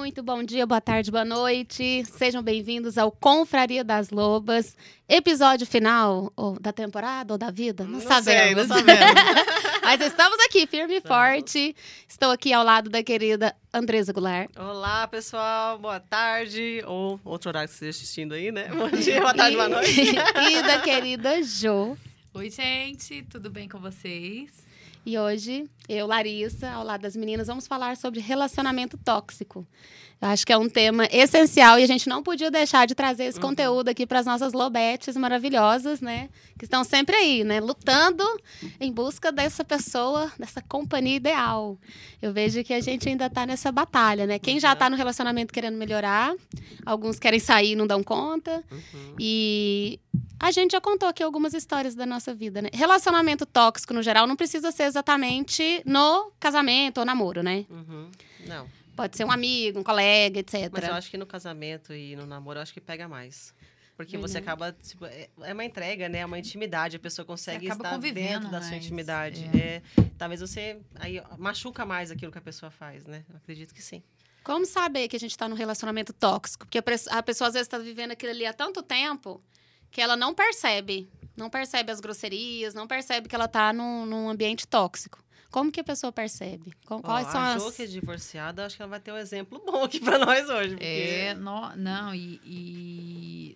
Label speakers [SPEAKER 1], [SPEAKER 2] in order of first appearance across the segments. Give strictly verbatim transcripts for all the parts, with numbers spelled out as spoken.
[SPEAKER 1] Muito bom dia, boa tarde, boa noite. Sejam bem-vindos ao Confraria das Lobas. Episódio final ou da temporada ou da vida? Não,
[SPEAKER 2] não
[SPEAKER 1] sabemos.
[SPEAKER 2] Sei, não sabemos.
[SPEAKER 1] Mas estamos aqui, firme e forte. Estou aqui ao lado da querida Andresa Goulart.
[SPEAKER 2] Olá, pessoal. Boa tarde. Ou outro horário que você esteja assistindo aí, né? Bom dia, boa tarde, boa noite.
[SPEAKER 1] E da querida Jo.
[SPEAKER 3] Oi, gente. Tudo bem com vocês?
[SPEAKER 1] E hoje, eu, Larissa, ao lado das meninas, vamos falar sobre relacionamento tóxico. Eu acho que é um tema essencial e a gente não podia deixar de trazer esse uhum. conteúdo aqui para as nossas lobetes maravilhosas, né? Que estão sempre aí, né? Lutando em busca dessa pessoa, dessa companhia ideal. Eu vejo que a gente ainda está nessa batalha, né? Quem já está no relacionamento querendo melhorar, alguns querem sair e não dão conta. Uhum. E a gente já contou aqui algumas histórias da nossa vida, né? Relacionamento tóxico, no geral, não precisa ser exatamente no casamento ou namoro, né?
[SPEAKER 2] Uhum. Não.
[SPEAKER 1] Pode ser um amigo, um colega, etcétera.
[SPEAKER 2] Mas eu acho que no casamento e no namoro, eu acho que pega mais. Porque uhum. você acaba... Tipo, é uma entrega, né? É uma intimidade. A pessoa consegue estar dentro da sua intimidade. É. É, talvez você... Aí machuca mais aquilo que a pessoa faz, né? Eu acredito que sim.
[SPEAKER 1] Como saber que a gente está num relacionamento tóxico? Porque a pessoa, às vezes, está vivendo aquilo ali há tanto tempo que ela não percebe. Não percebe as grosserias, não percebe que ela está num, num ambiente tóxico. Como que a pessoa percebe? Com, quais
[SPEAKER 2] oh,
[SPEAKER 1] são
[SPEAKER 2] a
[SPEAKER 1] as...
[SPEAKER 2] Jo, que é divorciada, acho que ela vai ter um exemplo bom aqui pra nós hoje. Porque...
[SPEAKER 3] É, no, não, e, e...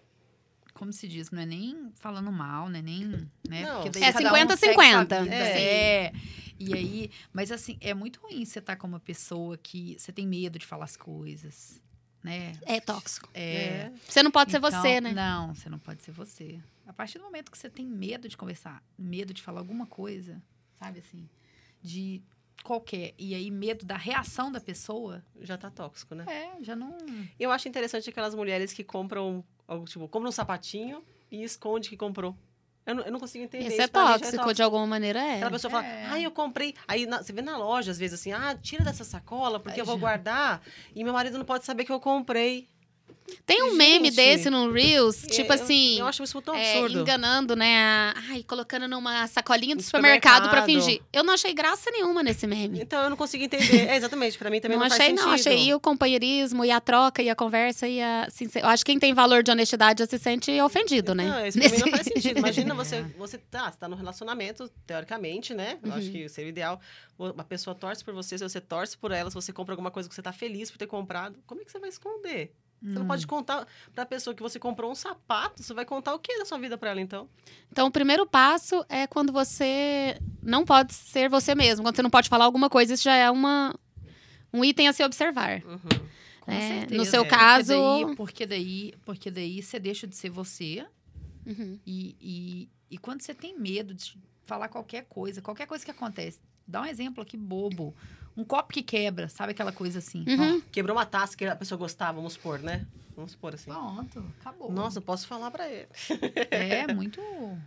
[SPEAKER 3] Como se diz, não é nem falando mal, não é nem... Né?
[SPEAKER 2] Não.
[SPEAKER 3] Porque daí
[SPEAKER 1] é cinquenta a cinquenta.
[SPEAKER 3] É. é. E aí... Mas, assim, é muito ruim você estar com uma pessoa que você tem medo de falar as coisas, né?
[SPEAKER 1] É tóxico.
[SPEAKER 3] É.
[SPEAKER 1] é. Você não pode
[SPEAKER 3] então,
[SPEAKER 1] ser você, né?
[SPEAKER 3] Não, você não pode ser você. A partir do momento que você tem medo de conversar, medo de falar alguma coisa, sabe assim... de qualquer, e aí medo da reação da pessoa.
[SPEAKER 2] Já tá tóxico, né?
[SPEAKER 3] É, já não...
[SPEAKER 2] Eu acho interessante aquelas mulheres que compram, tipo, compram um sapatinho e esconde que comprou. Eu não, eu não consigo entender.
[SPEAKER 1] Isso,
[SPEAKER 2] isso
[SPEAKER 1] é, tóxico, é tóxico, de alguma maneira é.
[SPEAKER 2] Aquela pessoa fala,
[SPEAKER 3] é.
[SPEAKER 2] ah, eu comprei. Aí na, você vê na loja, às vezes, assim, ah, tira dessa sacola, porque Ai, eu vou já. guardar e meu marido não pode saber que eu comprei.
[SPEAKER 1] Tem um
[SPEAKER 2] Gente,
[SPEAKER 1] meme desse no Reels, tipo
[SPEAKER 2] eu,
[SPEAKER 1] assim...
[SPEAKER 2] Eu acho isso tão
[SPEAKER 1] é,
[SPEAKER 2] absurdo.
[SPEAKER 1] Enganando, né? A, ai, colocando numa sacolinha do supermercado, supermercado pra fingir. Eu não achei graça nenhuma nesse meme.
[SPEAKER 2] Então, eu não consigo entender. É, exatamente, pra mim também não,
[SPEAKER 1] não
[SPEAKER 2] faz
[SPEAKER 1] achei,
[SPEAKER 2] sentido.
[SPEAKER 1] Não, achei. E o companheirismo, e a troca, e a conversa, e a... Assim, eu acho que quem tem valor de honestidade já se sente ofendido, né?
[SPEAKER 2] Não, isso pra mim não faz sentido. Imagina você... Você tá, você tá num relacionamento, teoricamente, né? Eu uhum. acho que seria o ideal. Uma pessoa torce por você, se você torce por ela, se você compra alguma coisa que você tá feliz por ter comprado, como é que você vai esconder? Você hum. não pode contar pra pessoa que você comprou um sapato. Você vai contar o que da sua vida pra ela, então?
[SPEAKER 1] Então, o primeiro passo é quando você não pode ser você mesmo. Quando você não pode falar alguma coisa, isso já é uma, um item a se observar.
[SPEAKER 2] Uhum.
[SPEAKER 3] Com
[SPEAKER 1] é,
[SPEAKER 3] certeza.
[SPEAKER 1] No seu
[SPEAKER 3] é.
[SPEAKER 1] caso...
[SPEAKER 3] Porque daí, porque, daí, porque daí você deixa de ser você.
[SPEAKER 1] Uhum.
[SPEAKER 3] E, e, e quando você tem medo de falar qualquer coisa, qualquer coisa que acontece... Dá um exemplo aqui bobo. Um copo que quebra, sabe aquela coisa assim?
[SPEAKER 1] Uhum.
[SPEAKER 2] Quebrou uma taça que a pessoa gostava, vamos supor, né? Vamos supor assim.
[SPEAKER 3] Pronto, acabou.
[SPEAKER 2] Nossa, eu posso falar pra ele.
[SPEAKER 3] É, muito...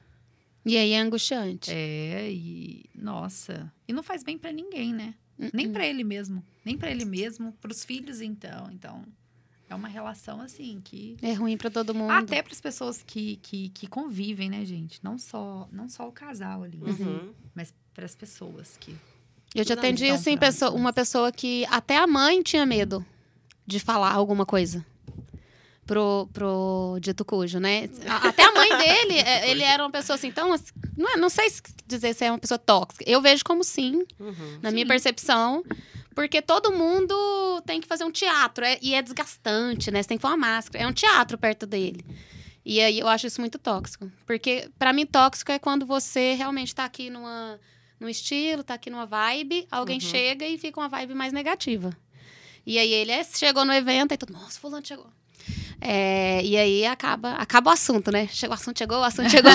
[SPEAKER 1] E aí é angustiante.
[SPEAKER 3] É, e... Nossa. E não faz bem pra ninguém, né?
[SPEAKER 1] Uh-uh.
[SPEAKER 3] Nem pra ele mesmo. Nem pra ele mesmo. Pros filhos, então. Então, é uma relação, assim, que...
[SPEAKER 1] É ruim pra todo mundo.
[SPEAKER 3] Até pras pessoas que, que, que convivem, né, gente? Não só, não só o casal ali.
[SPEAKER 2] Uhum.
[SPEAKER 3] Mas para as pessoas que...
[SPEAKER 1] Eu já atendi, assim, pessoa, uma pessoa que até a mãe tinha medo de falar alguma coisa pro, pro dito cujo, né? Até a mãe dele, ele era uma pessoa assim, então, não, é, não sei dizer se é uma pessoa tóxica. Eu vejo como sim,
[SPEAKER 2] uhum,
[SPEAKER 1] na
[SPEAKER 3] sim.
[SPEAKER 1] minha percepção, porque todo mundo tem que fazer um teatro, é, e é desgastante, né? Você tem que pôr uma máscara, é um teatro perto dele. E aí eu acho isso muito tóxico. Porque, pra mim, tóxico é quando você realmente tá aqui numa... num estilo, tá aqui numa vibe, alguém uhum. chega e fica uma vibe mais negativa. E aí ele é, chegou no evento, aí todo mundo, nossa, fulano chegou. É, e aí acaba, acaba o assunto, né? Chegou, o assunto chegou, o assunto chegou.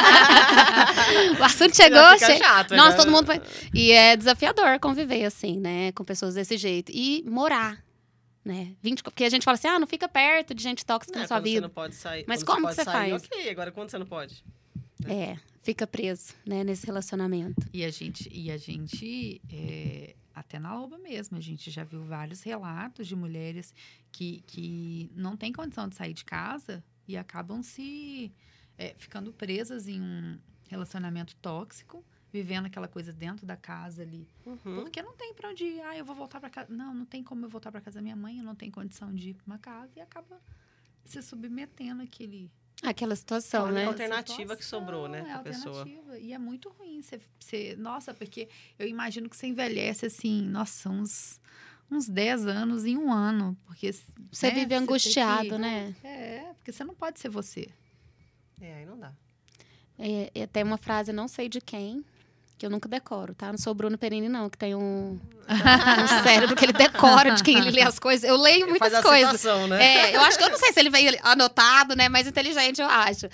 [SPEAKER 1] O assunto chegou, che...
[SPEAKER 2] chato,
[SPEAKER 1] nossa,
[SPEAKER 2] né?
[SPEAKER 1] todo mundo... E é desafiador conviver assim, né? Com pessoas desse jeito. E morar, né? vinte... Porque a gente fala assim, ah, não fica perto de gente tóxica
[SPEAKER 2] não,
[SPEAKER 1] na sua vida.
[SPEAKER 2] Você não pode sair.
[SPEAKER 1] Mas
[SPEAKER 2] quando
[SPEAKER 1] como
[SPEAKER 2] você
[SPEAKER 1] que você
[SPEAKER 2] sair,
[SPEAKER 1] faz?
[SPEAKER 2] Ok, agora quando você não pode?
[SPEAKER 1] É, fica preso, né, nesse relacionamento.
[SPEAKER 3] E a gente, e a gente é, até na Loba mesmo, a gente já viu vários relatos de mulheres que, que não têm condição de sair de casa e acabam se é, ficando presas em um relacionamento tóxico vivendo aquela coisa dentro da casa ali.
[SPEAKER 2] Uhum.
[SPEAKER 3] Porque não tem pra onde ir. Ah, eu vou voltar pra casa. Não, não tem como eu voltar pra casa da minha mãe, eu não tenho condição de ir pra uma casa. E acaba se submetendo àquele...
[SPEAKER 1] Aquela situação,
[SPEAKER 2] É a
[SPEAKER 1] né?
[SPEAKER 2] única alternativa que sobrou, né,
[SPEAKER 3] É
[SPEAKER 2] pra pessoa.
[SPEAKER 3] alternativa. E é muito ruim. Você, você, nossa, porque eu imagino que você envelhece assim, nossa, uns, uns dez anos em um ano. Porque
[SPEAKER 1] Você
[SPEAKER 3] né,
[SPEAKER 1] vive angustiado,
[SPEAKER 3] que,
[SPEAKER 1] né?
[SPEAKER 3] É, porque você não pode ser você.
[SPEAKER 2] É, aí não dá.
[SPEAKER 1] É, é, tem uma frase, não sei de quem, que eu nunca decoro, tá? Não sou o Bruno Perini, não, que tem um, um cérebro que ele decora de quem ele lê as coisas. Eu leio
[SPEAKER 2] Ele
[SPEAKER 1] muitas
[SPEAKER 2] faz a
[SPEAKER 1] coisas.
[SPEAKER 2] citação, né?
[SPEAKER 1] É, eu acho que eu não sei se ele veio anotado, né? Mas inteligente, eu acho.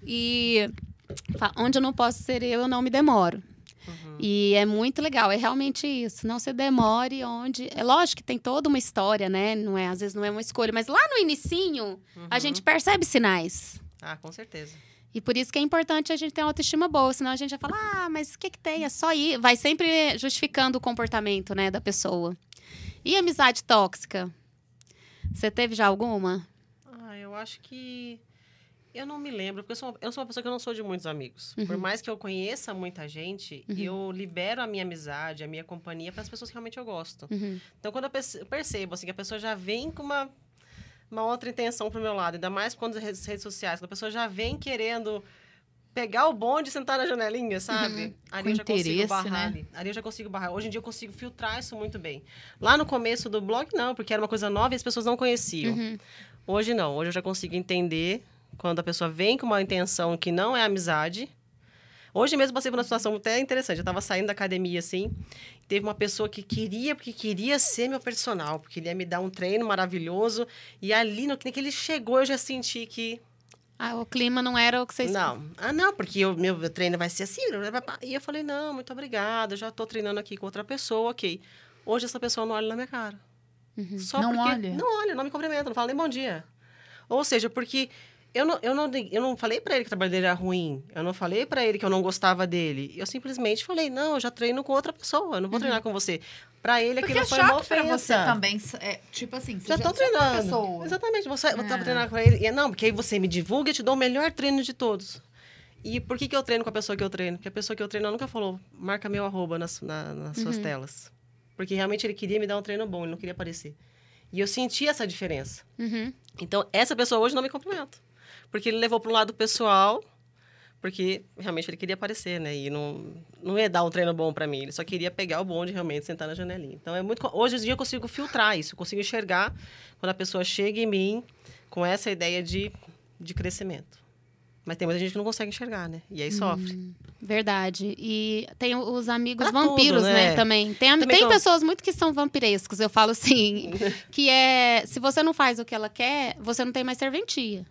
[SPEAKER 1] E fala, onde eu não posso ser eu, eu não me demoro.
[SPEAKER 2] Uhum.
[SPEAKER 1] E é muito legal, é realmente isso. Não se demore onde... É lógico que tem toda uma história, né? Não é, às vezes não é uma escolha. Mas lá no inicinho,
[SPEAKER 2] Uhum.
[SPEAKER 1] a gente percebe sinais.
[SPEAKER 2] Ah, com certeza.
[SPEAKER 1] E por isso que é importante a gente ter uma autoestima boa. Senão a gente vai falar, ah, mas o que que tem? É só ir. Vai sempre justificando o comportamento, né, da pessoa. E amizade tóxica? Você teve já alguma?
[SPEAKER 2] Ah, eu acho que... Eu não me lembro, porque eu sou, uma, eu sou uma pessoa que eu não sou de muitos amigos.
[SPEAKER 1] Uhum.
[SPEAKER 2] Por mais que eu conheça muita gente,
[SPEAKER 1] Uhum.
[SPEAKER 2] eu libero a minha amizade, a minha companhia para as pessoas que realmente eu gosto.
[SPEAKER 1] Uhum.
[SPEAKER 2] Então, quando eu perce- percebo assim, que a pessoa já vem com uma, uma outra intenção pro meu lado, ainda mais quando as redes, redes sociais, quando a pessoa já vem querendo pegar o bonde e sentar na janelinha, sabe?
[SPEAKER 1] Uhum.
[SPEAKER 2] Ali
[SPEAKER 3] Com
[SPEAKER 2] eu já consigo
[SPEAKER 3] interesse,
[SPEAKER 2] barrar.
[SPEAKER 3] né?
[SPEAKER 2] Ali. ali eu já consigo barrar. Hoje em dia eu consigo filtrar isso muito bem. Lá no começo do blog, não, porque era uma coisa nova e as pessoas não conheciam.
[SPEAKER 1] Uhum.
[SPEAKER 2] Hoje não. Hoje eu já consigo entender quando a pessoa vem com uma intenção que não é amizade. Hoje mesmo passei por uma situação até interessante. Eu estava saindo da academia, assim, teve uma pessoa que queria, porque queria ser meu personal, porque ele ia me dar um treino maravilhoso. E ali, no que ele chegou, eu já senti que...
[SPEAKER 1] Ah, o clima não era o que vocês...
[SPEAKER 2] Não. Ah, não, porque o meu, meu treino vai ser assim. E eu falei, não, muito obrigada, eu já estou treinando aqui com outra pessoa, ok. Hoje essa pessoa não olha na minha cara.
[SPEAKER 1] Uhum.
[SPEAKER 2] Só
[SPEAKER 3] Não
[SPEAKER 2] porque...
[SPEAKER 3] olha?
[SPEAKER 2] Não olha, não me cumprimenta, não fala nem bom dia. Ou seja, porque... Eu não, eu, não, eu não falei pra ele que o trabalho dele era ruim. Eu não falei pra ele que eu não gostava dele. Eu simplesmente falei, não, eu já treino com outra pessoa. Eu não vou
[SPEAKER 1] Uhum.
[SPEAKER 2] treinar com você. Pra ele,
[SPEAKER 3] Porque
[SPEAKER 2] aquilo
[SPEAKER 3] é
[SPEAKER 2] foi uma
[SPEAKER 3] choque pra
[SPEAKER 2] ofensa.
[SPEAKER 3] você também. É, tipo assim, você
[SPEAKER 2] Já
[SPEAKER 3] já,
[SPEAKER 2] tô
[SPEAKER 3] você é uma
[SPEAKER 2] treinando.
[SPEAKER 3] pessoa.
[SPEAKER 2] Exatamente. Você, eu
[SPEAKER 3] É.
[SPEAKER 2] tava treinando com ele. E, não, porque aí você me divulga e eu te dou o melhor treino de todos. E por que, que eu treino com a pessoa que eu treino? Porque a pessoa que eu treino nunca falou, marca meu arroba nas, na, nas suas
[SPEAKER 1] Uhum.
[SPEAKER 2] telas. Porque realmente ele queria me dar um treino bom, ele não queria aparecer. E eu senti essa diferença.
[SPEAKER 1] Uhum.
[SPEAKER 2] Então, essa pessoa hoje não me cumprimenta. Porque ele levou para um lado pessoal, porque realmente ele queria aparecer, né? E não, não ia dar um treino bom para mim. Ele só queria pegar o bonde e realmente sentar na janelinha. Então, é muito... Hoje em dia eu consigo filtrar isso. Eu consigo enxergar quando a pessoa chega em mim com essa ideia de, de crescimento. Mas tem muita gente que não consegue enxergar, né? E aí sofre.
[SPEAKER 1] Hum, verdade. E tem os amigos
[SPEAKER 2] Pra
[SPEAKER 1] vampiros,
[SPEAKER 2] tudo,
[SPEAKER 1] né?
[SPEAKER 2] né?
[SPEAKER 1] Também. Tem, am-
[SPEAKER 2] Também
[SPEAKER 1] tem
[SPEAKER 2] tô-
[SPEAKER 1] pessoas muito que são vampirescos, eu falo assim. Que é, se você não faz o que ela quer, você não tem mais serventia.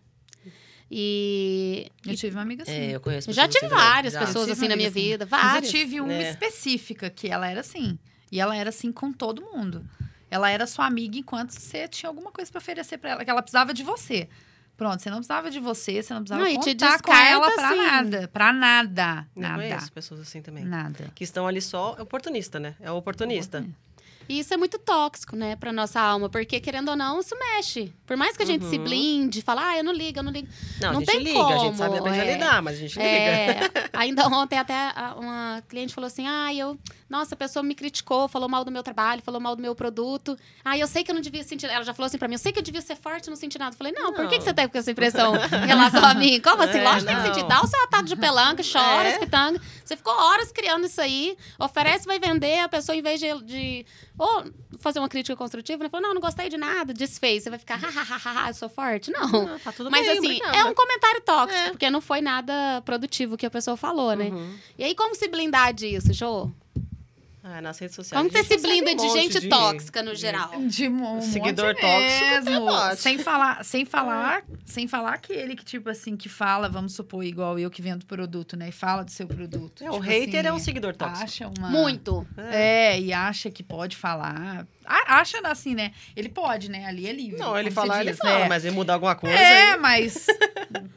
[SPEAKER 1] E
[SPEAKER 3] Eu tive uma amiga assim.
[SPEAKER 2] É, eu conheço
[SPEAKER 1] eu já
[SPEAKER 2] pessoas
[SPEAKER 1] tive
[SPEAKER 2] assim também.
[SPEAKER 1] várias
[SPEAKER 2] Já.
[SPEAKER 1] pessoas
[SPEAKER 3] Eu tive
[SPEAKER 1] assim
[SPEAKER 3] uma
[SPEAKER 1] na minha
[SPEAKER 3] amiga assim.
[SPEAKER 1] vida.
[SPEAKER 3] Mas
[SPEAKER 1] Várias.
[SPEAKER 3] eu tive uma
[SPEAKER 2] É.
[SPEAKER 3] específica que ela era assim. E ela era assim com todo mundo. Ela era sua amiga enquanto você tinha alguma coisa pra oferecer pra ela. Que ela precisava de você. Pronto, você não precisava de você, você não precisava
[SPEAKER 1] Não, e te
[SPEAKER 3] contar com
[SPEAKER 1] descarta,
[SPEAKER 3] ela pra
[SPEAKER 1] assim.
[SPEAKER 3] nada. Pra nada.
[SPEAKER 2] Eu
[SPEAKER 3] Nada.
[SPEAKER 2] conheço pessoas assim também.
[SPEAKER 3] Nada.
[SPEAKER 2] Que estão ali só... É oportunista, né? É o oportunista.
[SPEAKER 1] E isso é muito tóxico, né, pra nossa alma. Porque, querendo ou não, isso mexe. Por mais que a gente
[SPEAKER 2] Uhum.
[SPEAKER 1] se blinde, fala, ah, eu não ligo, eu não ligo.
[SPEAKER 2] Não,
[SPEAKER 1] Não
[SPEAKER 2] a gente
[SPEAKER 1] tem
[SPEAKER 2] liga, a gente
[SPEAKER 1] como,
[SPEAKER 2] sabe aprender
[SPEAKER 1] é.
[SPEAKER 2] a lidar, mas a gente liga.
[SPEAKER 1] É, ainda ontem até a- uma cliente falou assim, ah, eu... Nossa, a pessoa me criticou, falou mal do meu trabalho, falou mal do meu produto. Ah, eu sei que eu não devia sentir... Ela já falou assim pra mim, eu sei que eu devia ser forte e não sentir nada. Eu falei, não, por que,
[SPEAKER 2] Não.
[SPEAKER 1] que você tem com essa impressão em relação a mim? Como assim?
[SPEAKER 2] É,
[SPEAKER 1] Lógico que tem que
[SPEAKER 2] não.
[SPEAKER 1] sentir. Dá o seu ataque de pelanca, chora,
[SPEAKER 2] É.
[SPEAKER 1] espitanga. Você ficou horas criando isso aí, oferece, vai vender, a pessoa, em vez de... de ou fazer uma crítica construtiva, né? Falou, não, não gostei de nada, desfez. Você vai ficar, hahaha, eu sou forte? Não.
[SPEAKER 2] Ah, tá tudo
[SPEAKER 1] Mas
[SPEAKER 2] bem,
[SPEAKER 1] assim,
[SPEAKER 2] obrigada.
[SPEAKER 1] é um comentário tóxico,
[SPEAKER 2] É.
[SPEAKER 1] porque não foi nada produtivo que a pessoa falou, né?
[SPEAKER 2] Uhum.
[SPEAKER 1] E aí, como se blindar disso, Jô?
[SPEAKER 2] Ah, nas redes sociais.
[SPEAKER 1] Como
[SPEAKER 2] a
[SPEAKER 1] você
[SPEAKER 2] gente
[SPEAKER 1] se
[SPEAKER 2] recebe
[SPEAKER 1] blinda
[SPEAKER 2] um
[SPEAKER 1] de
[SPEAKER 2] monte
[SPEAKER 1] gente
[SPEAKER 2] de-
[SPEAKER 1] tóxica, no
[SPEAKER 2] de-
[SPEAKER 1] geral?
[SPEAKER 3] De um
[SPEAKER 2] Seguidor
[SPEAKER 3] monte
[SPEAKER 2] tóxico,
[SPEAKER 3] mesmo.
[SPEAKER 2] pode.
[SPEAKER 3] Sem falar, sem falar, sem falar aquele que, tipo assim, que fala, vamos supor, igual eu que vendo produto, né? E fala do seu produto.
[SPEAKER 2] É, o
[SPEAKER 3] Tipo
[SPEAKER 2] hater
[SPEAKER 3] assim,
[SPEAKER 2] é um seguidor tóxico.
[SPEAKER 3] Acha uma...
[SPEAKER 1] Muito.
[SPEAKER 3] É, e acha que pode falar. A- Acha assim, né? Ele pode, né? Ali é livre.
[SPEAKER 2] Não, ele
[SPEAKER 3] como
[SPEAKER 2] falar,
[SPEAKER 3] se
[SPEAKER 2] ele
[SPEAKER 3] diz,
[SPEAKER 2] fala,
[SPEAKER 3] é.
[SPEAKER 2] mas ele mudar alguma coisa...
[SPEAKER 3] É,
[SPEAKER 2] aí-
[SPEAKER 3] mas...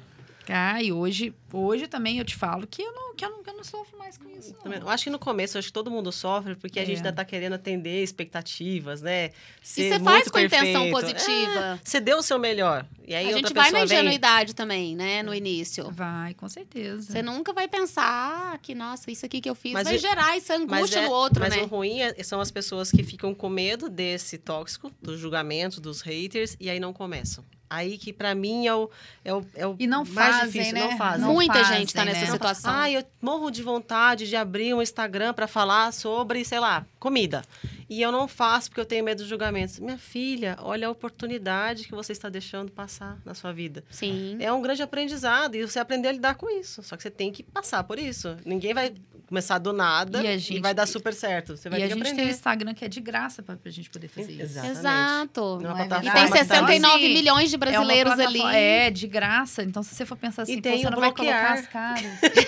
[SPEAKER 3] Ah, e hoje, hoje também eu te falo que eu não, que eu não, que eu não sofro mais com isso. Não.
[SPEAKER 2] Eu acho que no começo, eu acho que todo mundo sofre, porque
[SPEAKER 3] É.
[SPEAKER 2] a gente ainda tá querendo atender expectativas, né? Ser
[SPEAKER 1] E você
[SPEAKER 2] muito
[SPEAKER 1] faz com intenção
[SPEAKER 2] perfeito.
[SPEAKER 1] positiva.
[SPEAKER 2] É, você deu o seu melhor. E aí
[SPEAKER 1] A
[SPEAKER 2] outra
[SPEAKER 1] gente vai na
[SPEAKER 2] pessoa vem...
[SPEAKER 1] ingenuidade também, né? No início.
[SPEAKER 3] Vai, com certeza.
[SPEAKER 1] Você nunca vai pensar que, nossa, isso aqui que eu fiz
[SPEAKER 2] Mas
[SPEAKER 1] vai
[SPEAKER 2] e-
[SPEAKER 1] gerar essa angústia
[SPEAKER 2] é-
[SPEAKER 1] no outro,
[SPEAKER 2] mas
[SPEAKER 1] né?
[SPEAKER 2] o ruim é- são as pessoas que ficam com medo desse tóxico, do julgamento, dos haters, e aí não começam. Aí que pra mim é o, é o, é o
[SPEAKER 3] E não
[SPEAKER 2] mais
[SPEAKER 3] fazem,
[SPEAKER 2] difícil,
[SPEAKER 3] né?
[SPEAKER 2] não fazem.
[SPEAKER 3] Não
[SPEAKER 1] Muita
[SPEAKER 3] fazem,
[SPEAKER 1] gente tá nessa
[SPEAKER 3] né?
[SPEAKER 1] situação.
[SPEAKER 2] Ah, eu morro de vontade de abrir um Instagram pra falar sobre, sei lá, comida. E eu não faço porque eu tenho medo dos julgamentos. Minha filha, olha a oportunidade que você está deixando passar na sua vida.
[SPEAKER 1] Sim.
[SPEAKER 2] É um grande aprendizado e você aprender a lidar com isso. Só que você tem que passar por isso. Ninguém vai começar do nada
[SPEAKER 3] E a
[SPEAKER 2] e,
[SPEAKER 3] gente-
[SPEAKER 2] vai dar super certo. Você vai
[SPEAKER 3] E
[SPEAKER 2] ter
[SPEAKER 3] a
[SPEAKER 2] que
[SPEAKER 3] gente
[SPEAKER 2] aprender.
[SPEAKER 3] tem o Instagram que é de graça pra, pra gente poder fazer isso.
[SPEAKER 2] Exatamente.
[SPEAKER 1] Exato.
[SPEAKER 2] Numa
[SPEAKER 3] Não é
[SPEAKER 2] plataforma
[SPEAKER 1] E
[SPEAKER 3] verdade?
[SPEAKER 1] tem
[SPEAKER 2] que tá
[SPEAKER 1] sessenta e nove
[SPEAKER 3] Assim,
[SPEAKER 1] milhões de
[SPEAKER 3] É uma
[SPEAKER 1] brasileiros ali.
[SPEAKER 3] plataforma- É, de graça. Então, se você for pensar assim,
[SPEAKER 2] E
[SPEAKER 3] pô,
[SPEAKER 2] tem
[SPEAKER 3] você
[SPEAKER 2] o
[SPEAKER 3] não vai
[SPEAKER 2] bloquear.
[SPEAKER 3] colocar as caras.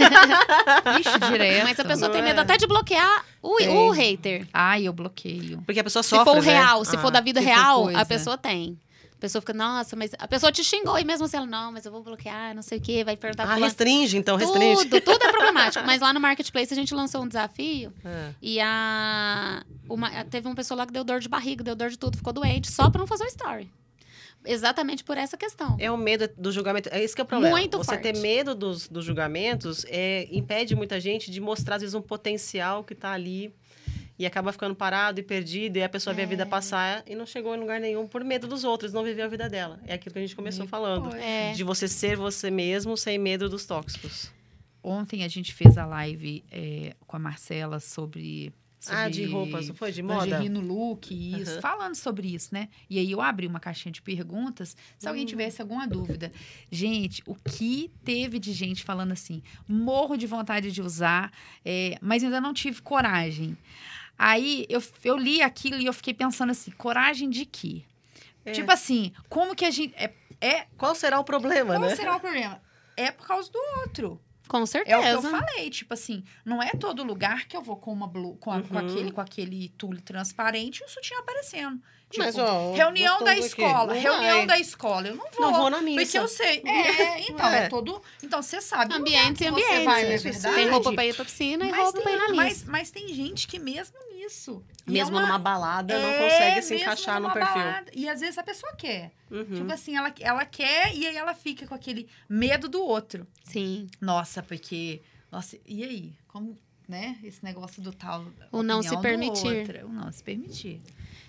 [SPEAKER 3] Ixi, direto.
[SPEAKER 1] Mas a pessoa
[SPEAKER 2] Não
[SPEAKER 1] tem
[SPEAKER 2] é?
[SPEAKER 1] medo até de bloquear o,
[SPEAKER 2] Tem.
[SPEAKER 1] o hater.
[SPEAKER 3] Ai, eu bloqueio.
[SPEAKER 2] Porque a pessoa
[SPEAKER 1] Se
[SPEAKER 2] sofre,
[SPEAKER 1] for o
[SPEAKER 2] né?
[SPEAKER 1] real, se
[SPEAKER 2] Ah.
[SPEAKER 1] for da vida
[SPEAKER 3] se for
[SPEAKER 1] real,
[SPEAKER 3] coisa.
[SPEAKER 1] a pessoa tem. A pessoa fica, nossa, mas a pessoa te xingou e mesmo assim ela, não, mas eu vou bloquear, não sei o quê, vai perguntar
[SPEAKER 2] Ah,
[SPEAKER 1] pra fulano.
[SPEAKER 2] restringe, então, restringe.
[SPEAKER 1] Tudo, tudo é problemático. Mas lá no Marketplace a gente lançou um desafio
[SPEAKER 2] Ah.
[SPEAKER 1] e a, uma, teve uma pessoa lá que deu dor de barriga, deu dor de tudo, ficou doente, só pra não fazer o story. Exatamente por essa questão.
[SPEAKER 2] É o medo do julgamento. É esse que é o problema.
[SPEAKER 1] Muito
[SPEAKER 2] Você
[SPEAKER 1] forte.
[SPEAKER 2] ter medo dos, dos julgamentos é, impede muita gente de mostrar, às vezes, um potencial que tá ali e acaba ficando parado e perdido, e a pessoa vê a vida passar e não chegou em lugar nenhum por medo dos outros, não viveu a vida dela. É aquilo que a gente começou falando.
[SPEAKER 1] É.
[SPEAKER 2] De você ser você mesmo sem medo dos tóxicos.
[SPEAKER 3] Ontem a gente fez a live é, com a Marcela sobre... sobre
[SPEAKER 2] Ah, de roupas, não foi? De moda?
[SPEAKER 3] lingerie no look, isso.
[SPEAKER 2] Uhum.
[SPEAKER 3] Falando sobre isso, né? E aí eu abri uma caixinha de perguntas, se alguém tivesse alguma dúvida. Gente, o que teve de gente falando assim, morro de vontade de usar, é, mas ainda não tive coragem. Aí eu, eu li aquilo e eu fiquei pensando assim, coragem de quê?
[SPEAKER 2] É.
[SPEAKER 3] Tipo assim, como que a gente... É, é,
[SPEAKER 2] Qual será o problema,
[SPEAKER 3] qual
[SPEAKER 2] né?
[SPEAKER 3] será o problema? É por causa do outro.
[SPEAKER 1] Com
[SPEAKER 3] É o
[SPEAKER 1] certeza.
[SPEAKER 3] que eu falei, tipo assim, não é todo lugar que eu vou com uma blu, com, a- com
[SPEAKER 2] Uhum.
[SPEAKER 3] aquele com aquele tule transparente e o sutiã aparecendo. Tipo,
[SPEAKER 2] Mas, ó,
[SPEAKER 3] reunião da
[SPEAKER 2] gostoso aqui.
[SPEAKER 3] escola,
[SPEAKER 2] Não
[SPEAKER 3] reunião
[SPEAKER 2] vai.
[SPEAKER 3] da escola, eu não vou.
[SPEAKER 2] Não vou na missa.
[SPEAKER 3] Porque eu sei. É, então,
[SPEAKER 2] É.
[SPEAKER 3] é todo. Então, você sabe. o
[SPEAKER 1] Ambientes e
[SPEAKER 3] lugar que você
[SPEAKER 1] ambientes.
[SPEAKER 3] vai, não é
[SPEAKER 2] Sim, sim.
[SPEAKER 3] verdade?
[SPEAKER 1] Tem roupa pra ir pra piscina e
[SPEAKER 3] mas
[SPEAKER 1] roupa
[SPEAKER 3] tem,
[SPEAKER 1] pra ir na missa.
[SPEAKER 3] mas, mas tem gente que mesmo nisso. e
[SPEAKER 2] Mesmo
[SPEAKER 3] é uma-
[SPEAKER 2] numa balada, não
[SPEAKER 3] é,
[SPEAKER 2] consegue se
[SPEAKER 3] mesmo
[SPEAKER 2] encaixar no
[SPEAKER 3] numa
[SPEAKER 2] perfil.
[SPEAKER 3] balada. E às vezes a pessoa quer.
[SPEAKER 2] Uhum.
[SPEAKER 3] Tipo assim, ela, ela quer e aí ela fica com aquele medo do outro.
[SPEAKER 1] Sim.
[SPEAKER 3] Nossa, porque... Nossa, e aí? Como, né? Esse negócio do tal...
[SPEAKER 1] O não se
[SPEAKER 3] opinião do
[SPEAKER 1] permitir.
[SPEAKER 3] outro, O não se permitir.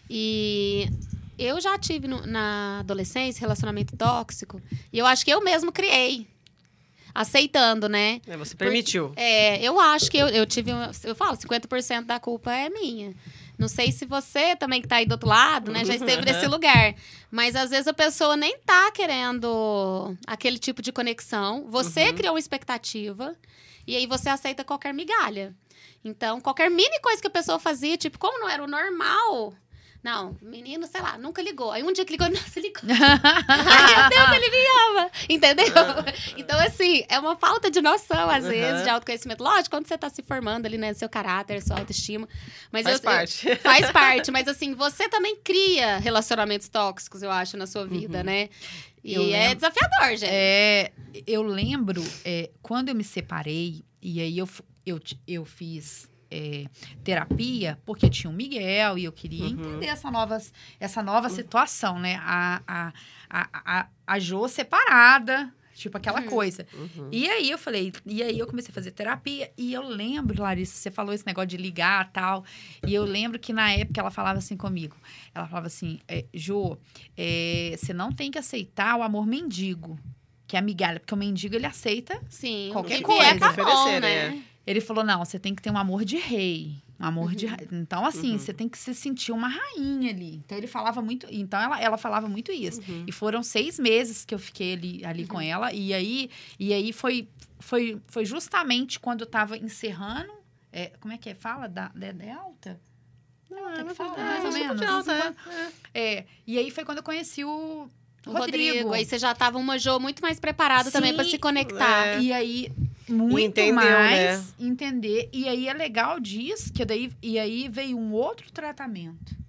[SPEAKER 1] E eu já tive no- na adolescência relacionamento tóxico e eu acho que eu mesmo criei. Aceitando, né?
[SPEAKER 2] É, você permitiu.
[SPEAKER 1] É, eu acho que eu, eu tive. um- Eu falo, cinquenta por cento da culpa é minha. Não sei se você também que tá aí do outro lado, né, já esteve nesse lugar. Mas às vezes a pessoa nem tá querendo aquele tipo de conexão. Você
[SPEAKER 2] Uhum.
[SPEAKER 1] criou uma expectativa e aí você aceita qualquer migalha. Então, qualquer mini coisa que a pessoa fazia, tipo, como não era o normal. Não, o menino, sei lá, nunca ligou. Aí um dia que ligou, nossa, ligou. Ai, meu Deus, ele me ama. Entendeu? Então, assim, é uma falta de noção, às
[SPEAKER 2] Uhum.
[SPEAKER 1] vezes, de autoconhecimento. Lógico, quando você tá se formando ali, né, seu caráter, sua autoestima. Mas
[SPEAKER 2] Faz
[SPEAKER 1] eu-
[SPEAKER 2] parte.
[SPEAKER 1] eu- faz parte. Mas, assim, você também cria relacionamentos tóxicos, eu acho, na sua vida,
[SPEAKER 2] Uhum.
[SPEAKER 1] né? E
[SPEAKER 3] Eu
[SPEAKER 1] é
[SPEAKER 3] lembro-
[SPEAKER 1] desafiador, gente.
[SPEAKER 3] É, eu lembro, é, quando eu me separei, e aí eu, f- eu, t- eu fiz é, terapia, porque tinha o Miguel e eu queria
[SPEAKER 2] Uhum.
[SPEAKER 3] entender essa nova, essa nova situação, né? A, a, a, a, a Jo separada, tipo aquela
[SPEAKER 1] Uhum.
[SPEAKER 3] coisa.
[SPEAKER 2] Uhum.
[SPEAKER 3] E aí eu falei, e aí eu comecei a fazer terapia, e eu lembro, Larissa, você falou esse negócio de ligar e tal, e eu lembro que na época ela falava assim comigo, ela falava assim, é, Jo, é, você não tem que aceitar o amor mendigo, que é a migalha, porque o mendigo ele aceita.
[SPEAKER 1] Sim.
[SPEAKER 3] Qualquer
[SPEAKER 1] o que
[SPEAKER 3] coisa.
[SPEAKER 1] vier, tá bom,
[SPEAKER 2] Oferecer,
[SPEAKER 1] né?
[SPEAKER 2] né?
[SPEAKER 3] Ele falou, não, você tem que ter um amor de rei. Um amor de
[SPEAKER 1] Uhum.
[SPEAKER 3] ra- Então, assim,
[SPEAKER 2] Uhum.
[SPEAKER 3] você tem que se sentir uma rainha ali. Então, ele falava muito... Então, ela, ela falava muito isso.
[SPEAKER 2] Uhum.
[SPEAKER 3] E foram seis meses que eu fiquei ali, ali com ela. E aí, e aí foi, foi, foi justamente quando eu tava encerrando... é, como é que é? Fala? Da, da, da alta?
[SPEAKER 2] Não,
[SPEAKER 3] Alta
[SPEAKER 2] é,
[SPEAKER 3] que fala,
[SPEAKER 2] é,
[SPEAKER 3] mais ou
[SPEAKER 2] é,
[SPEAKER 3] menos.
[SPEAKER 2] de alta, é.
[SPEAKER 3] É, e aí foi quando eu conheci o
[SPEAKER 1] O
[SPEAKER 3] Rodrigo.
[SPEAKER 1] Rodrigo. Aí você já tava uma Jo muito mais preparada também pra
[SPEAKER 3] Sim,
[SPEAKER 1] se conectar.
[SPEAKER 2] é.
[SPEAKER 3] E aí, muito
[SPEAKER 2] entendeu,
[SPEAKER 3] mais
[SPEAKER 2] né?
[SPEAKER 3] entender. E aí é legal disso, que daí, e aí veio um outro tratamento.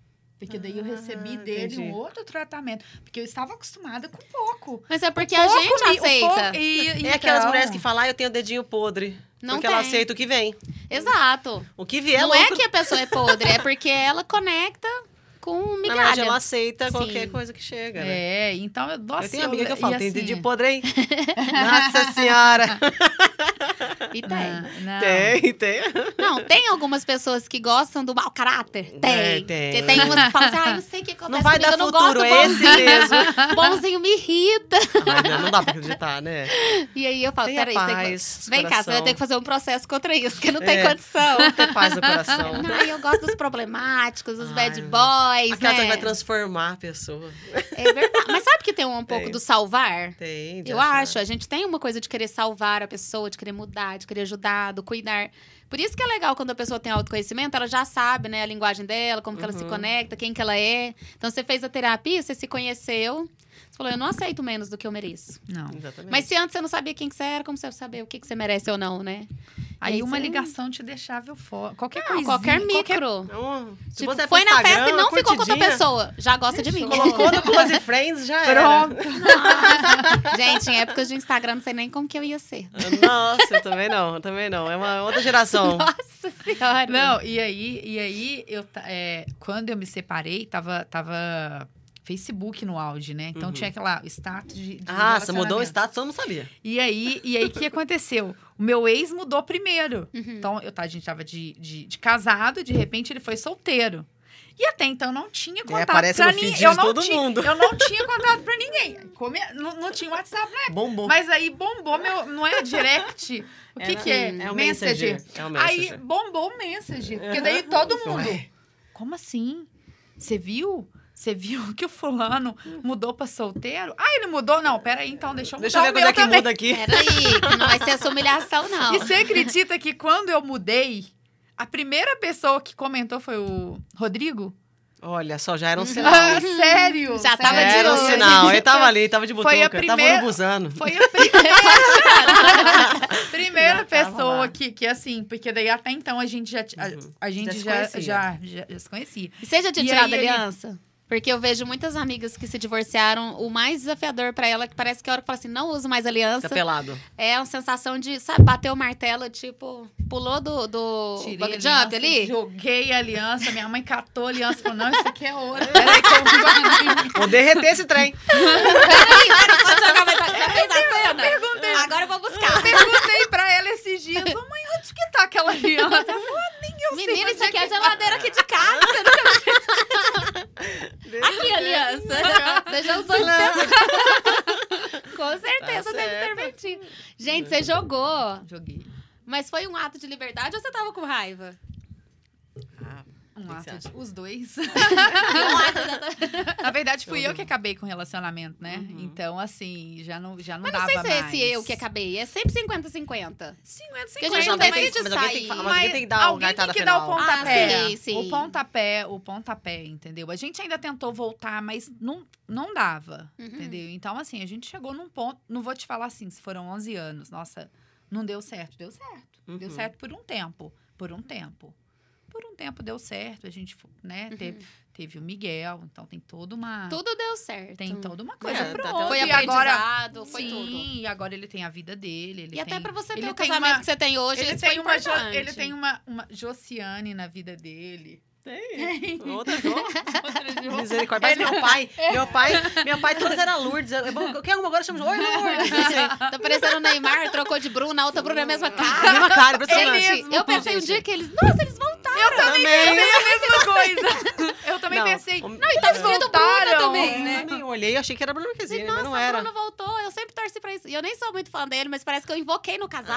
[SPEAKER 3] Porque daí eu recebi
[SPEAKER 2] Ah,
[SPEAKER 3] dele
[SPEAKER 2] entendi.
[SPEAKER 3] um outro tratamento. Porque eu estava acostumada com pouco.
[SPEAKER 1] Mas é porque
[SPEAKER 3] Pouco
[SPEAKER 1] a gente
[SPEAKER 3] me- o
[SPEAKER 1] aceita.
[SPEAKER 3] pouco- e-
[SPEAKER 2] É
[SPEAKER 3] então,
[SPEAKER 2] aquelas mulheres que falam, ah, eu tenho o dedinho podre.
[SPEAKER 1] Não
[SPEAKER 2] porque
[SPEAKER 1] tem.
[SPEAKER 2] ela aceita o que vem.
[SPEAKER 1] Exato.
[SPEAKER 2] O que vier,
[SPEAKER 1] Não é
[SPEAKER 2] lucro.
[SPEAKER 1] que a pessoa é podre, é porque ela conecta com
[SPEAKER 2] Na verdade,
[SPEAKER 1] migalha.
[SPEAKER 2] ela aceita qualquer
[SPEAKER 1] Sim.
[SPEAKER 2] coisa que chega, né?
[SPEAKER 3] É, então eu nossa,
[SPEAKER 2] Eu tenho amiga que eu
[SPEAKER 3] e
[SPEAKER 2] falo, tem
[SPEAKER 3] assim,
[SPEAKER 2] dedinho podre, hein? Nossa senhora!
[SPEAKER 1] E tem.
[SPEAKER 3] Não, não.
[SPEAKER 2] Tem, tem.
[SPEAKER 1] Não, tem algumas pessoas que gostam do mau caráter? Tem.
[SPEAKER 2] É, tem.
[SPEAKER 1] Porque tem umas que falam assim, ah, não sei o que acontece
[SPEAKER 2] Não vai
[SPEAKER 1] comigo,
[SPEAKER 2] dar
[SPEAKER 1] eu não
[SPEAKER 2] futuro,
[SPEAKER 1] gosto do
[SPEAKER 2] é esse
[SPEAKER 1] bonzinho.
[SPEAKER 2] mesmo.
[SPEAKER 1] Bonzinho me irrita.
[SPEAKER 2] Ai, não, não dá pra acreditar, né?
[SPEAKER 1] E aí eu falo,
[SPEAKER 2] Tenha
[SPEAKER 1] peraí, você tem
[SPEAKER 2] paz,
[SPEAKER 1] que... vem cá, você vai
[SPEAKER 2] coração.
[SPEAKER 1] ter que fazer um processo contra isso, porque não tem
[SPEAKER 2] É.
[SPEAKER 1] condição.
[SPEAKER 2] Ter paz no coração.
[SPEAKER 1] Não, eu gosto dos problemáticos, dos
[SPEAKER 2] Ai,
[SPEAKER 1] bad boys,
[SPEAKER 2] Aquela
[SPEAKER 1] né?
[SPEAKER 2] que vai transformar a pessoa.
[SPEAKER 1] É verdade. Mas sabe que tem um, um pouco
[SPEAKER 2] Tem.
[SPEAKER 1] do salvar?
[SPEAKER 2] Tem, de
[SPEAKER 1] Eu
[SPEAKER 2] achar.
[SPEAKER 1] acho, a gente tem uma coisa de querer salvar a pessoa, de querer mudar, de querer ajudar, do cuidar. Por isso que é legal quando a pessoa tem autoconhecimento, ela já sabe, né, a linguagem dela, como que ela se
[SPEAKER 2] Uhum.
[SPEAKER 1] conecta, quem que ela é. Então, você fez a terapia, você se conheceu, você falou, eu não aceito menos do que eu mereço.
[SPEAKER 3] Não.
[SPEAKER 2] Exatamente.
[SPEAKER 1] Mas se antes você não sabia quem que você era, como você vai saber o que, que você merece ou não, né?
[SPEAKER 3] Aí
[SPEAKER 1] E
[SPEAKER 3] uma
[SPEAKER 1] você-
[SPEAKER 3] ligação te deixava eu fora. Qualquer
[SPEAKER 1] Não,
[SPEAKER 3] coisa.
[SPEAKER 1] qualquer micro.
[SPEAKER 2] Então, se
[SPEAKER 1] Tipo,
[SPEAKER 2] você é
[SPEAKER 1] foi
[SPEAKER 2] pro
[SPEAKER 1] na festa e
[SPEAKER 2] Instagram,
[SPEAKER 1] não
[SPEAKER 2] uma
[SPEAKER 1] ficou com outra
[SPEAKER 2] curtidinha,
[SPEAKER 1] pessoa. Já gosta de mim.
[SPEAKER 2] Colocou no Close Friends, já era.
[SPEAKER 3] Pronto.
[SPEAKER 1] Gente, em épocas de Instagram, não sei nem como que eu ia ser.
[SPEAKER 2] Nossa, eu também não, eu também não. É uma outra geração.
[SPEAKER 1] Nossa senhora.
[SPEAKER 3] Não, e aí, e aí eu, ta- é, quando eu me separei, tava, tava Facebook no auge, né? Então
[SPEAKER 2] Uhum.
[SPEAKER 3] tinha aquela status de, de
[SPEAKER 2] Ah, você mudou o
[SPEAKER 3] relacionamento.
[SPEAKER 2] status, eu não sabia.
[SPEAKER 3] E aí, e aí, o que aconteceu? O meu ex mudou primeiro.
[SPEAKER 1] Uhum.
[SPEAKER 3] Então, eu, tá, a gente tava de, de, de casado, de repente ele foi solteiro. E até então não tinha contato
[SPEAKER 2] aparece
[SPEAKER 3] pra
[SPEAKER 2] no feed
[SPEAKER 3] ninguém.
[SPEAKER 2] de
[SPEAKER 3] Eu não
[SPEAKER 2] todo
[SPEAKER 3] tinha,
[SPEAKER 2] mundo.
[SPEAKER 3] eu não tinha contato pra ninguém. Come- não, não tinha WhatsApp, né?
[SPEAKER 2] Bombou.
[SPEAKER 3] Mas aí bombou meu. Não é direct? O que,
[SPEAKER 2] É,
[SPEAKER 3] que é?
[SPEAKER 2] É o
[SPEAKER 3] Messenger.
[SPEAKER 2] Messenger. É o
[SPEAKER 3] Aí
[SPEAKER 2] Messenger.
[SPEAKER 3] bombou o Messenger. Porque daí todo mundo.
[SPEAKER 2] Ué.
[SPEAKER 3] Como assim? Você viu? Você viu que o fulano mudou pra solteiro? Ah, ele mudou? Não, peraí, então deixa eu mudar
[SPEAKER 2] Deixa eu ver
[SPEAKER 3] o
[SPEAKER 2] quando
[SPEAKER 3] meu
[SPEAKER 2] é que
[SPEAKER 3] também.
[SPEAKER 2] muda aqui.
[SPEAKER 1] Peraí, que não vai ser essa humilhação, não.
[SPEAKER 3] E você acredita que quando eu mudei, a primeira pessoa que comentou foi o Rodrigo?
[SPEAKER 2] Olha só, já era um sinal.
[SPEAKER 3] Ah, sério?
[SPEAKER 1] Já tava
[SPEAKER 3] sério?
[SPEAKER 1] de
[SPEAKER 2] Era um
[SPEAKER 1] olho.
[SPEAKER 2] sinal. Ele tava ali, tava de
[SPEAKER 3] Foi a
[SPEAKER 2] butuca, tava
[SPEAKER 3] primeira-
[SPEAKER 2] urubuzando.
[SPEAKER 3] Foi a primeira, primeira
[SPEAKER 2] Já tava
[SPEAKER 3] pessoa
[SPEAKER 2] lá.
[SPEAKER 3] que, que, assim, porque daí até então a gente já, a,
[SPEAKER 2] Uhum.
[SPEAKER 3] a gente
[SPEAKER 2] Já se
[SPEAKER 3] já,
[SPEAKER 2] conhecia.
[SPEAKER 3] já, já, já se conhecia.
[SPEAKER 1] E você já tinha
[SPEAKER 3] E
[SPEAKER 1] tirado
[SPEAKER 3] aí ele-
[SPEAKER 1] aliança? Porque eu vejo muitas amigas que se divorciaram, o mais desafiador pra ela, que parece que a hora que fala assim, não uso mais aliança,
[SPEAKER 2] Tá pelado.
[SPEAKER 1] é uma sensação de, sabe, bater o martelo, tipo, pulou do, do
[SPEAKER 3] Tirei
[SPEAKER 1] bug
[SPEAKER 3] a
[SPEAKER 1] jump
[SPEAKER 3] aliança,
[SPEAKER 1] ali.
[SPEAKER 3] Joguei a aliança, minha mãe catou a aliança e falou, não, isso aqui é ouro. Peraí que eu vou...
[SPEAKER 2] Vou derreter esse trem.
[SPEAKER 1] Peraí, peraí, pode jogar mais. Já fez a cena?
[SPEAKER 3] perguntei.
[SPEAKER 1] Agora eu vou buscar.
[SPEAKER 3] Eu perguntei pra ela esses dias, ô mãe, onde que tá aquela aliança? Ela falou, ah, nem eu sei.
[SPEAKER 1] Menina,
[SPEAKER 3] onde
[SPEAKER 1] isso aqui é a
[SPEAKER 3] que tá.
[SPEAKER 1] geladeira aqui de casa. Você nunca... Aqui, aliança. Você já usou esse tempo? Com certeza
[SPEAKER 2] Tá
[SPEAKER 1] deve ter
[SPEAKER 2] certo.
[SPEAKER 1] mentido. Gente, você jogou.
[SPEAKER 3] Joguei.
[SPEAKER 1] Mas foi um ato de liberdade ou você tava com raiva?
[SPEAKER 2] Ah,
[SPEAKER 3] Um
[SPEAKER 2] que que
[SPEAKER 3] ato
[SPEAKER 2] você
[SPEAKER 3] de-
[SPEAKER 2] acha?
[SPEAKER 3] os dois.
[SPEAKER 1] Um ato de...
[SPEAKER 3] Na verdade, fui
[SPEAKER 2] Eu
[SPEAKER 3] eu que acabei com o relacionamento, né?
[SPEAKER 2] Uhum.
[SPEAKER 3] Então, assim, já não, já não
[SPEAKER 1] Mas não
[SPEAKER 3] dava
[SPEAKER 1] sei se é
[SPEAKER 3] mais.
[SPEAKER 1] esse eu que acabei. É sempre cinquenta cinquenta.
[SPEAKER 3] cinquenta,
[SPEAKER 1] Porque a
[SPEAKER 3] cinquenta.
[SPEAKER 1] gente não
[SPEAKER 2] Mas
[SPEAKER 1] decide
[SPEAKER 2] alguém tem- mas alguém tem que
[SPEAKER 1] sair.
[SPEAKER 2] fa- mas alguém tem que dar o
[SPEAKER 3] alguém tem
[SPEAKER 2] gaitada
[SPEAKER 3] que dar o
[SPEAKER 2] final.
[SPEAKER 3] pontapé.
[SPEAKER 1] Ah, sim, sim.
[SPEAKER 3] O pontapé, o pontapé, entendeu? A gente ainda tentou voltar, mas não, não dava,
[SPEAKER 1] Uhum.
[SPEAKER 3] entendeu? Então, assim, a gente chegou num ponto... Não vou te falar assim, se foram onze anos. Nossa, não deu certo. Deu certo. Deu
[SPEAKER 2] Uhum.
[SPEAKER 3] certo por um tempo. Por um tempo. Por um tempo deu certo. A gente, né,
[SPEAKER 1] Uhum.
[SPEAKER 3] teve, teve o Miguel. Então, tem toda uma...
[SPEAKER 1] Tudo deu certo.
[SPEAKER 3] Tem toda uma coisa
[SPEAKER 2] É,
[SPEAKER 3] pro
[SPEAKER 2] tá-
[SPEAKER 3] outro.
[SPEAKER 1] Foi
[SPEAKER 3] E agora,
[SPEAKER 1] aprendizado, foi
[SPEAKER 3] sim,
[SPEAKER 1] tudo.
[SPEAKER 3] e agora ele tem a vida dele. Ele
[SPEAKER 1] E até
[SPEAKER 3] tem,
[SPEAKER 1] pra você ter
[SPEAKER 3] ele
[SPEAKER 1] o
[SPEAKER 3] tem
[SPEAKER 1] casamento
[SPEAKER 3] uma-
[SPEAKER 1] que você tem hoje,
[SPEAKER 3] ele
[SPEAKER 1] isso
[SPEAKER 3] tem,
[SPEAKER 1] foi
[SPEAKER 3] uma, jo-
[SPEAKER 1] importante.
[SPEAKER 3] ele tem uma, uma Josiane na vida dele.
[SPEAKER 2] Tem. Outra Jo.
[SPEAKER 3] Outra Jo.
[SPEAKER 2] Misericórdia. Mas meu pai, meu pai, meu pai todos era Lourdes. Eu, eu, quer alguma agora? Chama de Oi, Lourdes. Assim,
[SPEAKER 1] Tá parecendo o Neymar, trocou de Bruna, a outra Bruna é a mesma
[SPEAKER 2] a
[SPEAKER 1] cara.
[SPEAKER 2] mesma cara, impressionante.
[SPEAKER 1] Gente, eu pensei um dia que eles... Nossa, eles voltaram.
[SPEAKER 3] Eu também
[SPEAKER 2] Também.
[SPEAKER 3] pensei a mesma coisa. Eu também
[SPEAKER 2] Não,
[SPEAKER 3] pensei.
[SPEAKER 2] o-
[SPEAKER 3] Não,
[SPEAKER 1] e tá vestido Bruna também,
[SPEAKER 2] Eu
[SPEAKER 1] né?
[SPEAKER 2] também olhei e achei que era Bruna Marquezine, mas
[SPEAKER 1] Nossa,
[SPEAKER 2] não
[SPEAKER 1] a
[SPEAKER 2] era.
[SPEAKER 1] Bruna voltou. Eu sempre torci pra isso. E eu nem sou muito fã dele, mas parece que eu invoquei no casal.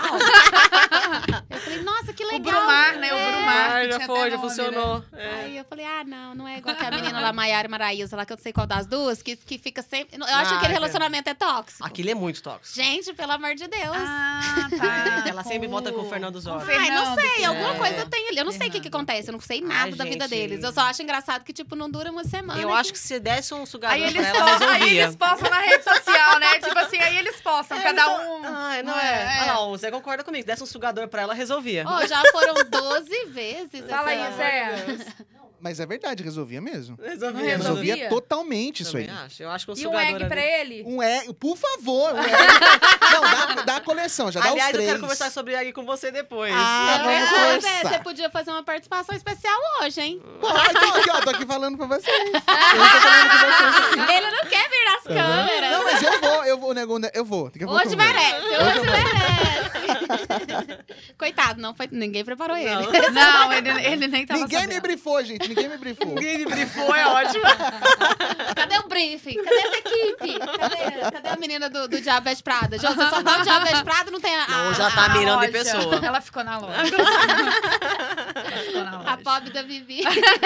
[SPEAKER 1] eu falei, nossa, que
[SPEAKER 3] O
[SPEAKER 1] legal.
[SPEAKER 3] Brumar, né? O
[SPEAKER 1] É.
[SPEAKER 3] Brumar.
[SPEAKER 2] Ah,
[SPEAKER 3] que
[SPEAKER 2] já
[SPEAKER 3] tinha
[SPEAKER 2] foi,
[SPEAKER 3] até
[SPEAKER 2] já
[SPEAKER 3] nome,
[SPEAKER 2] funcionou.
[SPEAKER 3] né?
[SPEAKER 2] É.
[SPEAKER 1] Aí eu falei, ah, não, não é igual que a menina lá, Maiara e Maraísa, lá que eu não sei qual das duas, que, que fica sempre... Eu acho que
[SPEAKER 2] Ah,
[SPEAKER 1] aquele
[SPEAKER 2] é.
[SPEAKER 1] relacionamento é tóxico.
[SPEAKER 2] Aquilo é muito tóxico.
[SPEAKER 1] Gente, pelo amor de Deus.
[SPEAKER 3] Ah, tá.
[SPEAKER 2] Ela sempre volta com o Fernando Zora.
[SPEAKER 3] com o
[SPEAKER 1] Ai, não
[SPEAKER 3] Fernando,
[SPEAKER 1] sei,
[SPEAKER 3] que
[SPEAKER 1] alguma
[SPEAKER 2] é.
[SPEAKER 1] coisa tem ali. Eu não sei o que, que
[SPEAKER 3] Fernando.
[SPEAKER 1] acontece, eu não sei nada
[SPEAKER 2] Ai,
[SPEAKER 1] da vida
[SPEAKER 2] gente.
[SPEAKER 1] deles. Eu só acho engraçado que, tipo, não dura uma semana.
[SPEAKER 2] Eu
[SPEAKER 1] que-
[SPEAKER 2] acho que se desse um sugador
[SPEAKER 3] Aí
[SPEAKER 2] pra
[SPEAKER 3] eles,
[SPEAKER 2] ela,
[SPEAKER 3] postam, aí
[SPEAKER 2] resolvia.
[SPEAKER 3] eles postam na rede social, né? Tipo assim, aí eles postam, cada um.
[SPEAKER 2] Ai, não
[SPEAKER 3] Não
[SPEAKER 2] é.
[SPEAKER 3] é,
[SPEAKER 2] Ah,
[SPEAKER 3] é.
[SPEAKER 2] não, você concorda comigo. Se desse um sugador pra ela, resolvia.
[SPEAKER 1] Ó, já foram doze vezes.
[SPEAKER 3] Fala aí,
[SPEAKER 1] essa-
[SPEAKER 3] Zé.
[SPEAKER 4] Mas é verdade, resolvia mesmo.
[SPEAKER 2] Resolvia.
[SPEAKER 3] Não
[SPEAKER 4] Resolvia
[SPEAKER 3] resolvia?
[SPEAKER 4] totalmente isso aí.
[SPEAKER 2] Também acho. Eu acho que um
[SPEAKER 3] E um
[SPEAKER 2] sugador
[SPEAKER 3] egg
[SPEAKER 2] ali-
[SPEAKER 3] pra ele?
[SPEAKER 4] Um egg, por favor. Um egg. Não, dá, dá a coleção, já dá
[SPEAKER 2] Aliás,
[SPEAKER 4] os três.
[SPEAKER 2] eu quero conversar sobre egg com você depois.
[SPEAKER 4] Ah, vamos
[SPEAKER 1] É,
[SPEAKER 4] conversar.
[SPEAKER 1] Zé, você podia fazer uma participação especial hoje, hein?
[SPEAKER 4] Pô, então, aqui, ó, tô aqui falando pra vocês. Eu tô falando com vocês.
[SPEAKER 1] Ele não quer vir nas câmeras.
[SPEAKER 4] Não, mas eu vou, eu vou, nego, eu vou. Daqui a pouco
[SPEAKER 1] Hoje
[SPEAKER 4] eu vou.
[SPEAKER 1] merece, hoje merece. Coitado, não foi, ninguém preparou ele.
[SPEAKER 2] Não.
[SPEAKER 3] Não, ele, ele nem tava
[SPEAKER 4] Ninguém me
[SPEAKER 3] sabendo.
[SPEAKER 4] brifou, gente, ninguém me brifou.
[SPEAKER 2] Ninguém me brifou, é ótimo.
[SPEAKER 1] Cadê o briefing? Cadê essa equipe? Cadê, cadê a menina do, do Diabo Veste Prada? Jô, você só dá o Diabo Veste Prada, não tem a...
[SPEAKER 2] Não,
[SPEAKER 1] a-
[SPEAKER 2] já tá
[SPEAKER 1] a-
[SPEAKER 2] mirando em
[SPEAKER 3] loja.
[SPEAKER 2] pessoa.
[SPEAKER 3] Ela ficou na loja. Ela ficou na loja.
[SPEAKER 1] A pobre da Vivi.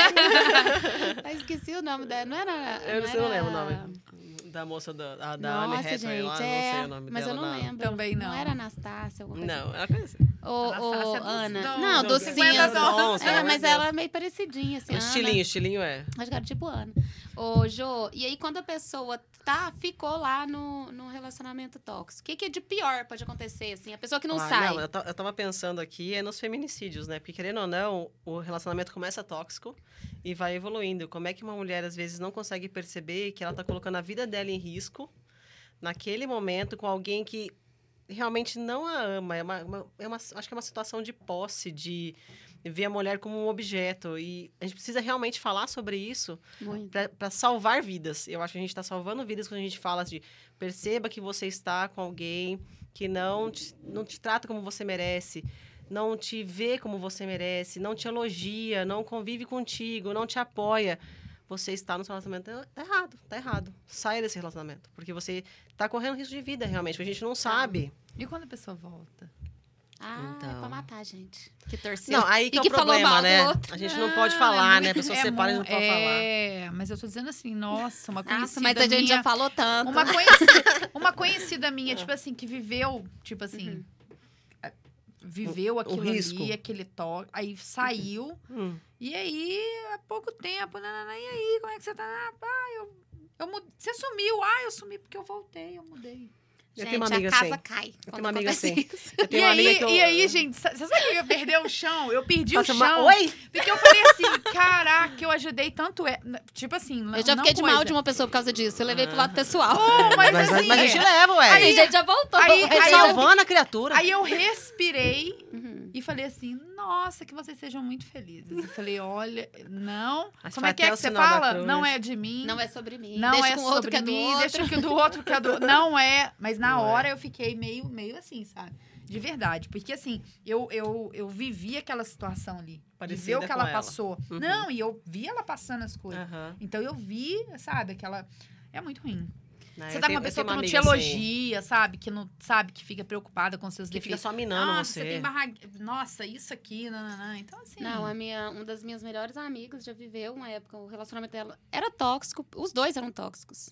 [SPEAKER 1] Eu esqueci o nome dela. Não era...
[SPEAKER 2] Eu não sei, não
[SPEAKER 1] era-
[SPEAKER 2] lembro o nome. Da moça da, a, da Anne
[SPEAKER 1] Nossa,
[SPEAKER 2] Hathaway lá,
[SPEAKER 1] gente,
[SPEAKER 2] não
[SPEAKER 1] é.
[SPEAKER 2] sei o nome
[SPEAKER 1] Mas
[SPEAKER 2] dela.
[SPEAKER 1] eu não
[SPEAKER 2] na-
[SPEAKER 1] lembro.
[SPEAKER 3] Também não.
[SPEAKER 1] Não era Anastácia, alguma coisa
[SPEAKER 2] Não, ela conhece.
[SPEAKER 1] Ô, ô,
[SPEAKER 3] Anastácia dos
[SPEAKER 1] Ana.
[SPEAKER 3] dons.
[SPEAKER 1] Não,
[SPEAKER 2] Dos
[SPEAKER 1] docinho.
[SPEAKER 3] cinquenta
[SPEAKER 2] tons,
[SPEAKER 1] É,
[SPEAKER 2] pelo amor
[SPEAKER 1] mas
[SPEAKER 2] de Deus.
[SPEAKER 1] ela é meio parecidinha, assim.
[SPEAKER 2] O
[SPEAKER 1] Ana.
[SPEAKER 2] estilinho, estilinho é.
[SPEAKER 1] Acho que era tipo Ana. Ô, Jô, e aí quando a pessoa tá, ficou lá no, no relacionamento tóxico, o que, que é de pior pode acontecer, assim? A pessoa que não
[SPEAKER 2] Ah,
[SPEAKER 1] sai.
[SPEAKER 2] Não, eu, ta- eu tava pensando aqui é nos feminicídios, né? Porque, querendo ou não, o relacionamento começa tóxico e vai evoluindo. Como é que uma mulher, às vezes, não consegue perceber que ela tá colocando a vida dela em risco naquele momento com alguém que realmente não a ama? É uma, uma- é uma- acho que é uma situação de posse, de ver a mulher como um objeto. E a gente precisa realmente falar sobre isso
[SPEAKER 1] Muito.
[SPEAKER 2] para salvar vidas. Eu acho que a gente está salvando vidas quando a gente fala de perceba que você está com alguém que não te, não te trata como você merece, não te vê como você merece, não te elogia, não convive contigo, não te apoia. Você está no seu relacionamento tá errado, tá errado. Saia desse relacionamento, porque você está correndo risco de vida, realmente, porque a gente não sabe.
[SPEAKER 3] E quando a pessoa volta?
[SPEAKER 1] Ah,
[SPEAKER 2] Então.
[SPEAKER 1] é pra matar, gente. Que torceu.
[SPEAKER 2] Não, aí que
[SPEAKER 1] e
[SPEAKER 2] é o
[SPEAKER 1] que falou
[SPEAKER 2] problema,
[SPEAKER 1] mal
[SPEAKER 2] né?
[SPEAKER 1] do outro.
[SPEAKER 2] A gente não pode falar,
[SPEAKER 3] é
[SPEAKER 2] né? A
[SPEAKER 3] muito-
[SPEAKER 2] pessoa
[SPEAKER 3] é
[SPEAKER 2] separa e não
[SPEAKER 3] mu-
[SPEAKER 2] pode falar.
[SPEAKER 3] É, mas eu tô dizendo assim, nossa, uma conhecida
[SPEAKER 1] Nossa, mas a gente
[SPEAKER 3] minha,
[SPEAKER 1] já falou tanto.
[SPEAKER 3] Uma conhecida, uma conhecida minha, tipo assim, que viveu, tipo assim,
[SPEAKER 1] Uhum.
[SPEAKER 3] é, viveu
[SPEAKER 2] O- o
[SPEAKER 3] aquilo
[SPEAKER 2] risco.
[SPEAKER 3] ali, aquele toque, aí saiu,
[SPEAKER 2] Hum.
[SPEAKER 3] e aí, há pouco tempo, nanana, e aí, como é que você tá? Ah, eu, eu mudei, você sumiu, ah, eu sumi porque eu voltei, eu mudei.
[SPEAKER 2] Eu
[SPEAKER 1] Gente,
[SPEAKER 2] tenho uma amiga
[SPEAKER 1] a casa
[SPEAKER 2] assim.
[SPEAKER 1] cai.
[SPEAKER 2] Eu
[SPEAKER 1] quando
[SPEAKER 2] tenho uma amiga
[SPEAKER 1] acontece
[SPEAKER 2] assim.
[SPEAKER 1] isso.
[SPEAKER 2] Eu tenho
[SPEAKER 3] E
[SPEAKER 2] uma
[SPEAKER 3] aí,
[SPEAKER 2] amiga que eu...
[SPEAKER 3] e aí, gente, sa- você sabe que eu perdi o chão? Eu perdi
[SPEAKER 2] Faço
[SPEAKER 3] o
[SPEAKER 2] uma-
[SPEAKER 3] chão.
[SPEAKER 2] Oi?
[SPEAKER 3] Porque eu falei assim, caraca, eu ajudei tanto. É... Tipo assim,
[SPEAKER 1] Eu já
[SPEAKER 3] não
[SPEAKER 1] fiquei de
[SPEAKER 3] coisa.
[SPEAKER 1] mal de uma pessoa por causa disso. Eu levei pro lado pessoal.
[SPEAKER 3] Oh, mas,
[SPEAKER 2] Mas,
[SPEAKER 3] assim,
[SPEAKER 2] mas a gente leva, ué.
[SPEAKER 1] Aí, a gente já voltou.
[SPEAKER 3] aí-
[SPEAKER 1] Mas
[SPEAKER 3] aí
[SPEAKER 1] já-
[SPEAKER 3] eu-
[SPEAKER 2] Salvando a criatura.
[SPEAKER 3] Aí eu respirei
[SPEAKER 1] Uhum.
[SPEAKER 3] e falei assim, nossa, que vocês sejam muito felizes. Eu falei, olha, não.
[SPEAKER 2] Mas
[SPEAKER 3] Como é
[SPEAKER 2] foi
[SPEAKER 3] que é
[SPEAKER 2] até
[SPEAKER 3] que
[SPEAKER 2] o
[SPEAKER 3] você
[SPEAKER 2] sinal da
[SPEAKER 3] fala?
[SPEAKER 2] cruz.
[SPEAKER 3] Não é de mim.
[SPEAKER 1] Não é sobre mim.
[SPEAKER 3] Não
[SPEAKER 1] deixa
[SPEAKER 3] é
[SPEAKER 1] com o outro
[SPEAKER 3] sobre
[SPEAKER 1] que é do
[SPEAKER 3] mim,
[SPEAKER 1] outro.
[SPEAKER 3] deixa que o do outro que é do... Não é, mas na
[SPEAKER 2] Não é.
[SPEAKER 3] hora eu fiquei meio, meio assim, sabe? De verdade. Porque assim, eu, eu, eu vivi aquela situação ali. De ver
[SPEAKER 2] Parecida
[SPEAKER 3] o que
[SPEAKER 2] com
[SPEAKER 3] ela
[SPEAKER 2] ela.
[SPEAKER 3] passou.
[SPEAKER 2] Uhum.
[SPEAKER 3] Não, e eu vi ela passando as coisas.
[SPEAKER 2] Aham.
[SPEAKER 3] Então eu vi, sabe, aquela... É muito ruim.
[SPEAKER 2] Né,
[SPEAKER 3] Você
[SPEAKER 2] eu
[SPEAKER 3] tá com
[SPEAKER 2] tenho-
[SPEAKER 3] uma
[SPEAKER 2] eu
[SPEAKER 3] pessoa que
[SPEAKER 2] tenho
[SPEAKER 3] não
[SPEAKER 2] uma
[SPEAKER 3] te
[SPEAKER 2] amiga assim,
[SPEAKER 3] elogia, sabe? Que não sabe, que fica preocupada com seus
[SPEAKER 2] que fica
[SPEAKER 3] defeitos.
[SPEAKER 2] só minando
[SPEAKER 3] Nossa,
[SPEAKER 2] você.
[SPEAKER 3] você tem barra... Nossa, isso aqui, nananã. Então, assim...
[SPEAKER 1] Não, a minha, uma das minhas melhores amigas já viveu uma época, o relacionamento dela era tóxico, os dois eram tóxicos.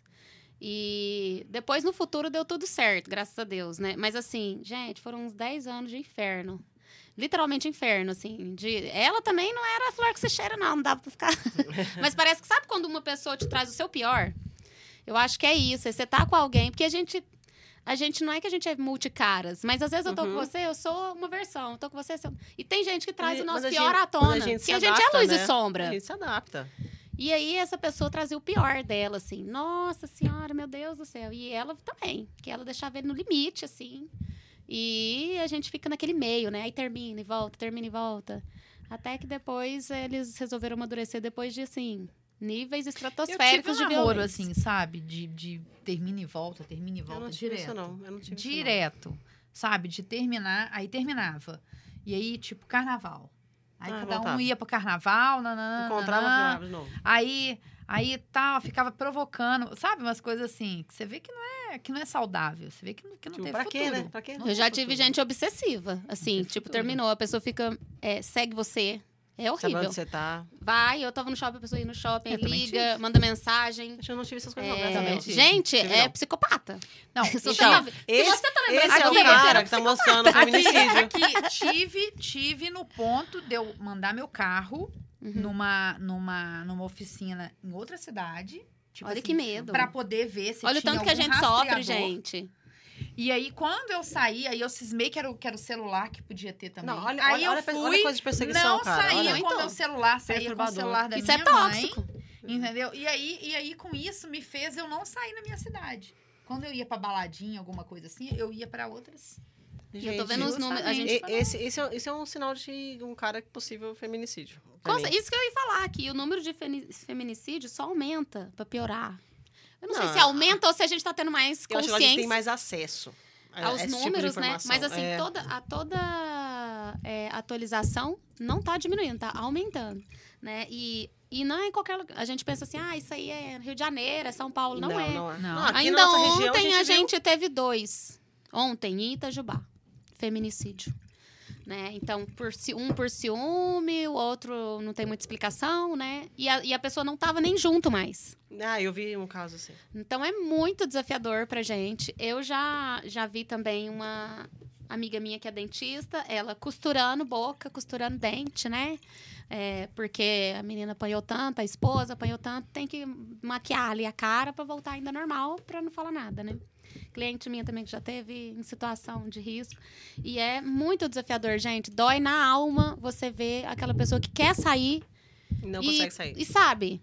[SPEAKER 1] E depois, no futuro, deu tudo certo, graças a Deus, né? Mas assim, gente, foram uns dez anos de inferno. Literalmente inferno, assim. De... Ela também não era flor que se cheira, não, não dava pra ficar. Mas parece que sabe quando uma pessoa te traz o seu pior? Eu acho que é isso. Você tá com alguém, porque a gente. A gente não é que a gente é multicaras, mas às vezes eu tô
[SPEAKER 2] Uhum.
[SPEAKER 1] com você, eu sou uma versão, eu tô com você. Você... E tem gente que traz
[SPEAKER 2] Mas
[SPEAKER 1] o nosso
[SPEAKER 2] a
[SPEAKER 1] pior
[SPEAKER 2] gente-
[SPEAKER 1] à tona.
[SPEAKER 2] mas a gente se
[SPEAKER 1] que a gente
[SPEAKER 2] adapta,
[SPEAKER 1] é luz
[SPEAKER 2] né?
[SPEAKER 1] e sombra.
[SPEAKER 2] A gente se adapta.
[SPEAKER 1] E aí, essa pessoa trazia o pior dela, assim. Nossa senhora, meu Deus do céu. E ela também, que ela deixava ele no limite, assim. E a gente fica naquele meio, né? Aí termina e volta, termina e volta. Até que depois eles resolveram amadurecer depois de, assim, níveis
[SPEAKER 3] Eu tive
[SPEAKER 1] estratosféricos
[SPEAKER 3] um
[SPEAKER 1] de
[SPEAKER 3] namoro,
[SPEAKER 1] violência.
[SPEAKER 3] assim, sabe? De, de termina e volta, termina e
[SPEAKER 2] Eu
[SPEAKER 3] volta,
[SPEAKER 2] não tive
[SPEAKER 3] direto.
[SPEAKER 2] isso, não. Eu não tive isso, não.
[SPEAKER 3] Direto, sabe? De terminar, aí terminava. E aí, tipo, carnaval. Aí
[SPEAKER 2] Ah,
[SPEAKER 3] cada um
[SPEAKER 2] voltava.
[SPEAKER 3] ia pro carnaval, nananã,
[SPEAKER 2] Encontrava,
[SPEAKER 3] nananã.
[SPEAKER 2] falava de novo.
[SPEAKER 3] Aí, aí tal, ficava provocando, sabe? Umas coisas assim, que você vê que não é, que não é saudável. Você vê que não, que não
[SPEAKER 2] Tipo,
[SPEAKER 3] tem
[SPEAKER 2] pra
[SPEAKER 3] futuro.
[SPEAKER 2] quê, né? Pra quê?
[SPEAKER 3] Não
[SPEAKER 1] Eu já
[SPEAKER 3] tem
[SPEAKER 1] tive
[SPEAKER 3] futuro.
[SPEAKER 1] gente obsessiva, assim.
[SPEAKER 3] tem
[SPEAKER 1] Tipo,
[SPEAKER 3] futuro.
[SPEAKER 1] terminou, a pessoa fica... é, segue você. É
[SPEAKER 2] Sabe
[SPEAKER 1] horrível.
[SPEAKER 2] onde você tá?
[SPEAKER 1] Vai, eu tava no shopping, a pessoa ia no shopping,
[SPEAKER 3] Eu também
[SPEAKER 1] liga,
[SPEAKER 3] tive.
[SPEAKER 1] manda mensagem.
[SPEAKER 2] Acho que eu não tive essas coisas, não.
[SPEAKER 1] É,
[SPEAKER 2] graças a Deus.
[SPEAKER 1] gente,
[SPEAKER 2] Tive,
[SPEAKER 1] é
[SPEAKER 2] não.
[SPEAKER 1] psicopata.
[SPEAKER 3] Não,
[SPEAKER 1] Se você
[SPEAKER 3] então,
[SPEAKER 1] tá- se
[SPEAKER 2] Esse,
[SPEAKER 1] você tá lembrando
[SPEAKER 2] esse é o
[SPEAKER 1] que você
[SPEAKER 2] cara
[SPEAKER 1] era
[SPEAKER 2] que tá mostrando o
[SPEAKER 3] aqui,
[SPEAKER 2] feminicídio.
[SPEAKER 3] aqui, tive, tive no ponto de eu mandar meu carro
[SPEAKER 1] Uhum.
[SPEAKER 3] numa, numa, numa oficina em outra cidade. Tipo
[SPEAKER 1] Olha
[SPEAKER 3] assim,
[SPEAKER 1] que medo.
[SPEAKER 3] Pra poder ver se
[SPEAKER 1] Olha o
[SPEAKER 3] tinha
[SPEAKER 1] tanto que a
[SPEAKER 3] algum
[SPEAKER 1] gente sofre,
[SPEAKER 3] rastreador.
[SPEAKER 1] gente.
[SPEAKER 3] E aí, quando eu saí, aí eu cismei que era o, que era o celular que podia ter também.
[SPEAKER 2] Não, olha,
[SPEAKER 3] aí
[SPEAKER 2] olha,
[SPEAKER 3] eu
[SPEAKER 2] olha,
[SPEAKER 3] fui,
[SPEAKER 2] olha a coisa de perseguição,
[SPEAKER 3] não
[SPEAKER 2] cara.
[SPEAKER 3] saía
[SPEAKER 2] Olha.
[SPEAKER 3] com o meu celular, saía com o
[SPEAKER 2] Perturbador.
[SPEAKER 3] celular da
[SPEAKER 1] Isso
[SPEAKER 3] minha
[SPEAKER 1] é tóxico.
[SPEAKER 3] mãe. Entendeu? E aí, e aí, com isso, me fez eu não sair na minha cidade. Quando eu ia pra baladinha, alguma coisa assim, eu ia pra outras.
[SPEAKER 1] E eu tô vendo os números. A gente
[SPEAKER 2] E-
[SPEAKER 1] falou.
[SPEAKER 2] esse, esse, é, esse é um sinal de um cara possível feminicídio. pra
[SPEAKER 1] Consta-
[SPEAKER 2] mim.
[SPEAKER 1] Isso que eu ia falar aqui. O número de feni- feminicídio só aumenta pra piorar. Eu não, sei
[SPEAKER 2] Não,
[SPEAKER 1] se aumenta ou se a gente tá tendo mais
[SPEAKER 2] Eu acho que a gente
[SPEAKER 1] consciência
[SPEAKER 2] tem mais acesso a
[SPEAKER 1] aos
[SPEAKER 2] esse tipo de
[SPEAKER 1] números, né?
[SPEAKER 2] informação.
[SPEAKER 1] Mas assim,
[SPEAKER 2] É.
[SPEAKER 1] toda, a toda é, atualização não tá diminuindo, tá aumentando, né? E, e não é em qualquer lugar. A gente pensa assim, ah, isso aí é Rio de Janeiro, é São Paulo. Não, é.
[SPEAKER 2] Não, é.
[SPEAKER 3] Não.
[SPEAKER 2] aqui
[SPEAKER 1] Ainda
[SPEAKER 2] na nossa região,
[SPEAKER 1] ontem a
[SPEAKER 2] viu-
[SPEAKER 1] gente teve dois. Ontem, em Itajubá. Feminicídio. Né? Então, por, ci- um por ciúme, o outro não tem muita explicação, né? E a, e a pessoa não tava nem junto mais.
[SPEAKER 2] Ah, eu vi um caso assim.
[SPEAKER 1] Então, é muito desafiador pra gente. Eu já, já vi também uma amiga minha que é dentista, ela costurando boca, costurando dente, né? É, porque a menina apanhou tanto, a esposa apanhou tanto, tem que maquiar ali a cara pra voltar ainda normal, pra não falar nada, né? Cliente minha também que já teve em situação de risco. E é muito desafiador, gente. Dói na alma você ver aquela pessoa que quer sair
[SPEAKER 2] Não
[SPEAKER 1] e,
[SPEAKER 2] consegue sair.
[SPEAKER 1] e sabe.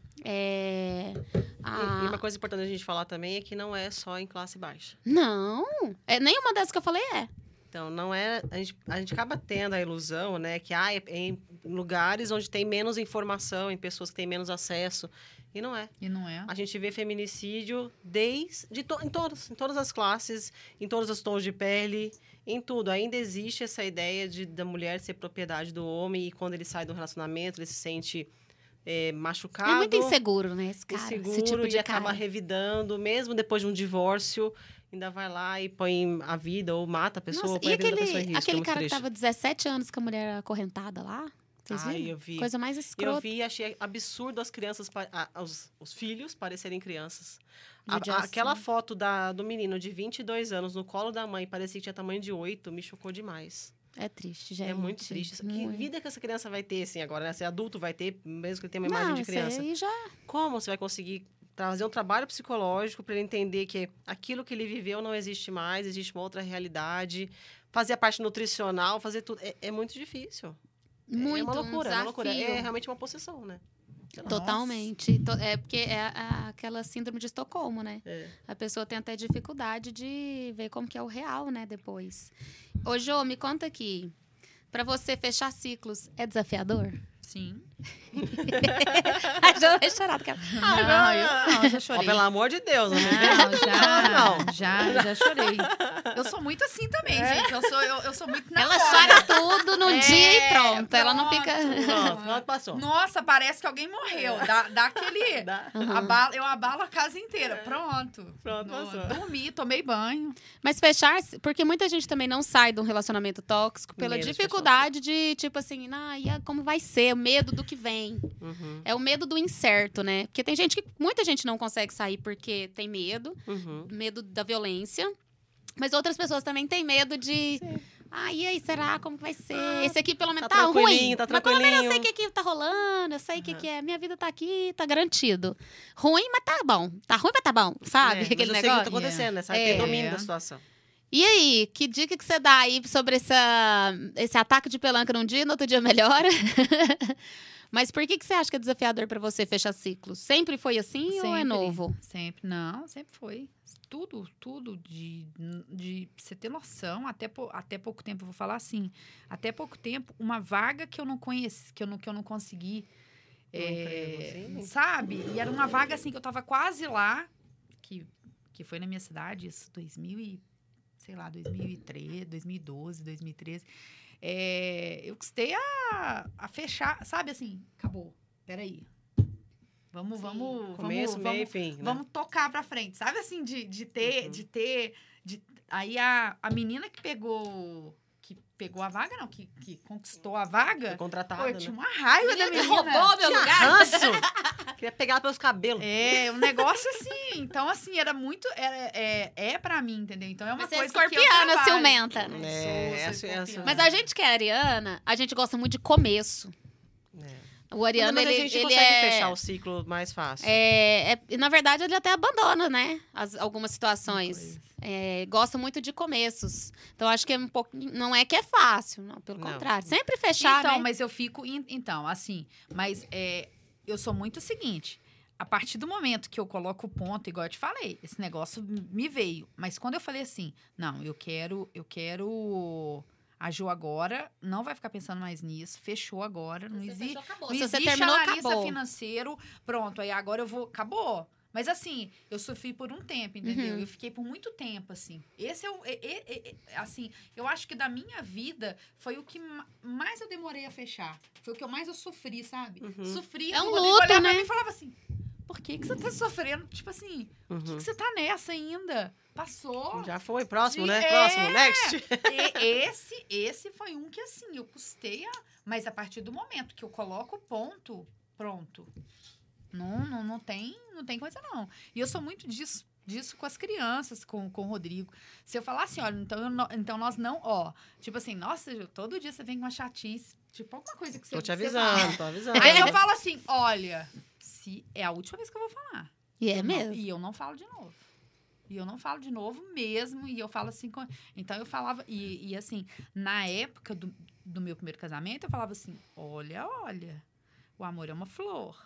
[SPEAKER 1] É, a-
[SPEAKER 2] E, e uma coisa importante a gente falar também é que não é só em classe baixa.
[SPEAKER 1] Não, é, nenhuma dessas que eu falei é.
[SPEAKER 2] Então, não é... A gente, a gente acaba tendo a ilusão, né? Que ah, é em lugares onde tem menos informação, em pessoas que têm menos acesso. E não é.
[SPEAKER 3] E não é.
[SPEAKER 2] A gente vê feminicídio desde... De to, em, todas, em todas as classes, em todos os tons de pele, em tudo. Ainda existe essa ideia de, da mulher ser propriedade do homem e quando ele sai do relacionamento, ele se sente é, machucado.
[SPEAKER 1] É muito inseguro, né, esse cara?
[SPEAKER 2] inseguro
[SPEAKER 1] esse tipo de
[SPEAKER 2] e acaba
[SPEAKER 1] cara.
[SPEAKER 2] revidando, mesmo depois de um divórcio, ainda vai lá e põe a vida ou mata a pessoa,
[SPEAKER 1] Nossa,
[SPEAKER 2] ou põe
[SPEAKER 1] e
[SPEAKER 2] a vida da pessoa em
[SPEAKER 1] aquele,
[SPEAKER 2] risco.
[SPEAKER 1] aquele
[SPEAKER 2] é muito
[SPEAKER 1] cara que
[SPEAKER 2] triste.
[SPEAKER 1] tava dezessete anos com a mulher acorrentada lá? Vocês
[SPEAKER 2] Ai,
[SPEAKER 1] viram?
[SPEAKER 2] eu vi.
[SPEAKER 1] Coisa mais
[SPEAKER 2] Eu
[SPEAKER 1] escrota.
[SPEAKER 2] vi e achei absurdo as crianças, pa- a- os, os filhos parecerem crianças. A- a-
[SPEAKER 1] Judiação.
[SPEAKER 2] aquela foto da, do menino de vinte e dois anos no colo da mãe, parecia que tinha tamanho de oito, me chocou demais.
[SPEAKER 1] É triste, gente.
[SPEAKER 2] É muito triste. Que
[SPEAKER 1] Muito.
[SPEAKER 2] vida que essa criança vai ter, assim, agora, né? Se adulto vai ter, mesmo que ele tenha uma imagem
[SPEAKER 1] Não,
[SPEAKER 2] de
[SPEAKER 1] isso
[SPEAKER 2] criança.
[SPEAKER 1] aí já...
[SPEAKER 2] Como você vai conseguir trazer um trabalho psicológico para ele entender que aquilo que ele viveu não existe mais, existe uma outra realidade, fazer a parte nutricional, fazer tudo. É, é muito difícil.
[SPEAKER 1] Muito,
[SPEAKER 2] é uma
[SPEAKER 1] um
[SPEAKER 2] loucura, é uma loucura.
[SPEAKER 1] desafio.
[SPEAKER 2] É realmente uma possessão, né? Sei lá.
[SPEAKER 1] Totalmente. To- É porque é a- aquela síndrome de Estocolmo, né?
[SPEAKER 2] É.
[SPEAKER 1] A pessoa tem até dificuldade de ver como que é o real, né, depois. Ô, Jô, me conta aqui. Pra você fechar ciclos, é desafiador?
[SPEAKER 3] Sim.
[SPEAKER 1] A Jô vai chorar. Porque...
[SPEAKER 3] Não, eu não, já
[SPEAKER 2] Ó,
[SPEAKER 3] chorei.
[SPEAKER 2] pelo amor de Deus, não me vê.
[SPEAKER 3] Não, já,
[SPEAKER 2] Não.
[SPEAKER 3] já, já chorei. Eu sou muito assim também, gente. Eu sou, eu, eu sou muito na
[SPEAKER 1] Ela
[SPEAKER 3] hora.
[SPEAKER 1] chora tudo no
[SPEAKER 3] É,
[SPEAKER 1] dia e pronto. Ela não
[SPEAKER 3] pronto.
[SPEAKER 1] fica...
[SPEAKER 2] Pronto, pronto, passou.
[SPEAKER 3] Nossa, parece que alguém morreu. Dá, dá aquele...
[SPEAKER 2] Dá.
[SPEAKER 3] Abala, eu abalo a casa inteira. Pronto.
[SPEAKER 2] Pronto,
[SPEAKER 3] No-
[SPEAKER 2] passou.
[SPEAKER 3] Dormi, tomei banho.
[SPEAKER 1] Mas fechar, porque muita gente também não sai de um relacionamento tóxico pela
[SPEAKER 2] Medo de
[SPEAKER 1] dificuldade de, tipo assim, ah, e a- como vai ser? O medo do que vem.
[SPEAKER 2] Uhum,
[SPEAKER 1] É o medo do incerto, né? Porque tem gente que, muita gente não consegue sair porque tem medo,
[SPEAKER 2] uhum.
[SPEAKER 1] medo da violência. Mas outras pessoas também têm medo de. Ah, e aí, será? Como que vai ser?
[SPEAKER 2] Ah,
[SPEAKER 1] Esse aqui pelo menos
[SPEAKER 2] tá
[SPEAKER 1] tá,
[SPEAKER 2] tranquilinho,
[SPEAKER 1] ruim.
[SPEAKER 2] tá
[SPEAKER 1] Mas pelo menos eu
[SPEAKER 2] tranquilinho.
[SPEAKER 1] sei o que, que tá rolando, eu sei o que,
[SPEAKER 2] Uhum.
[SPEAKER 1] que é. Minha vida tá aqui, tá garantido. Ruim, mas tá bom. Tá ruim, mas tá bom, sabe?
[SPEAKER 2] É, mas
[SPEAKER 1] Aquele
[SPEAKER 2] eu sei o que
[SPEAKER 1] negócio.
[SPEAKER 2] tá acontecendo, né? Sabe?
[SPEAKER 1] É.
[SPEAKER 2] Tem domínio da situação.
[SPEAKER 1] E aí, que dica que você dá aí sobre essa, esse ataque de pelanca num dia e no outro dia melhora? Mas por que, que você acha que é desafiador pra você fechar ciclos? Sempre foi assim ou é
[SPEAKER 3] Sempre,
[SPEAKER 1] novo?
[SPEAKER 3] Sempre. Não, sempre foi. Tudo, tudo de, de você ter noção. Até, pou- até pouco tempo, eu vou falar assim. Até pouco tempo, uma vaga que eu não conheci, que eu não, que eu não consegui.
[SPEAKER 2] Um
[SPEAKER 3] é,
[SPEAKER 2] emprego, assim?
[SPEAKER 3] sabe? E era uma vaga assim que eu tava quase lá, que, que foi na minha cidade, isso, dois mil e, sei lá, dois mil e treze, dois mil e doze, dois mil e treze. É, eu custei a, a fechar, sabe assim, acabou, peraí. Vamos,
[SPEAKER 1] Sim.
[SPEAKER 3] vamos,
[SPEAKER 2] Começo,
[SPEAKER 3] vamos,
[SPEAKER 2] meio e
[SPEAKER 3] vamos,
[SPEAKER 2] fim. Né?
[SPEAKER 3] vamos tocar pra frente, sabe assim, de, de ter,
[SPEAKER 2] Uhum.
[SPEAKER 3] de ter, de, aí a, a menina que pegou, que pegou a vaga, não, que, que conquistou a
[SPEAKER 2] Foi
[SPEAKER 3] vaga,
[SPEAKER 2] contratada,
[SPEAKER 3] pô, eu
[SPEAKER 2] né?
[SPEAKER 3] tinha uma raiva da
[SPEAKER 1] Menina que
[SPEAKER 3] menina.
[SPEAKER 1] roubou meu
[SPEAKER 2] Tinha
[SPEAKER 1] lugar.
[SPEAKER 2] ranço. Queria pegar ela pelos cabelos.
[SPEAKER 3] É, um negócio assim. Então, assim, era muito. Era, é, é pra mim, entendeu? Então, é uma
[SPEAKER 1] Mas você é
[SPEAKER 3] coisa que eu
[SPEAKER 1] escorpiana,
[SPEAKER 3] trabalho.
[SPEAKER 1] ciumenta.
[SPEAKER 3] Não
[SPEAKER 2] É,
[SPEAKER 3] sou, sou
[SPEAKER 2] essa- essa-
[SPEAKER 3] escorpiana.
[SPEAKER 1] Mas a gente que é ariana, a gente gosta muito de começo.
[SPEAKER 2] É.
[SPEAKER 1] O ariano,
[SPEAKER 2] Mas a
[SPEAKER 1] ele,
[SPEAKER 2] gente
[SPEAKER 1] ele
[SPEAKER 2] consegue
[SPEAKER 1] é...
[SPEAKER 2] fechar o ciclo mais fácil.
[SPEAKER 1] É, é, e, na verdade, ele até abandona, né? As, algumas situações. É, gosta muito de começos. Então, acho que é um pouco. Não é que é fácil, não. Pelo
[SPEAKER 2] Não.
[SPEAKER 1] contrário. Sempre fechar,
[SPEAKER 3] Então,
[SPEAKER 1] né?
[SPEAKER 3] mas eu fico... in- Então, assim, mas é, eu sou muito o seguinte... A partir do momento que eu coloco o ponto, igual eu te falei, esse negócio me veio. Mas quando eu falei assim, não, eu quero, eu quero a Jo agora, não vai ficar pensando mais nisso, fechou agora, não
[SPEAKER 1] Você
[SPEAKER 3] existe,
[SPEAKER 1] fechou, acabou.
[SPEAKER 3] não
[SPEAKER 1] Se você
[SPEAKER 3] existe
[SPEAKER 1] terminou,
[SPEAKER 3] analista
[SPEAKER 1] acabou.
[SPEAKER 3] financeiro, pronto, aí agora eu vou, acabou. Mas assim, eu sofri por um tempo, entendeu?
[SPEAKER 1] Uhum.
[SPEAKER 3] Eu fiquei por muito tempo, assim. Esse é o, é- é- é- assim, eu acho que da minha vida foi o que ma- mais eu demorei a fechar. Foi o que eu mais eu sofri, sabe?
[SPEAKER 2] Uhum.
[SPEAKER 3] Sofri.
[SPEAKER 1] É um
[SPEAKER 3] o Rodrigo
[SPEAKER 1] luto,
[SPEAKER 3] olhava pra
[SPEAKER 1] né?
[SPEAKER 3] mim e falava assim, por que, que você tá sofrendo? Tipo assim, por que,
[SPEAKER 2] Uhum.
[SPEAKER 3] que você tá nessa ainda? Passou.
[SPEAKER 2] Já foi, próximo, né?
[SPEAKER 3] É.
[SPEAKER 2] Próximo, next.
[SPEAKER 3] E esse, esse foi um que, assim, eu custei a... Mas a partir do momento que eu coloco o ponto, pronto. Não, não, não, tem, não tem coisa, não. E eu sou muito disso, disso com as crianças, com, com o Rodrigo. Se eu falar assim, olha, então, eu não- então nós não, ó... Tipo assim, nossa, Ju, todo dia você vem com uma chatice. Tipo, alguma coisa que você...
[SPEAKER 2] Tô te
[SPEAKER 3] você
[SPEAKER 2] avisando,
[SPEAKER 3] fala.
[SPEAKER 2] tô avisando.
[SPEAKER 3] Aí eu falo assim, olha, se é a última vez que eu vou falar.
[SPEAKER 1] E é
[SPEAKER 3] Eu não-
[SPEAKER 1] mesmo.
[SPEAKER 3] e eu não falo de novo. E eu não falo de novo mesmo. E eu falo assim. com- Então eu falava. E, e assim, na época do, do meu primeiro casamento, eu falava assim: olha, olha, o amor é uma flor.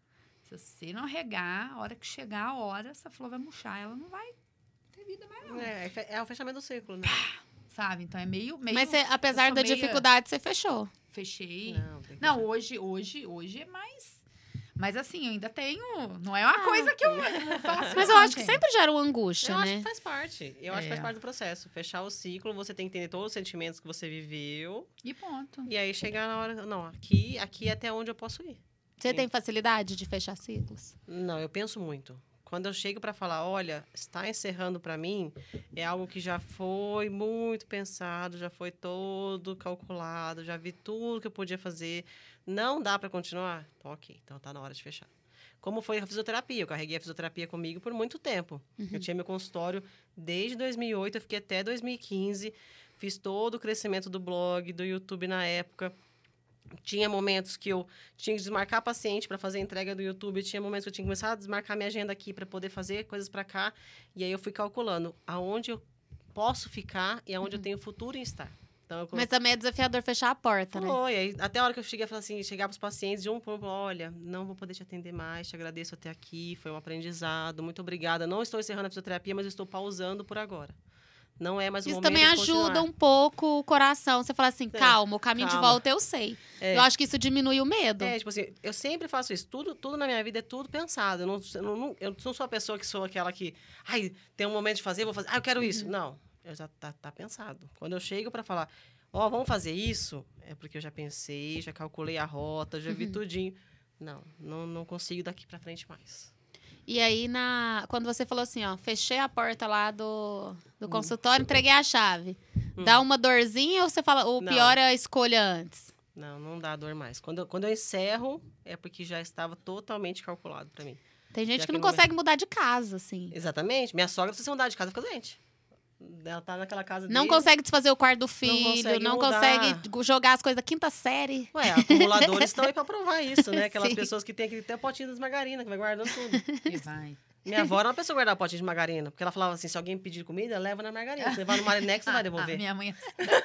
[SPEAKER 3] Se você não regar, a hora que chegar a hora, essa flor vai murchar. Ela não vai ter vida mais, não.
[SPEAKER 2] É, é fe- é o fechamento do ciclo, né?
[SPEAKER 3] Sabe? Então é meio. meio
[SPEAKER 1] Mas você, apesar
[SPEAKER 3] eu
[SPEAKER 1] da
[SPEAKER 3] sou meia-
[SPEAKER 1] dificuldade, você fechou.
[SPEAKER 3] Fechei.
[SPEAKER 2] Não, tem que
[SPEAKER 3] Não,
[SPEAKER 2] fechar.
[SPEAKER 3] hoje, hoje, hoje é mais. Mas assim, eu ainda tenho. Não é uma
[SPEAKER 1] Ah,
[SPEAKER 3] coisa que eu não faço.
[SPEAKER 1] Mas eu
[SPEAKER 3] não,
[SPEAKER 1] acho que
[SPEAKER 3] gente.
[SPEAKER 1] sempre gera uma angústia,
[SPEAKER 2] Eu acho
[SPEAKER 1] né?
[SPEAKER 2] que faz parte. Eu acho que faz
[SPEAKER 3] É.
[SPEAKER 2] parte do processo. Fechar o ciclo, você tem que entender todos os sentimentos que você viveu.
[SPEAKER 3] E ponto.
[SPEAKER 2] E aí chegar na hora. Não, aqui, aqui é até onde eu posso ir.
[SPEAKER 1] Você tem facilidade de fechar ciclos?
[SPEAKER 2] Não, eu penso muito. Quando eu chego para falar, olha, está encerrando para mim, é algo que já foi muito pensado, já foi todo calculado, já vi tudo que eu podia fazer. Não dá para continuar? Então, ok, então tá na hora de fechar. Como foi a fisioterapia? Eu carreguei a fisioterapia comigo por muito tempo. Eu tinha meu consultório desde dois mil e oito, eu fiquei até dois mil e quinze, fiz todo o crescimento do blog, do YouTube na época. Tinha momentos que eu tinha que desmarcar paciente para fazer a entrega do YouTube, tinha momentos que eu tinha que começar a desmarcar minha agenda aqui para poder fazer coisas para cá, e aí eu fui calculando aonde eu posso ficar e aonde eu tenho futuro em estar. Então, eu
[SPEAKER 1] Mas também é desafiador fechar a porta, né?
[SPEAKER 2] foi, aí, até a hora que eu cheguei a falar assim, chegar para os pacientes de um por um, olha, não vou poder te atender mais, te agradeço até aqui, foi um aprendizado, muito obrigada. Não estou encerrando a fisioterapia, mas eu estou pausando por agora. Não é mais o
[SPEAKER 1] Isso
[SPEAKER 2] momento
[SPEAKER 1] também
[SPEAKER 2] de continuar.
[SPEAKER 1] ajuda um pouco o coração. Você fala assim,
[SPEAKER 2] É,
[SPEAKER 1] calma, o caminho
[SPEAKER 2] calma.
[SPEAKER 1] de volta eu sei.
[SPEAKER 2] É.
[SPEAKER 1] Eu acho que isso diminui o medo.
[SPEAKER 2] É, tipo assim, eu sempre faço isso. Tudo, tudo na minha vida é tudo pensado. Eu não, eu não, eu não sou a pessoa que sou aquela que, ai, tem um momento de fazer, vou fazer. Ah, eu quero isso. Não, eu já tá, tá pensado. Quando eu chego para falar, ó, oh, vamos fazer isso, é porque eu já pensei, já calculei a rota, já vi tudinho. Não, não, não consigo daqui para frente mais.
[SPEAKER 1] E aí, na... quando você falou assim, ó, fechei a porta lá do,
[SPEAKER 2] Hum.
[SPEAKER 1] do consultório, entreguei a chave. Dá uma dorzinha ou você fala, o
[SPEAKER 2] Não.
[SPEAKER 1] pior é a escolha antes?
[SPEAKER 2] Não, não dá dor mais. Quando eu, quando eu encerro, é porque já estava totalmente calculado para mim.
[SPEAKER 1] Tem gente
[SPEAKER 2] Já
[SPEAKER 1] que
[SPEAKER 2] que
[SPEAKER 1] não
[SPEAKER 2] não é.
[SPEAKER 1] consegue mudar de casa, assim.
[SPEAKER 2] Exatamente. Minha sogra, se você mudar de casa, fica doente. Ela tá naquela casa
[SPEAKER 1] Não
[SPEAKER 2] desde-
[SPEAKER 1] consegue desfazer o quarto do filho,
[SPEAKER 2] consegue
[SPEAKER 1] não
[SPEAKER 2] mudar.
[SPEAKER 1] consegue jogar as coisas da quinta série.
[SPEAKER 2] Ué, acumuladores estão aí pra provar isso, né? Aquelas
[SPEAKER 1] Sim.
[SPEAKER 2] pessoas que tem aquele até potinho das margarinas, que vai guardando tudo.
[SPEAKER 3] E vai.
[SPEAKER 2] Minha avó era uma pessoa que guardava potinho de margarina, porque ela falava assim, se alguém pedir comida, leva na margarina. Se levar no Marinex, você vai
[SPEAKER 3] A
[SPEAKER 2] devolver.
[SPEAKER 3] minha mãe.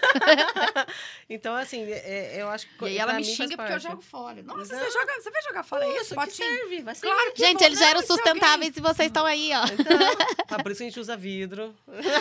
[SPEAKER 2] Então, assim, é- é- eu acho que...
[SPEAKER 3] E aí ela
[SPEAKER 2] pra
[SPEAKER 3] me
[SPEAKER 2] mim faz
[SPEAKER 3] xinga porque eu
[SPEAKER 2] parte.
[SPEAKER 3] jogo fora. Nossa,
[SPEAKER 2] Exato.
[SPEAKER 3] você, joga, você vai jogar fora
[SPEAKER 2] Isso,
[SPEAKER 3] esse
[SPEAKER 2] que
[SPEAKER 3] potinho?
[SPEAKER 2] serve, vai servir.
[SPEAKER 3] Claro que
[SPEAKER 1] Gente,
[SPEAKER 3] vou,
[SPEAKER 1] eles
[SPEAKER 3] não,
[SPEAKER 1] eram
[SPEAKER 3] se alguém-
[SPEAKER 1] sustentáveis e vocês estão aí, ó.
[SPEAKER 2] Então, ah, por isso que a gente usa vidro.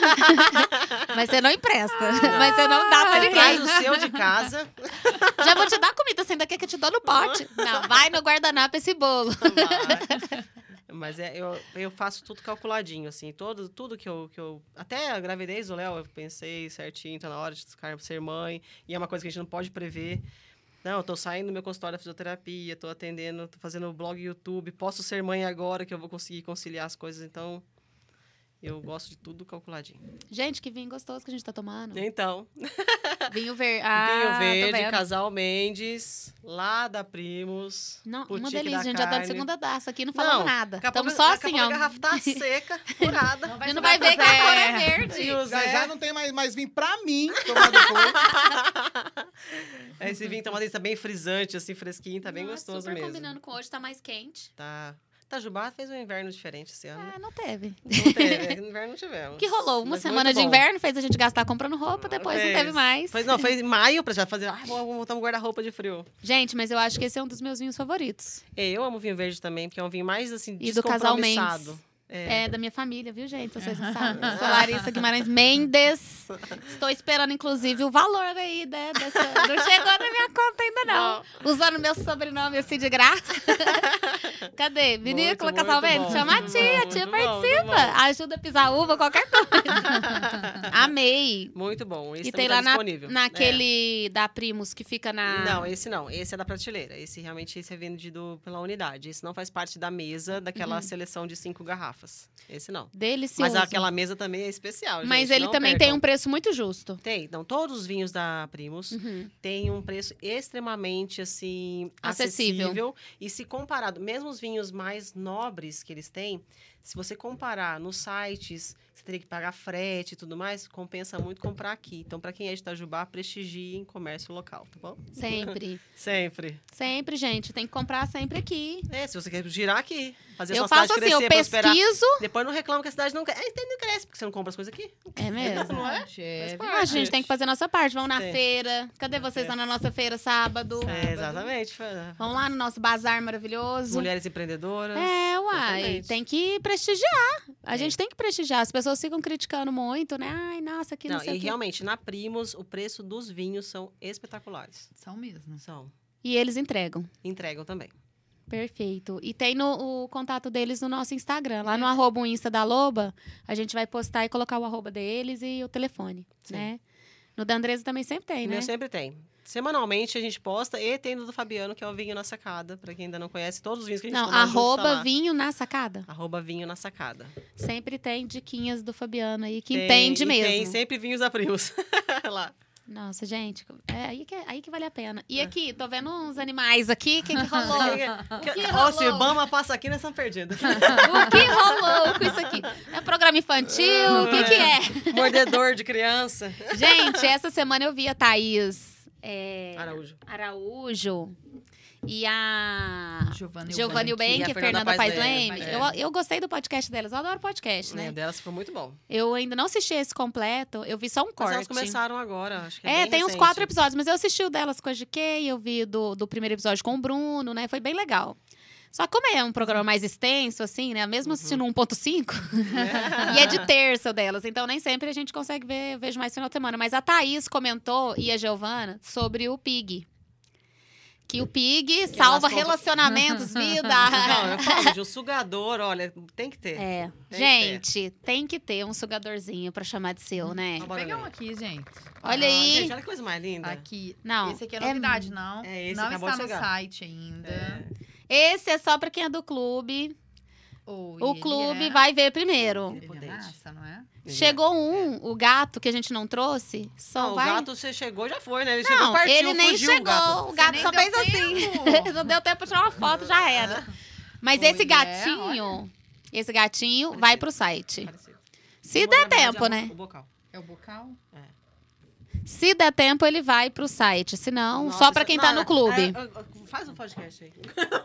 [SPEAKER 1] Mas você não empresta. Mas você não dá pra
[SPEAKER 2] Você traz
[SPEAKER 1] ninguém.
[SPEAKER 2] o seu de casa.
[SPEAKER 1] Já vou te dar comida, você ainda quer que eu te dou no pote. Não, vai no guardanapo esse bolo.
[SPEAKER 2] Vai. Mas é, eu, eu faço tudo calculadinho, assim. Todo, tudo que eu, que eu... Até a gravidez do Léo, eu pensei certinho, tá na hora de ser mãe. E é uma coisa que a gente não pode prever. Não, eu tô saindo do meu consultório da fisioterapia, tô atendendo, tô fazendo blog YouTube. Posso ser mãe agora, que eu vou conseguir conciliar as coisas. Então, eu gosto de tudo calculadinho.
[SPEAKER 1] Gente, que vinho gostoso que a gente tá tomando.
[SPEAKER 2] Então,
[SPEAKER 1] Vinho verde. Ah,
[SPEAKER 2] Vinho
[SPEAKER 1] tô
[SPEAKER 2] Verde,
[SPEAKER 1] vendo.
[SPEAKER 2] Casal Mendes, lá da Primos.
[SPEAKER 1] Não, uma
[SPEAKER 2] Boutique
[SPEAKER 1] delícia,
[SPEAKER 2] da
[SPEAKER 1] a gente já tá de
[SPEAKER 2] Carne.
[SPEAKER 1] segunda daça aqui, não falamos nada.
[SPEAKER 2] Daqui a pouco,
[SPEAKER 1] Estamos só
[SPEAKER 2] daqui a
[SPEAKER 1] assim,
[SPEAKER 2] pouco
[SPEAKER 1] ó.
[SPEAKER 2] a garrafa tá seca, furada.
[SPEAKER 1] A gente não vai ver que a cor é verde.
[SPEAKER 2] E o
[SPEAKER 4] Já,
[SPEAKER 2] Zé-
[SPEAKER 4] já não tem mais, mais vinho pra mim tomar depois.
[SPEAKER 2] Esse vinho tá uma delícia bem frisante, assim, fresquinho, tá bem
[SPEAKER 1] Nossa,
[SPEAKER 2] gostoso
[SPEAKER 1] super
[SPEAKER 2] mesmo.
[SPEAKER 1] combinando com hoje, tá mais quente.
[SPEAKER 2] Tá. Itajubá fez um inverno diferente esse ano.
[SPEAKER 1] Ah, não teve.
[SPEAKER 2] Não teve, no inverno não tivemos.
[SPEAKER 1] Que rolou uma
[SPEAKER 2] Mas
[SPEAKER 1] semana
[SPEAKER 2] muito
[SPEAKER 1] de
[SPEAKER 2] bom.
[SPEAKER 1] inverno, fez a gente gastar comprando roupa, depois
[SPEAKER 2] Fez.
[SPEAKER 1] não teve mais.
[SPEAKER 2] Foi, não, foi em maio pra já fazer. Ah, vamos botar um guarda-roupa de frio.
[SPEAKER 1] Gente, mas eu acho que esse é um dos meus vinhos favoritos.
[SPEAKER 2] É, eu amo vinho verde também, porque é um vinho mais assim,
[SPEAKER 1] E do casal
[SPEAKER 2] descompromissado.
[SPEAKER 1] Mendes.
[SPEAKER 2] É.
[SPEAKER 1] É da minha família, viu, gente? Se vocês não sabem. Eu sou Larissa Guimarães Mendes. Estou esperando, inclusive, o valor aí, né? Dessa... Não chegou na minha conta ainda, não. Usando meu sobrenome assim de graça. Cadê? Vinícola
[SPEAKER 2] Muito,
[SPEAKER 1] Casal
[SPEAKER 2] muito
[SPEAKER 1] Mendes?
[SPEAKER 2] bom.
[SPEAKER 1] Chama a tia, a
[SPEAKER 2] Muito
[SPEAKER 1] tia
[SPEAKER 2] bom,
[SPEAKER 1] participa.
[SPEAKER 2] muito bom.
[SPEAKER 1] Ajuda a pisar uva, qualquer coisa. Amei.
[SPEAKER 2] Muito bom. Esse
[SPEAKER 1] E
[SPEAKER 2] também
[SPEAKER 1] tem lá
[SPEAKER 2] tá
[SPEAKER 1] na,
[SPEAKER 2] disponível.
[SPEAKER 1] naquele da Primus que fica
[SPEAKER 2] É.
[SPEAKER 1] na...
[SPEAKER 2] Não, esse não. Esse é da prateleira. Esse realmente esse é vendido pela unidade. Esse não faz parte da mesa daquela
[SPEAKER 1] Uhum.
[SPEAKER 2] seleção de cinco garrafas. Esse não.
[SPEAKER 1] Delicioso.
[SPEAKER 2] Mas aquela mesa também é especial,
[SPEAKER 1] Mas
[SPEAKER 2] gente,
[SPEAKER 1] ele
[SPEAKER 2] não
[SPEAKER 1] também tem
[SPEAKER 2] percam.
[SPEAKER 1] um preço muito justo.
[SPEAKER 2] Tem. Não, todos os vinhos da Primus
[SPEAKER 1] Uhum.
[SPEAKER 2] têm um preço extremamente, assim,
[SPEAKER 1] Acessível.
[SPEAKER 2] acessível. E se comparado, mesmo os vinhos mais nobres que eles têm, se você comparar nos sites, você teria que pagar frete e tudo mais, compensa muito comprar aqui. Então, para quem é de Itajubá, prestigie em comércio local, tá bom?
[SPEAKER 1] Sempre.
[SPEAKER 2] Sempre.
[SPEAKER 1] Sempre, gente. Tem que comprar sempre aqui.
[SPEAKER 2] É, se você quer girar aqui, fazer
[SPEAKER 1] Eu
[SPEAKER 2] sua cidade
[SPEAKER 1] faço assim,
[SPEAKER 2] crescer,
[SPEAKER 1] eu
[SPEAKER 2] prosperar.
[SPEAKER 1] pesquiso.
[SPEAKER 2] Depois não reclama que a cidade não cresce. É, não cresce, porque você não compra as coisas aqui.
[SPEAKER 1] É mesmo.
[SPEAKER 2] Não é?
[SPEAKER 3] É,
[SPEAKER 2] Faz
[SPEAKER 1] Ah, a gente tem que fazer a nossa parte. Vamos na
[SPEAKER 2] Sim.
[SPEAKER 1] feira. Cadê vocês lá na nossa feira sábado?
[SPEAKER 2] É, exatamente.
[SPEAKER 1] Vamos lá no nosso bazar maravilhoso.
[SPEAKER 2] Mulheres empreendedoras.
[SPEAKER 1] É, uai.
[SPEAKER 2] Exatamente.
[SPEAKER 1] Tem que prestigiar. A
[SPEAKER 2] É.
[SPEAKER 1] gente tem que prestigiar. As pessoas ficam criticando muito, né? Ai, nossa, aqui não,
[SPEAKER 2] Não,
[SPEAKER 1] sei
[SPEAKER 2] e
[SPEAKER 1] o quê.
[SPEAKER 2] realmente, na Primos, o preço dos vinhos são espetaculares.
[SPEAKER 3] São mesmo.
[SPEAKER 2] São.
[SPEAKER 1] E eles entregam.
[SPEAKER 2] Entregam também.
[SPEAKER 1] Perfeito. E tem no, o contato deles no nosso Instagram. Lá no arroba o Insta da Loba, a gente vai postar e colocar o arroba deles e o telefone,
[SPEAKER 2] Sim.
[SPEAKER 1] né? No da Andresa também sempre tem,
[SPEAKER 2] O
[SPEAKER 1] né?
[SPEAKER 2] meu sempre tem. Semanalmente a gente posta e tem no do Fabiano, que é o Vinho na Sacada. Pra quem ainda não conhece, todos os vinhos que a gente
[SPEAKER 1] Não,
[SPEAKER 2] toma junto tá
[SPEAKER 1] arroba
[SPEAKER 2] lá.
[SPEAKER 1] vinho na sacada.
[SPEAKER 2] Arroba Vinho na Sacada.
[SPEAKER 1] Sempre tem diquinhas do Fabiano aí, que
[SPEAKER 2] Tem,
[SPEAKER 1] entende
[SPEAKER 2] e
[SPEAKER 1] mesmo.
[SPEAKER 2] Tem sempre vinhos da Primos. lá.
[SPEAKER 1] Nossa, gente, é aí que, aí que vale a pena. E aqui, tô vendo uns animais aqui, o que, que rolou?
[SPEAKER 2] Que,
[SPEAKER 1] que
[SPEAKER 2] ó, se
[SPEAKER 1] rolou?
[SPEAKER 2] Obama passa aqui, nós estamos perdidos.
[SPEAKER 1] O que rolou com isso aqui? É programa infantil? O que, que é?
[SPEAKER 2] Mordedor de criança.
[SPEAKER 1] Gente, essa semana eu vi a Thaís é,
[SPEAKER 2] Araújo.
[SPEAKER 1] Araújo e a
[SPEAKER 3] Giovanni
[SPEAKER 1] Giovanni
[SPEAKER 3] Eubank.
[SPEAKER 1] Eubank,
[SPEAKER 2] E a
[SPEAKER 1] e
[SPEAKER 2] Fernanda
[SPEAKER 1] Fernanda Paes
[SPEAKER 2] Paes Leme.
[SPEAKER 1] Leme.
[SPEAKER 2] É.
[SPEAKER 1] Eu, eu gostei do podcast delas, eu adoro podcast, né?
[SPEAKER 2] É, delas foi muito bom.
[SPEAKER 1] Eu ainda não assisti esse completo, eu vi só um
[SPEAKER 2] Mas
[SPEAKER 1] corte.
[SPEAKER 2] elas começaram agora, acho que é
[SPEAKER 1] É,
[SPEAKER 2] bem
[SPEAKER 1] tem uns
[SPEAKER 2] recente.
[SPEAKER 1] quatro episódios, mas eu assisti o delas com a G K, eu vi do, do primeiro episódio com o Bruno, né? Foi bem legal. Só que como é um programa mais extenso, assim, né? Mesmo assistindo um ponto cinco, e é de terça o delas, então nem sempre a gente consegue ver, eu vejo mais final de semana. Mas a Thaís comentou, e a Giovana, sobre o Pig. Que o Pig salva
[SPEAKER 2] contam-
[SPEAKER 1] relacionamentos, vida.
[SPEAKER 2] Não, eu falo, de um sugador, olha, tem que ter.
[SPEAKER 1] É.
[SPEAKER 2] Tem que
[SPEAKER 1] Gente, tem que ter um sugadorzinho pra chamar de seu, né?
[SPEAKER 2] Vou
[SPEAKER 3] Vou pegar um
[SPEAKER 2] ler.
[SPEAKER 3] aqui, gente.
[SPEAKER 1] Olha
[SPEAKER 2] Ah,
[SPEAKER 1] aí.
[SPEAKER 2] Gente, olha que coisa mais linda.
[SPEAKER 3] Aqui.
[SPEAKER 1] Não,
[SPEAKER 3] Esse aqui é
[SPEAKER 1] é-
[SPEAKER 3] novidade, não.
[SPEAKER 2] É, esse
[SPEAKER 3] não
[SPEAKER 2] acabou
[SPEAKER 3] está
[SPEAKER 2] de
[SPEAKER 3] no
[SPEAKER 2] chegar.
[SPEAKER 3] site ainda.
[SPEAKER 2] É.
[SPEAKER 1] Esse é só pra quem é do clube.
[SPEAKER 3] Oh, e
[SPEAKER 1] O
[SPEAKER 3] ele
[SPEAKER 1] clube
[SPEAKER 3] é-
[SPEAKER 1] vai ver primeiro.
[SPEAKER 3] Ele é
[SPEAKER 2] Potente.
[SPEAKER 3] massa, não é?
[SPEAKER 1] Chegou um, o gato que a gente não trouxe, só
[SPEAKER 2] Não,
[SPEAKER 1] vai...
[SPEAKER 2] o gato, você chegou, já foi, né? Ele chegou,
[SPEAKER 1] Não,
[SPEAKER 2] partiu,
[SPEAKER 1] ele nem
[SPEAKER 2] fugiu,
[SPEAKER 1] chegou.
[SPEAKER 2] o gato.
[SPEAKER 1] O gato
[SPEAKER 3] Você
[SPEAKER 1] só
[SPEAKER 3] nem
[SPEAKER 1] fez
[SPEAKER 3] deu
[SPEAKER 1] assim.
[SPEAKER 3] tempo.
[SPEAKER 1] Não deu tempo pra tirar uma foto, já era. Mas
[SPEAKER 3] Olha,
[SPEAKER 1] esse gatinho, esse gatinho vai pro site.
[SPEAKER 2] Parecido.
[SPEAKER 1] Se
[SPEAKER 2] Vou,
[SPEAKER 1] der
[SPEAKER 2] na verdade,
[SPEAKER 1] tempo,
[SPEAKER 2] a-
[SPEAKER 1] né?
[SPEAKER 2] O bocal.
[SPEAKER 3] É o bocal?
[SPEAKER 1] Se der tempo, ele vai pro site. Se não,
[SPEAKER 2] Nossa,
[SPEAKER 1] só pra
[SPEAKER 2] isso-
[SPEAKER 1] quem
[SPEAKER 2] não,
[SPEAKER 1] tá no clube.
[SPEAKER 2] é, é, é, faz um podcast aí.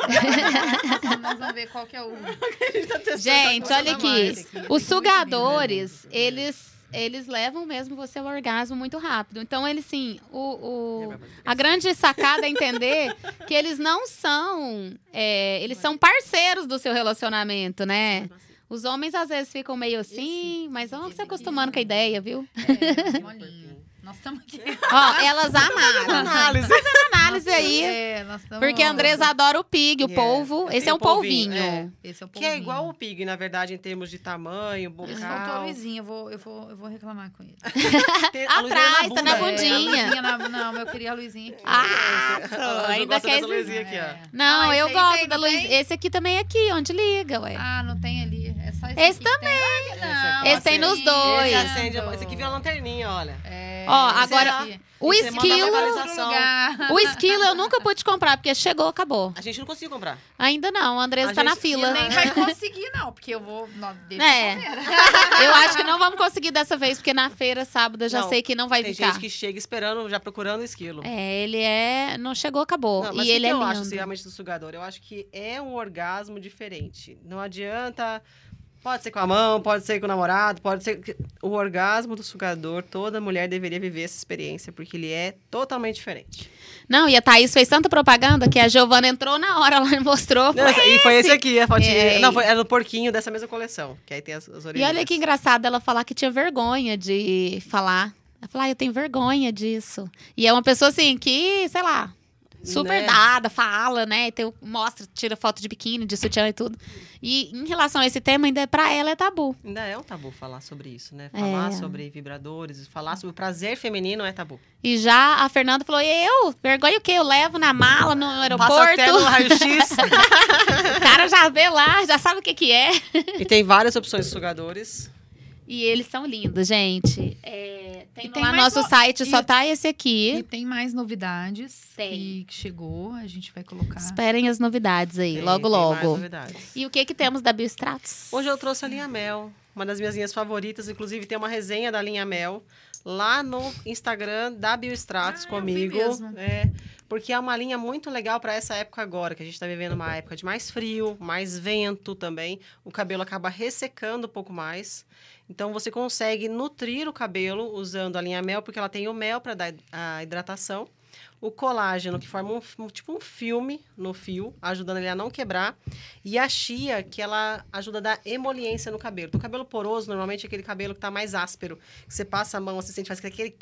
[SPEAKER 3] Nós vamos ver qual que é o...
[SPEAKER 1] Gente, olha aqui.
[SPEAKER 3] Esse aqui.
[SPEAKER 1] Os sugadores, eles, eles levam mesmo você ao orgasmo muito rápido. Então, eles, sim, o, o- a grande sacada é entender que eles não são... é, eles são parceiros do seu relacionamento, né? Os homens, às vezes, ficam meio assim, mas vamos se acostumando com a ideia, viu?
[SPEAKER 3] É, molinho. Nós estamos aqui.
[SPEAKER 1] Ó, elas amaram.
[SPEAKER 2] Análise.
[SPEAKER 1] Análise aí.
[SPEAKER 3] É, nós estamos...
[SPEAKER 1] Porque a Andresa adora o pig, o
[SPEAKER 2] É,
[SPEAKER 1] polvo.
[SPEAKER 2] é,
[SPEAKER 1] Esse
[SPEAKER 2] tem
[SPEAKER 1] é um
[SPEAKER 2] o polvinho,
[SPEAKER 1] polvinho.
[SPEAKER 2] é.
[SPEAKER 3] Esse é o
[SPEAKER 2] Que é
[SPEAKER 3] polvinho.
[SPEAKER 2] igual o Pig, na verdade, em termos de tamanho,
[SPEAKER 3] Ele faltou a
[SPEAKER 2] bocal.
[SPEAKER 3] luzinha, eu vou, eu, vou, eu vou reclamar com ele.
[SPEAKER 2] Tem a luzinha
[SPEAKER 1] Atrás, tá na
[SPEAKER 2] bunda.
[SPEAKER 1] bundinha.
[SPEAKER 3] É, a luzinha na- não, eu queria a luzinha aqui.
[SPEAKER 1] Ah,
[SPEAKER 2] Esse-
[SPEAKER 1] Fro,
[SPEAKER 2] a Ju
[SPEAKER 1] ainda
[SPEAKER 2] gosta
[SPEAKER 1] quer
[SPEAKER 2] dessa
[SPEAKER 1] esse-
[SPEAKER 2] luzinha aqui, ó.
[SPEAKER 3] É.
[SPEAKER 1] Não,
[SPEAKER 3] Ah,
[SPEAKER 1] eu
[SPEAKER 3] esse aí
[SPEAKER 1] gosto
[SPEAKER 3] tem,
[SPEAKER 1] da
[SPEAKER 3] não
[SPEAKER 1] luz.
[SPEAKER 3] tem?
[SPEAKER 1] Esse aqui também é aqui, onde liga, ué.
[SPEAKER 3] Ah, não tem ali. É só esse,
[SPEAKER 1] Esse
[SPEAKER 3] aqui que tem.
[SPEAKER 1] também.
[SPEAKER 3] Ah, não,
[SPEAKER 1] Esse tem nos
[SPEAKER 3] acende.
[SPEAKER 1] dois.
[SPEAKER 2] Esse acende, esse aqui vira a lanterninha, olha.
[SPEAKER 3] É, É,
[SPEAKER 1] Ó, agora,
[SPEAKER 3] esse aqui.
[SPEAKER 1] o
[SPEAKER 2] E você manda
[SPEAKER 1] esquilo...
[SPEAKER 2] a localização.
[SPEAKER 3] Lugar.
[SPEAKER 1] O esquilo eu nunca pude comprar, porque chegou, acabou.
[SPEAKER 2] A gente não conseguiu comprar.
[SPEAKER 1] Ainda não, a Andressa
[SPEAKER 2] A
[SPEAKER 1] tá na
[SPEAKER 2] gente-
[SPEAKER 1] fila.
[SPEAKER 3] E nem vai conseguir, não, porque eu vou. Não, deixa
[SPEAKER 1] É.
[SPEAKER 3] eu ver.
[SPEAKER 1] Eu acho que não vamos conseguir dessa vez, porque na feira, sábado, eu já
[SPEAKER 2] Não,
[SPEAKER 1] sei que não vai
[SPEAKER 2] Tem
[SPEAKER 1] ficar.
[SPEAKER 2] gente que chega esperando, já procurando o esquilo.
[SPEAKER 1] É, ele é... Não chegou, acabou.
[SPEAKER 2] Não, mas
[SPEAKER 1] e
[SPEAKER 2] o que
[SPEAKER 1] ele
[SPEAKER 2] que
[SPEAKER 1] é
[SPEAKER 2] eu
[SPEAKER 1] lindo.
[SPEAKER 2] acho assim, realmente do sugador? Eu acho que é um orgasmo diferente. Não adianta... Pode ser com a mão, pode ser com o namorado, pode ser... O orgasmo do sugador, toda mulher deveria viver essa experiência, porque ele é totalmente diferente.
[SPEAKER 1] Não, e a Thaís fez tanta propaganda que a Giovana entrou na hora lá e mostrou.
[SPEAKER 2] Não, essa- e foi esse aqui, a fotinha.
[SPEAKER 1] É.
[SPEAKER 2] Não, foi, era do porquinho dessa mesma coleção, que aí tem as, as
[SPEAKER 1] E
[SPEAKER 2] orelhinhas.
[SPEAKER 1] olha que engraçado ela falar que tinha vergonha de falar. Ela falou, ah, eu tenho vergonha disso. E é uma pessoa assim que, sei lá, super
[SPEAKER 2] Né?
[SPEAKER 1] dada, fala, né? Então, mostra, tira foto de biquíni, de sutiã e tudo. E em relação a esse tema, ainda pra ela é tabu.
[SPEAKER 2] Ainda é um tabu falar sobre isso, né? Falar
[SPEAKER 1] É.
[SPEAKER 2] sobre vibradores, falar sobre o prazer feminino é tabu.
[SPEAKER 1] E já a Fernanda falou, e eu? Vergonha o quê? Eu levo na mala no
[SPEAKER 2] Passa até no
[SPEAKER 1] aeroporto.
[SPEAKER 2] raio-x.
[SPEAKER 1] O cara já vê lá, já sabe o que que é.
[SPEAKER 2] E tem várias opções de sugadores.
[SPEAKER 1] E eles são lindos, gente. É, tem
[SPEAKER 3] E
[SPEAKER 1] no-
[SPEAKER 3] tem
[SPEAKER 1] lá no
[SPEAKER 3] mais
[SPEAKER 1] nosso
[SPEAKER 3] no-
[SPEAKER 1] site,
[SPEAKER 3] e-
[SPEAKER 1] só tá esse
[SPEAKER 3] E
[SPEAKER 1] aqui.
[SPEAKER 3] tem mais novidades
[SPEAKER 1] Tem.
[SPEAKER 3] que, que chegou, a gente vai colocar.
[SPEAKER 1] Esperem as novidades aí,
[SPEAKER 2] Tem-
[SPEAKER 1] logo,
[SPEAKER 2] tem mais
[SPEAKER 1] logo.
[SPEAKER 2] novidades.
[SPEAKER 1] E o que que temos da Biostratos?
[SPEAKER 2] Hoje eu trouxe a linha Mel, uma das minhas linhas favoritas. Inclusive, tem uma resenha da linha Mel lá no Instagram da Biostratos
[SPEAKER 3] Ah, eu vi
[SPEAKER 2] comigo.
[SPEAKER 3] mesmo.
[SPEAKER 2] É, porque é uma linha muito legal para essa época agora, que a gente está vivendo uma época de mais frio, mais vento também. O cabelo acaba ressecando um pouco mais. Então, você consegue nutrir o cabelo usando a linha Mel, porque ela tem o mel para dar a hidratação. O colágeno, que forma um, um- tipo um filme no fio, ajudando ele a não quebrar. E a chia, que ela ajuda a dar emoliência no cabelo. Então, o cabelo poroso, normalmente, é aquele cabelo que está mais áspero. Que você passa a mão, você sente, faz aquele...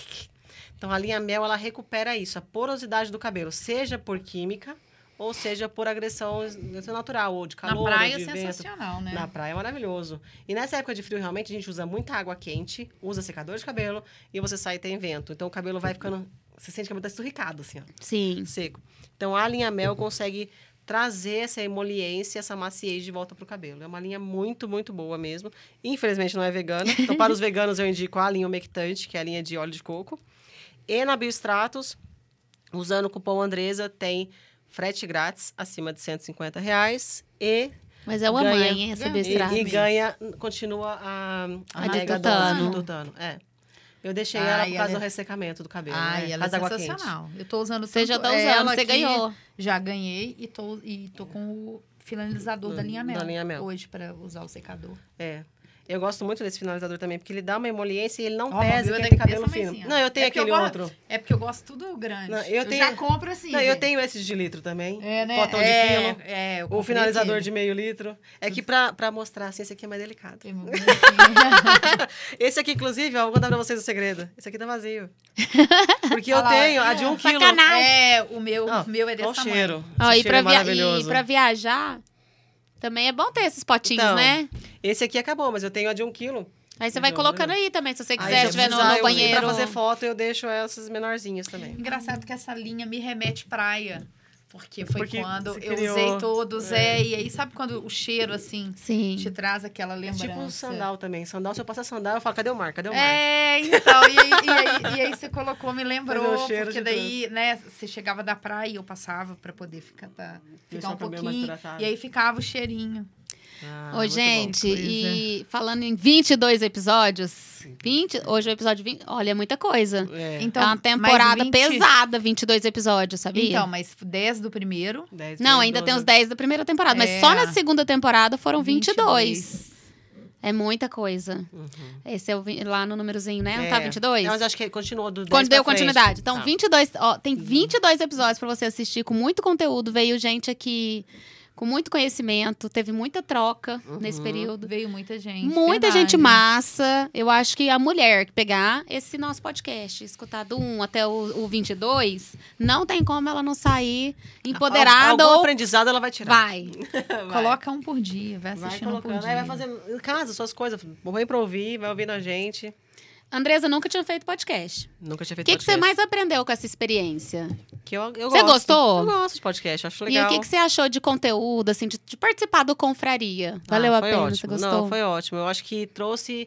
[SPEAKER 2] Então, a linha Mel, ela recupera isso, a porosidade do cabelo. Seja por química, ou seja por agressão natural, ou de
[SPEAKER 3] Na
[SPEAKER 2] calor,
[SPEAKER 3] praia
[SPEAKER 2] ou
[SPEAKER 3] é
[SPEAKER 2] de vento.
[SPEAKER 3] sensacional, né?
[SPEAKER 2] Na praia é maravilhoso. E nessa época de frio, realmente, a gente usa muita água quente, usa secador de cabelo, e você sai e tem vento. Então, o cabelo vai ficando... Você sente que o cabelo tá esturricado, assim, ó,
[SPEAKER 1] Sim.
[SPEAKER 2] seco. Então, a linha Mel consegue trazer essa emoliência, essa maciez de volta pro cabelo. É uma linha muito, muito boa mesmo. Infelizmente, não é vegana. Então, para os veganos, eu indico a linha umectante, que é a linha de óleo de coco. E na Biostratos, usando o cupom Andresa, tem frete grátis acima de cento e cinquenta reais e...
[SPEAKER 1] Mas é uma
[SPEAKER 2] Ganha.
[SPEAKER 1] mãe, hein, essa
[SPEAKER 3] Ganha.
[SPEAKER 1] Biostratos.
[SPEAKER 2] E, e ganha, continua a, a,
[SPEAKER 1] A de
[SPEAKER 2] nega
[SPEAKER 1] tutano.
[SPEAKER 2] do tutano. É. Eu deixei
[SPEAKER 3] Ai,
[SPEAKER 2] ela por
[SPEAKER 3] ela
[SPEAKER 2] causa
[SPEAKER 3] é-
[SPEAKER 2] do ressecamento do cabelo.
[SPEAKER 3] Ai,
[SPEAKER 2] né?
[SPEAKER 3] ela é
[SPEAKER 2] Por causa da água quente.
[SPEAKER 3] sensacional. Eu tô usando
[SPEAKER 1] Você já
[SPEAKER 3] tanto
[SPEAKER 1] tá usando,
[SPEAKER 3] ela
[SPEAKER 1] você
[SPEAKER 3] que
[SPEAKER 1] ganhou.
[SPEAKER 3] Já ganhei e tô, e tô com o finalizador
[SPEAKER 2] Do-
[SPEAKER 3] da linha
[SPEAKER 2] da
[SPEAKER 3] Mel,
[SPEAKER 2] linha Mel.
[SPEAKER 3] hoje para usar o secador.
[SPEAKER 2] É. Eu gosto muito desse finalizador também, porque ele dá uma emoliência e ele não
[SPEAKER 3] Ó,
[SPEAKER 2] pesa
[SPEAKER 3] meu
[SPEAKER 2] quem
[SPEAKER 3] é
[SPEAKER 2] tem
[SPEAKER 3] desse
[SPEAKER 2] cabelo fino.
[SPEAKER 3] tamanhozinho, ó.
[SPEAKER 2] Não, eu tenho
[SPEAKER 3] É porque eu
[SPEAKER 2] aquele
[SPEAKER 3] gosto-
[SPEAKER 2] outro.
[SPEAKER 3] É porque eu gosto tudo grande.
[SPEAKER 2] Não, eu
[SPEAKER 3] eu
[SPEAKER 2] tenho-
[SPEAKER 3] já compro assim.
[SPEAKER 2] Não, eu
[SPEAKER 3] gente.
[SPEAKER 2] tenho esse de litro também.
[SPEAKER 3] É, né?
[SPEAKER 2] Potão de
[SPEAKER 3] é,
[SPEAKER 2] quilo.
[SPEAKER 3] É, eu
[SPEAKER 2] O
[SPEAKER 3] comprei
[SPEAKER 2] finalizador
[SPEAKER 3] aquele.
[SPEAKER 2] de meio litro. É que pra, pra mostrar assim, esse aqui é mais delicado.
[SPEAKER 3] Tem meu bonitinho.
[SPEAKER 2] Esse aqui, inclusive, ó, vou contar pra vocês o segredo. Esse aqui tá vazio. Porque eu
[SPEAKER 3] Olha lá,
[SPEAKER 2] tenho a de um quilo.
[SPEAKER 1] Sacanagem.
[SPEAKER 3] É, o meu,
[SPEAKER 2] Ó,
[SPEAKER 3] o meu é
[SPEAKER 2] ó
[SPEAKER 3] desse
[SPEAKER 2] o
[SPEAKER 3] tamanho.
[SPEAKER 2] cheiro.
[SPEAKER 1] Ó,
[SPEAKER 2] Esse
[SPEAKER 1] e,
[SPEAKER 2] cheiro
[SPEAKER 1] pra
[SPEAKER 2] é
[SPEAKER 1] via- e
[SPEAKER 2] maravilhoso.
[SPEAKER 1] pra viajar, também é bom ter esses potinhos,
[SPEAKER 2] Então,
[SPEAKER 1] né?
[SPEAKER 2] Esse aqui acabou, mas eu tenho a de um quilo.
[SPEAKER 1] Aí você vai
[SPEAKER 2] Então,
[SPEAKER 1] colocando
[SPEAKER 2] né?
[SPEAKER 1] aí também, se você
[SPEAKER 2] Aí,
[SPEAKER 1] quiser,
[SPEAKER 2] se eu
[SPEAKER 1] estiver no,
[SPEAKER 2] precisar,
[SPEAKER 1] no
[SPEAKER 2] eu uso
[SPEAKER 1] banheiro.
[SPEAKER 2] Pra fazer foto, eu deixo essas menorzinhas também.
[SPEAKER 3] Engraçado que essa linha me remete praia. Porque foi
[SPEAKER 2] Porque
[SPEAKER 3] quando
[SPEAKER 2] você
[SPEAKER 3] eu
[SPEAKER 2] criou,
[SPEAKER 3] usei todos,
[SPEAKER 2] é.
[SPEAKER 3] é. E aí, sabe quando o cheiro, assim,
[SPEAKER 1] Sim.
[SPEAKER 3] te traz aquela
[SPEAKER 2] É
[SPEAKER 3] lembrança?
[SPEAKER 2] tipo um sandal também. Sandal, se eu passar sandal, eu falo, cadê o mar? Cadê o mar?
[SPEAKER 3] É, então, e aí, e aí, e aí você colocou, me lembrou,
[SPEAKER 2] Fazer o cheiro
[SPEAKER 3] porque
[SPEAKER 2] de
[SPEAKER 3] daí, né, você chegava da praia e eu passava pra poder ficar, pra,
[SPEAKER 2] Deixar
[SPEAKER 3] ficar um
[SPEAKER 2] o cabelo mais
[SPEAKER 3] pouquinho,
[SPEAKER 2] hidratado.
[SPEAKER 3] e aí ficava o cheirinho.
[SPEAKER 2] Ah,
[SPEAKER 1] Ô,
[SPEAKER 2] muito bom.
[SPEAKER 1] gente,
[SPEAKER 3] Coisa.
[SPEAKER 1] e falando em vinte e dois episódios, vinte, hoje é o episódio vinte, olha, é muita coisa.
[SPEAKER 2] É,
[SPEAKER 3] Então,
[SPEAKER 1] é uma temporada
[SPEAKER 3] mais vinte
[SPEAKER 1] pesada, vinte e dois episódios, sabia?
[SPEAKER 3] Então, mas dez do primeiro,
[SPEAKER 2] dez,
[SPEAKER 1] Não,
[SPEAKER 2] dez,
[SPEAKER 1] ainda tem
[SPEAKER 2] doze.
[SPEAKER 1] os dez da primeira temporada, mas
[SPEAKER 3] É.
[SPEAKER 1] só na segunda temporada foram vinte e dois.
[SPEAKER 3] vinte e dois.
[SPEAKER 1] É muita coisa.
[SPEAKER 2] Uhum.
[SPEAKER 1] Esse é o, vi- lá no númerozinho, né? Não
[SPEAKER 2] É.
[SPEAKER 1] tá vinte e dois?
[SPEAKER 2] Não, mas acho que continuou do dez
[SPEAKER 1] Quando deu
[SPEAKER 2] pra frente.
[SPEAKER 1] continuidade. Então,
[SPEAKER 2] Tá.
[SPEAKER 1] vinte e dois, ó, tem vinte e dois episódios pra você assistir com muito conteúdo. Veio gente aqui com muito conhecimento, teve muita troca
[SPEAKER 2] Uhum.
[SPEAKER 1] nesse período.
[SPEAKER 3] veio muita gente.
[SPEAKER 1] Muita
[SPEAKER 3] verdade.
[SPEAKER 1] gente massa. Eu acho que a mulher que pegar esse nosso podcast, escutar do um até o, o vinte e dois, não tem como ela não sair empoderada
[SPEAKER 2] Algum
[SPEAKER 1] ou
[SPEAKER 2] aprendizado ela vai tirar.
[SPEAKER 1] vai.
[SPEAKER 2] Vai.
[SPEAKER 3] Coloca um por dia, vai
[SPEAKER 2] Vai
[SPEAKER 3] assistindo um por
[SPEAKER 2] colocando.
[SPEAKER 3] dia.
[SPEAKER 2] Aí vai fazendo em casa suas coisas. Põe pra ouvir, vai ouvindo a gente.
[SPEAKER 1] Andresa nunca tinha feito podcast.
[SPEAKER 2] Nunca tinha
[SPEAKER 1] O
[SPEAKER 2] feito
[SPEAKER 1] que, que você
[SPEAKER 2] podcast.
[SPEAKER 1] mais aprendeu com essa experiência?
[SPEAKER 2] Que eu, eu
[SPEAKER 1] Você
[SPEAKER 2] gosto.
[SPEAKER 1] gostou?
[SPEAKER 2] Eu gosto de podcast, acho
[SPEAKER 1] E
[SPEAKER 2] legal.
[SPEAKER 1] o que, que você achou de conteúdo, assim, de, de participar do Confraria? Valeu
[SPEAKER 2] Ah,
[SPEAKER 1] a
[SPEAKER 2] foi
[SPEAKER 1] pena?
[SPEAKER 2] ótimo.
[SPEAKER 1] Você gostou?
[SPEAKER 2] Não, foi ótimo. Eu acho que trouxe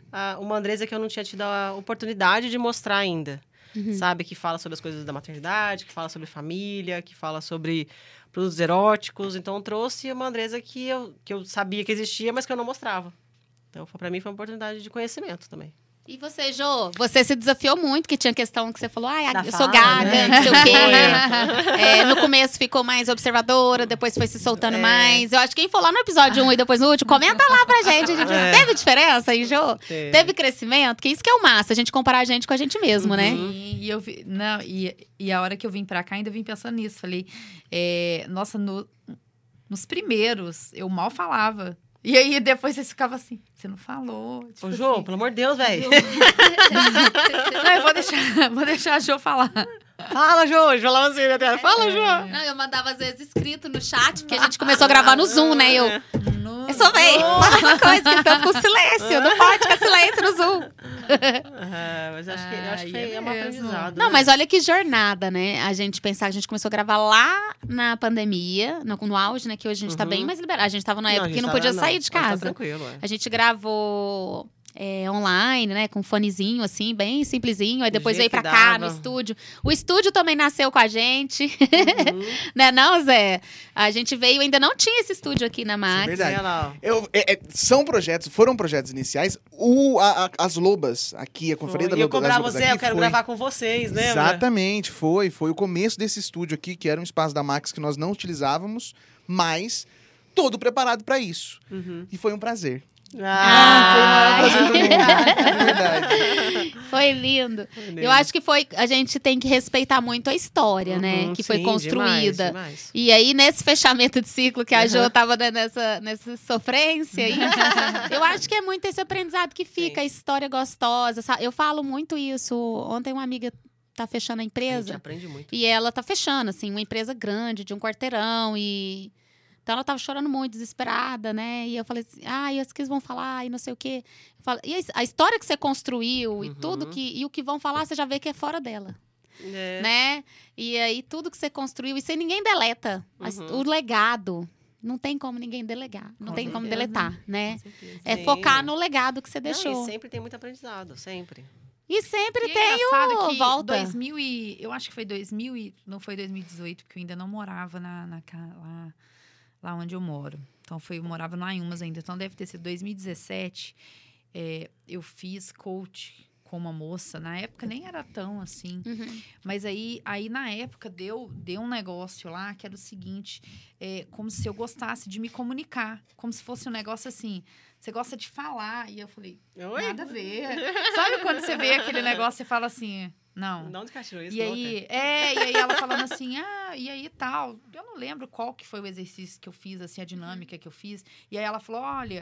[SPEAKER 2] a, uma Andresa que eu não tinha tido a oportunidade de mostrar ainda.
[SPEAKER 1] Uhum.
[SPEAKER 2] Sabe? Que fala sobre as coisas da maternidade, que fala sobre família, que fala sobre produtos eróticos. Então, eu trouxe uma Andresa que eu, que eu sabia que existia, mas que eu não mostrava. Então, para mim, foi uma oportunidade de conhecimento também.
[SPEAKER 1] E você, Jô? Você se desafiou muito, que tinha questão que você falou, ah,
[SPEAKER 2] Da
[SPEAKER 1] eu
[SPEAKER 2] fala,
[SPEAKER 1] sou gaga,
[SPEAKER 2] né?
[SPEAKER 1] não sei o quê. É, no começo ficou mais observadora, depois foi se soltando
[SPEAKER 2] É.
[SPEAKER 1] mais. Eu acho que quem for lá no episódio um e depois no último, comenta lá pra gente. A gente
[SPEAKER 2] É.
[SPEAKER 1] Teve diferença aí, Jô?
[SPEAKER 2] Teve.
[SPEAKER 1] Teve crescimento? Que isso que é o massa, a gente comparar a gente com a gente mesmo, né?
[SPEAKER 3] E, e eu vi, não, e, e a hora que eu vim pra cá, ainda vim pensando nisso. Falei, é, nossa, no- nos primeiros, eu mal falava. E aí, depois vocês ficavam assim, você não falou. Tipo
[SPEAKER 2] Ô, Jô,
[SPEAKER 3] assim.
[SPEAKER 2] pelo amor de Deus, velho.
[SPEAKER 3] Não, eu vou deixar, vou deixar a Jo falar.
[SPEAKER 2] Fala, Jô. Eu falava assim na tela. Fala, Jô.
[SPEAKER 1] Não, eu mandava às vezes escrito no chat, porque a gente começou a gravar no Zoom, né? Eu,
[SPEAKER 3] No-
[SPEAKER 1] eu sou bem, fala uma coisa, que estão com silêncio, não pode ficar silêncio no Zoom.
[SPEAKER 2] Ah, mas acho que, eu acho que
[SPEAKER 3] Ai,
[SPEAKER 2] foi,
[SPEAKER 3] é
[SPEAKER 2] é um
[SPEAKER 3] mesmo.
[SPEAKER 2] aprendizado.
[SPEAKER 1] Não,
[SPEAKER 2] né?
[SPEAKER 1] mas olha que jornada, né? A gente pensar, a gente começou a gravar lá na pandemia, no, no auge, né? Que hoje a gente tá
[SPEAKER 2] Uhum.
[SPEAKER 1] bem mais liberado. A gente tava na
[SPEAKER 2] Não,
[SPEAKER 1] época
[SPEAKER 2] a
[SPEAKER 1] que
[SPEAKER 2] gente
[SPEAKER 1] não
[SPEAKER 2] tá-
[SPEAKER 1] podia sair de
[SPEAKER 2] hoje tá
[SPEAKER 1] casa.
[SPEAKER 2] tranquilo, é.
[SPEAKER 1] A gente gravou é, online, né? Com um fonezinho, assim, bem simplesinho. Aí
[SPEAKER 2] Do
[SPEAKER 1] depois
[SPEAKER 2] jeito
[SPEAKER 1] veio pra
[SPEAKER 2] que
[SPEAKER 1] cá,
[SPEAKER 2] dava.
[SPEAKER 1] no estúdio. O estúdio também nasceu com a gente,
[SPEAKER 2] Uhum.
[SPEAKER 1] né? Não, Zé? A gente veio, ainda não tinha esse estúdio aqui na Max.
[SPEAKER 4] verdade.
[SPEAKER 2] Olha lá, ó.
[SPEAKER 4] Eu, é- é- são projetos, foram projetos iniciais. O, a- a- as Lobas aqui, a Confraria da
[SPEAKER 2] E eu
[SPEAKER 4] Loba, das
[SPEAKER 2] cobrava
[SPEAKER 4] Lobas
[SPEAKER 2] você,
[SPEAKER 4] aqui
[SPEAKER 2] eu quero
[SPEAKER 4] foi-
[SPEAKER 2] gravar com vocês, lembra?
[SPEAKER 4] Exatamente, foi. Foi o começo desse estúdio aqui, que era um espaço da Max que nós não utilizávamos, mas todo preparado para isso.
[SPEAKER 2] Uhum.
[SPEAKER 4] E foi um prazer.
[SPEAKER 1] Ah,
[SPEAKER 4] Foi o maior prazer do mundo, de verdade.
[SPEAKER 1] Foi lindo. Eu acho que foi. A gente tem que respeitar muito a história, né?
[SPEAKER 2] Uhum,
[SPEAKER 1] Que foi
[SPEAKER 2] sim,
[SPEAKER 1] construída.
[SPEAKER 2] demais, demais.
[SPEAKER 1] E aí, nesse fechamento de ciclo que a Jo
[SPEAKER 2] Uhum.
[SPEAKER 1] tava né, nessa, nessa sofrência aí, eu acho que é muito esse aprendizado que fica,
[SPEAKER 2] Sim.
[SPEAKER 1] a história gostosa. sabe? Eu falo muito isso. Ontem uma amiga tá fechando a
[SPEAKER 2] A gente
[SPEAKER 1] empresa
[SPEAKER 2] aprende muito.
[SPEAKER 1] e ela tá fechando, assim, uma empresa grande, de um quarteirão e... Então ela tava chorando muito, desesperada, né? E eu falei assim, ah, e as que vão falar, e não sei o quê. Eu falo, e a, a história que você construiu, e
[SPEAKER 2] Uhum.
[SPEAKER 1] tudo que... E o que vão falar, você já vê que é fora dela.
[SPEAKER 2] É.
[SPEAKER 1] Né? E aí, tudo que você construiu, isso aí ninguém deleta. As-
[SPEAKER 2] Uhum.
[SPEAKER 1] O legado. Não tem como ninguém delegar. Não
[SPEAKER 3] Com
[SPEAKER 1] tem como
[SPEAKER 3] certeza.
[SPEAKER 1] deletar, né?
[SPEAKER 3] Com certeza.
[SPEAKER 1] É
[SPEAKER 2] Sim.
[SPEAKER 1] focar no legado que você
[SPEAKER 2] Não,
[SPEAKER 1] deixou.
[SPEAKER 2] e sempre tem muito aprendizado, sempre.
[SPEAKER 1] E sempre
[SPEAKER 3] E é
[SPEAKER 1] tem
[SPEAKER 3] engraçado
[SPEAKER 1] o
[SPEAKER 3] que
[SPEAKER 1] volta.
[SPEAKER 3] dois mil e, eu acho que foi dois mil e não foi dois mil e dezoito, porque eu ainda não morava na, na ca- lá, lá onde eu moro. Então foi, eu morava lá em Umas ainda. Então deve ter sido dois mil e dezessete. É, eu fiz coach com uma moça. Na época nem era tão assim.
[SPEAKER 1] Uhum.
[SPEAKER 3] Mas aí, aí na época, deu, deu um negócio lá que era o seguinte: é, como se eu gostasse de me comunicar. Como se fosse um negócio assim, você gosta de falar. E eu falei,
[SPEAKER 2] Oi?
[SPEAKER 3] nada a ver. Sabe quando você vê aquele negócio e fala assim, não.
[SPEAKER 2] De onde que ela tirou isso?
[SPEAKER 3] E
[SPEAKER 2] Não,
[SPEAKER 3] aí, é, e aí ela falando assim, ah, e aí tal. Eu não lembro qual que foi o exercício que eu fiz, assim, a dinâmica que eu fiz. E aí ela falou, olha,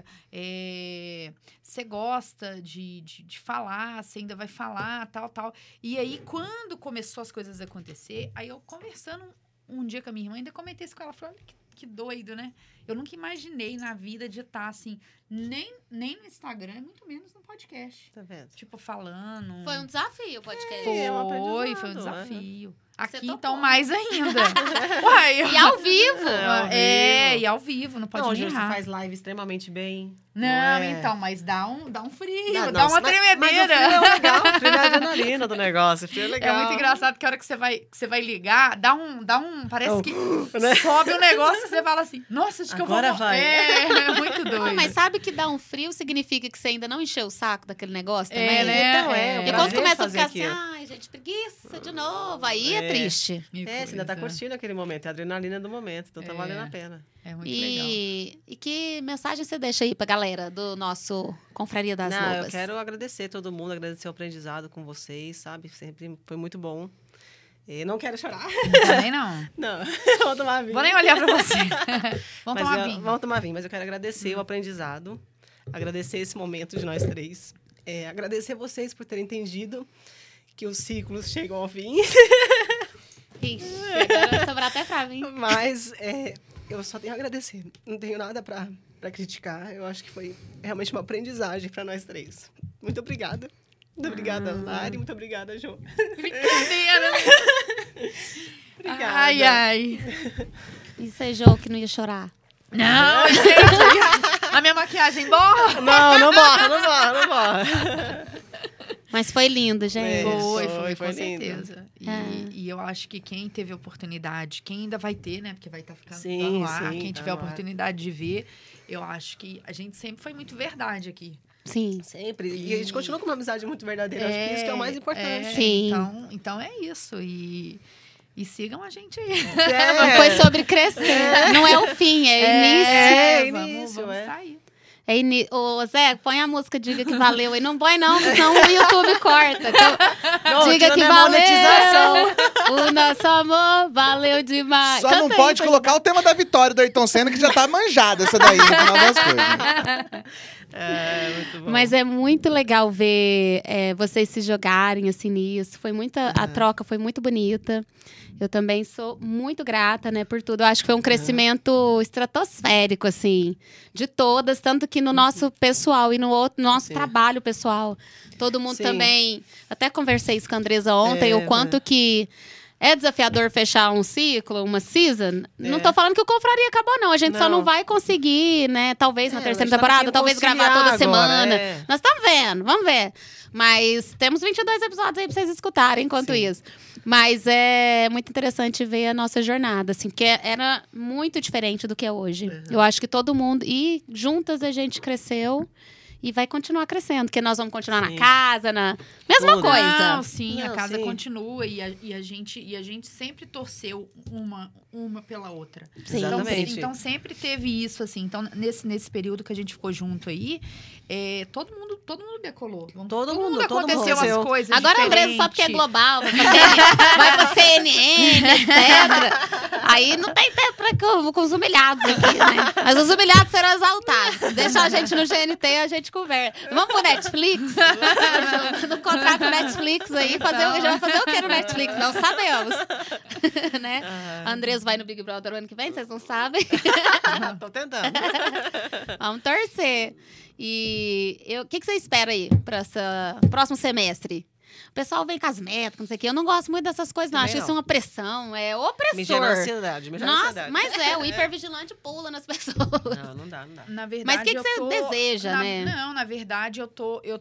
[SPEAKER 3] é, você gosta de, de, de falar, você ainda vai falar, tal, tal. E aí, quando começou as coisas a acontecer, aí eu conversando um, um dia com a minha irmã, ainda comentei isso com ela, falei, olha que, que doido, né? Eu nunca imaginei na vida de estar, assim, nem, nem no Instagram, muito menos no podcast.
[SPEAKER 2] Tá vendo?
[SPEAKER 3] Tipo, falando...
[SPEAKER 1] Foi um desafio o podcast.
[SPEAKER 3] Foi,
[SPEAKER 2] É, um
[SPEAKER 3] foi um
[SPEAKER 2] aprendizado,
[SPEAKER 3] desafio.
[SPEAKER 1] Você
[SPEAKER 3] Aqui,
[SPEAKER 1] topou.
[SPEAKER 3] então, mais ainda. Uai, eu-
[SPEAKER 1] E ao vivo.
[SPEAKER 2] É, ao
[SPEAKER 3] é,
[SPEAKER 2] vivo.
[SPEAKER 3] e ao vivo, não pode
[SPEAKER 2] Não,
[SPEAKER 3] nem
[SPEAKER 2] hoje você
[SPEAKER 3] errar.
[SPEAKER 2] faz live extremamente bem.
[SPEAKER 3] Não,
[SPEAKER 2] é?
[SPEAKER 3] então, mas dá um, dá um frio,
[SPEAKER 2] Não,
[SPEAKER 3] dá
[SPEAKER 2] não,
[SPEAKER 3] uma
[SPEAKER 2] mas-
[SPEAKER 3] tremedeira.
[SPEAKER 2] Mas o frio é legal, o frio é a adrenalina do negócio, o frio é
[SPEAKER 3] É
[SPEAKER 2] legal.
[SPEAKER 3] muito engraçado que a hora que você vai, que você vai ligar, dá um, dá um, parece
[SPEAKER 2] Oh,
[SPEAKER 3] que
[SPEAKER 2] né?
[SPEAKER 3] sobe um negócio que você fala assim, nossa, acho que
[SPEAKER 2] Agora
[SPEAKER 3] eu vou...
[SPEAKER 2] vai.
[SPEAKER 3] É, é muito doido.
[SPEAKER 1] Não, mas sabe que dar um frio significa que você ainda não encheu o saco daquele negócio também?
[SPEAKER 3] É, né?
[SPEAKER 2] Então, é, o
[SPEAKER 1] E
[SPEAKER 2] prazer
[SPEAKER 1] quando
[SPEAKER 2] de
[SPEAKER 1] começa a
[SPEAKER 2] fazer
[SPEAKER 1] ficar assim,
[SPEAKER 2] aquilo.
[SPEAKER 1] ai, gente, preguiça de novo, aí é,
[SPEAKER 2] É.
[SPEAKER 1] triste.
[SPEAKER 3] Que
[SPEAKER 2] É, você ainda tá
[SPEAKER 3] coisa.
[SPEAKER 2] curtindo aquele momento, é a adrenalina do momento, então tá
[SPEAKER 3] É.
[SPEAKER 2] valendo a pena.
[SPEAKER 3] É muito legal.
[SPEAKER 1] E, e que mensagem você deixa aí pra galera do nosso Confraria das
[SPEAKER 2] Não,
[SPEAKER 1] Lobas?
[SPEAKER 2] eu quero agradecer todo mundo, agradecer o aprendizado com vocês, sabe? Sempre foi muito bom. E não quero chorar.
[SPEAKER 3] Também não.
[SPEAKER 2] Não, vou tomar vinho.
[SPEAKER 3] Vou nem olhar pra você. Vamos
[SPEAKER 2] Mas
[SPEAKER 3] tomar
[SPEAKER 2] eu-
[SPEAKER 3] vinho.
[SPEAKER 2] Vamos tomar vinho, mas eu quero agradecer o aprendizado, agradecer esse momento de nós três, é, agradecer vocês por terem entendido que os ciclos chegam ao fim,
[SPEAKER 1] Ixi, agora vai sobrar até pra mim.
[SPEAKER 2] mas é, eu só tenho a agradecer, não tenho nada para para criticar, eu acho que foi realmente uma aprendizagem para nós três. Muito obrigada. Muito obrigada, Lari, muito obrigada, Jô.
[SPEAKER 3] Brincadeira.
[SPEAKER 2] Obrigada.
[SPEAKER 3] Ai, ai.
[SPEAKER 1] E você, Jô, que não ia chorar?
[SPEAKER 3] Não, gente. A minha maquiagem borra?
[SPEAKER 2] Não, não borra, não borra, não borra.
[SPEAKER 1] Mas foi lindo, gente.
[SPEAKER 2] É.
[SPEAKER 3] Foi,
[SPEAKER 2] Foi,
[SPEAKER 3] foi,
[SPEAKER 2] foi
[SPEAKER 3] com
[SPEAKER 2] lindo.
[SPEAKER 3] certeza. E,
[SPEAKER 1] É.
[SPEAKER 3] e eu acho que quem teve oportunidade, quem ainda vai ter, né? Porque vai estar ficando
[SPEAKER 2] Sim,
[SPEAKER 3] no ar,
[SPEAKER 2] sim,
[SPEAKER 3] quem
[SPEAKER 2] tá
[SPEAKER 3] tiver a
[SPEAKER 2] no ar.
[SPEAKER 3] oportunidade de ver, eu acho que a gente sempre foi muito verdade aqui.
[SPEAKER 1] Sim.
[SPEAKER 2] Sempre. E a gente continua com uma amizade muito verdadeira. Acho que isso que é o mais importante.
[SPEAKER 3] É,
[SPEAKER 1] Sim.
[SPEAKER 3] Então, então é isso. E, e sigam a gente aí.
[SPEAKER 2] É.
[SPEAKER 1] Foi sobre crescer. Não é o fim, é, início.
[SPEAKER 2] É,
[SPEAKER 3] vamos,
[SPEAKER 2] início,
[SPEAKER 3] vamos
[SPEAKER 2] é.
[SPEAKER 3] sair.
[SPEAKER 1] É ini... Ô, Zé, põe a música Diga Que Valeu aí. Não põe não, senão o YouTube corta. Então,
[SPEAKER 2] Não,
[SPEAKER 1] diga
[SPEAKER 2] tira
[SPEAKER 1] que
[SPEAKER 2] minha
[SPEAKER 1] valeu.
[SPEAKER 2] monetização.
[SPEAKER 1] O nosso amor valeu demais.
[SPEAKER 4] Só
[SPEAKER 1] Canta
[SPEAKER 4] não
[SPEAKER 1] aí,
[SPEAKER 4] pode
[SPEAKER 1] põe-
[SPEAKER 4] colocar o tema da vitória do Ayrton Senna, que já tá manjada essa daí, no final das coisas.
[SPEAKER 2] É, muito bom.
[SPEAKER 1] Mas é muito legal ver é, vocês se jogarem assim nisso. Foi muita, a troca foi muito bonita. Eu também sou muito grata, né, por tudo. Eu acho que foi um crescimento estratosférico, assim, de todas, tanto que no nosso pessoal e no outro, no nosso
[SPEAKER 2] Sim.
[SPEAKER 1] trabalho pessoal. Todo mundo
[SPEAKER 2] Sim.
[SPEAKER 1] também. Até conversei isso com a Andresa ontem,
[SPEAKER 2] É,
[SPEAKER 1] o quanto
[SPEAKER 2] né?
[SPEAKER 1] que é desafiador fechar um ciclo, uma season. Não
[SPEAKER 2] É.
[SPEAKER 1] tô falando que o Confraria acabou, não. A gente só
[SPEAKER 2] Não.
[SPEAKER 1] não vai conseguir, né? Talvez na
[SPEAKER 2] É,
[SPEAKER 1] terceira
[SPEAKER 2] a gente tá
[SPEAKER 1] temporada,
[SPEAKER 2] conseguindo
[SPEAKER 1] talvez gravar
[SPEAKER 2] conciliar
[SPEAKER 1] toda
[SPEAKER 2] agora,
[SPEAKER 1] semana.
[SPEAKER 2] é.
[SPEAKER 1] Nós estamos vendo, vamos ver. Mas temos vinte e dois episódios aí pra vocês escutarem enquanto
[SPEAKER 2] Sim.
[SPEAKER 1] isso. Mas é muito interessante ver a nossa jornada, assim, porque era muito diferente do que é hoje.
[SPEAKER 2] Uhum.
[SPEAKER 1] Eu acho que todo mundo. E juntas a gente cresceu e vai continuar crescendo, porque nós vamos continuar
[SPEAKER 2] Sim.
[SPEAKER 1] na casa, na. Mesma
[SPEAKER 2] Tudo.
[SPEAKER 1] coisa.
[SPEAKER 3] Não, sim, a
[SPEAKER 2] Não,
[SPEAKER 3] casa
[SPEAKER 2] sim.
[SPEAKER 3] continua e a, e, a gente, e a gente sempre torceu uma, uma pela outra.
[SPEAKER 1] Sim.
[SPEAKER 3] Então,
[SPEAKER 2] Exatamente.
[SPEAKER 3] então sempre teve isso, assim. Então, nesse, nesse período que a gente ficou junto aí, é, todo, mundo, todo mundo decolou. Vamos-
[SPEAKER 2] Todo mundo, todo mundo
[SPEAKER 3] aconteceu
[SPEAKER 2] aconteceu.
[SPEAKER 3] as coisas.
[SPEAKER 1] Agora a Andresa só porque é
[SPEAKER 3] diferentes.
[SPEAKER 1] global, vai pra, C N N, vai pra C N N, etcétera. Aí não tem tempo pra com, com os humilhados aqui, né? Mas os humilhados serão exaltados. Deixa a gente no G N T, a gente conversa. Vamos pro Netflix? No contrato Netflix aí, fazer, o- já vai fazer o que no Netflix? Não sabemos. Né? A Andresa vai no Big Brother o ano que vem, vocês não sabem.
[SPEAKER 2] Tô tentando.
[SPEAKER 1] Vamos torcer. E eu- o que, que você espera aí para esse próximo semestre? O pessoal vem com as metas, não sei o quê. Eu não gosto muito dessas coisas, não.
[SPEAKER 2] Também
[SPEAKER 1] Acho isso
[SPEAKER 2] não.
[SPEAKER 1] uma pressão. É
[SPEAKER 2] Me
[SPEAKER 1] opressor.
[SPEAKER 2] gera ansiedade, me gera
[SPEAKER 1] Nossa,
[SPEAKER 2] ansiedade.
[SPEAKER 1] mas é, o hipervigilante pula nas pessoas.
[SPEAKER 2] Não, não dá, não dá.
[SPEAKER 3] Na verdade,
[SPEAKER 1] Mas o que, que
[SPEAKER 3] eu
[SPEAKER 1] você
[SPEAKER 3] tô-
[SPEAKER 1] deseja,
[SPEAKER 3] na-
[SPEAKER 1] né?
[SPEAKER 3] Não, na verdade, eu tô, eu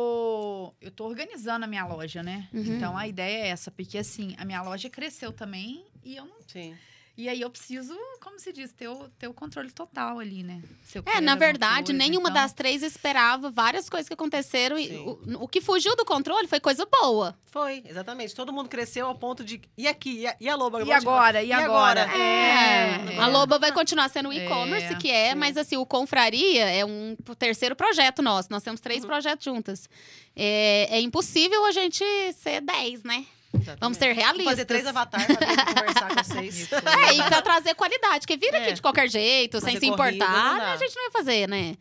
[SPEAKER 3] tô, eu tô organizando a minha loja, né?
[SPEAKER 1] Uhum.
[SPEAKER 3] Então a ideia é essa, porque assim, a minha loja cresceu também e eu não,
[SPEAKER 2] Sim.
[SPEAKER 3] e aí eu preciso, como se diz, ter o, ter o controle total ali, né? Se eu
[SPEAKER 1] É,
[SPEAKER 3] quero
[SPEAKER 1] na
[SPEAKER 3] alguma
[SPEAKER 1] verdade,
[SPEAKER 3] coisa,
[SPEAKER 1] nenhuma
[SPEAKER 3] então-
[SPEAKER 1] das três esperava várias coisas que aconteceram. E
[SPEAKER 2] Sim.
[SPEAKER 1] o, o que fugiu do controle foi coisa boa.
[SPEAKER 2] Foi, exatamente. Todo mundo cresceu ao ponto de. E aqui? E a, e a Loba?
[SPEAKER 3] E agora? E,
[SPEAKER 2] E
[SPEAKER 3] agora?
[SPEAKER 2] agora?
[SPEAKER 1] É,
[SPEAKER 3] É,
[SPEAKER 1] a Loba vai continuar sendo o e-commerce,
[SPEAKER 3] É,
[SPEAKER 1] que é,
[SPEAKER 2] sim.
[SPEAKER 1] mas assim, o Confraria é um terceiro projeto nosso. Nós temos três
[SPEAKER 2] Uhum.
[SPEAKER 1] projetos juntas. É, é impossível a gente ser dez, né? Vamos ser realistas.
[SPEAKER 2] Vamos fazer três avatares pra vir conversar com vocês.
[SPEAKER 1] É, e pra trazer qualidade, porque vira
[SPEAKER 2] É.
[SPEAKER 1] aqui de qualquer jeito, sem
[SPEAKER 2] Fazer
[SPEAKER 1] se
[SPEAKER 2] corrida,
[SPEAKER 1] importar,
[SPEAKER 2] não dá.
[SPEAKER 1] a gente não ia fazer, né?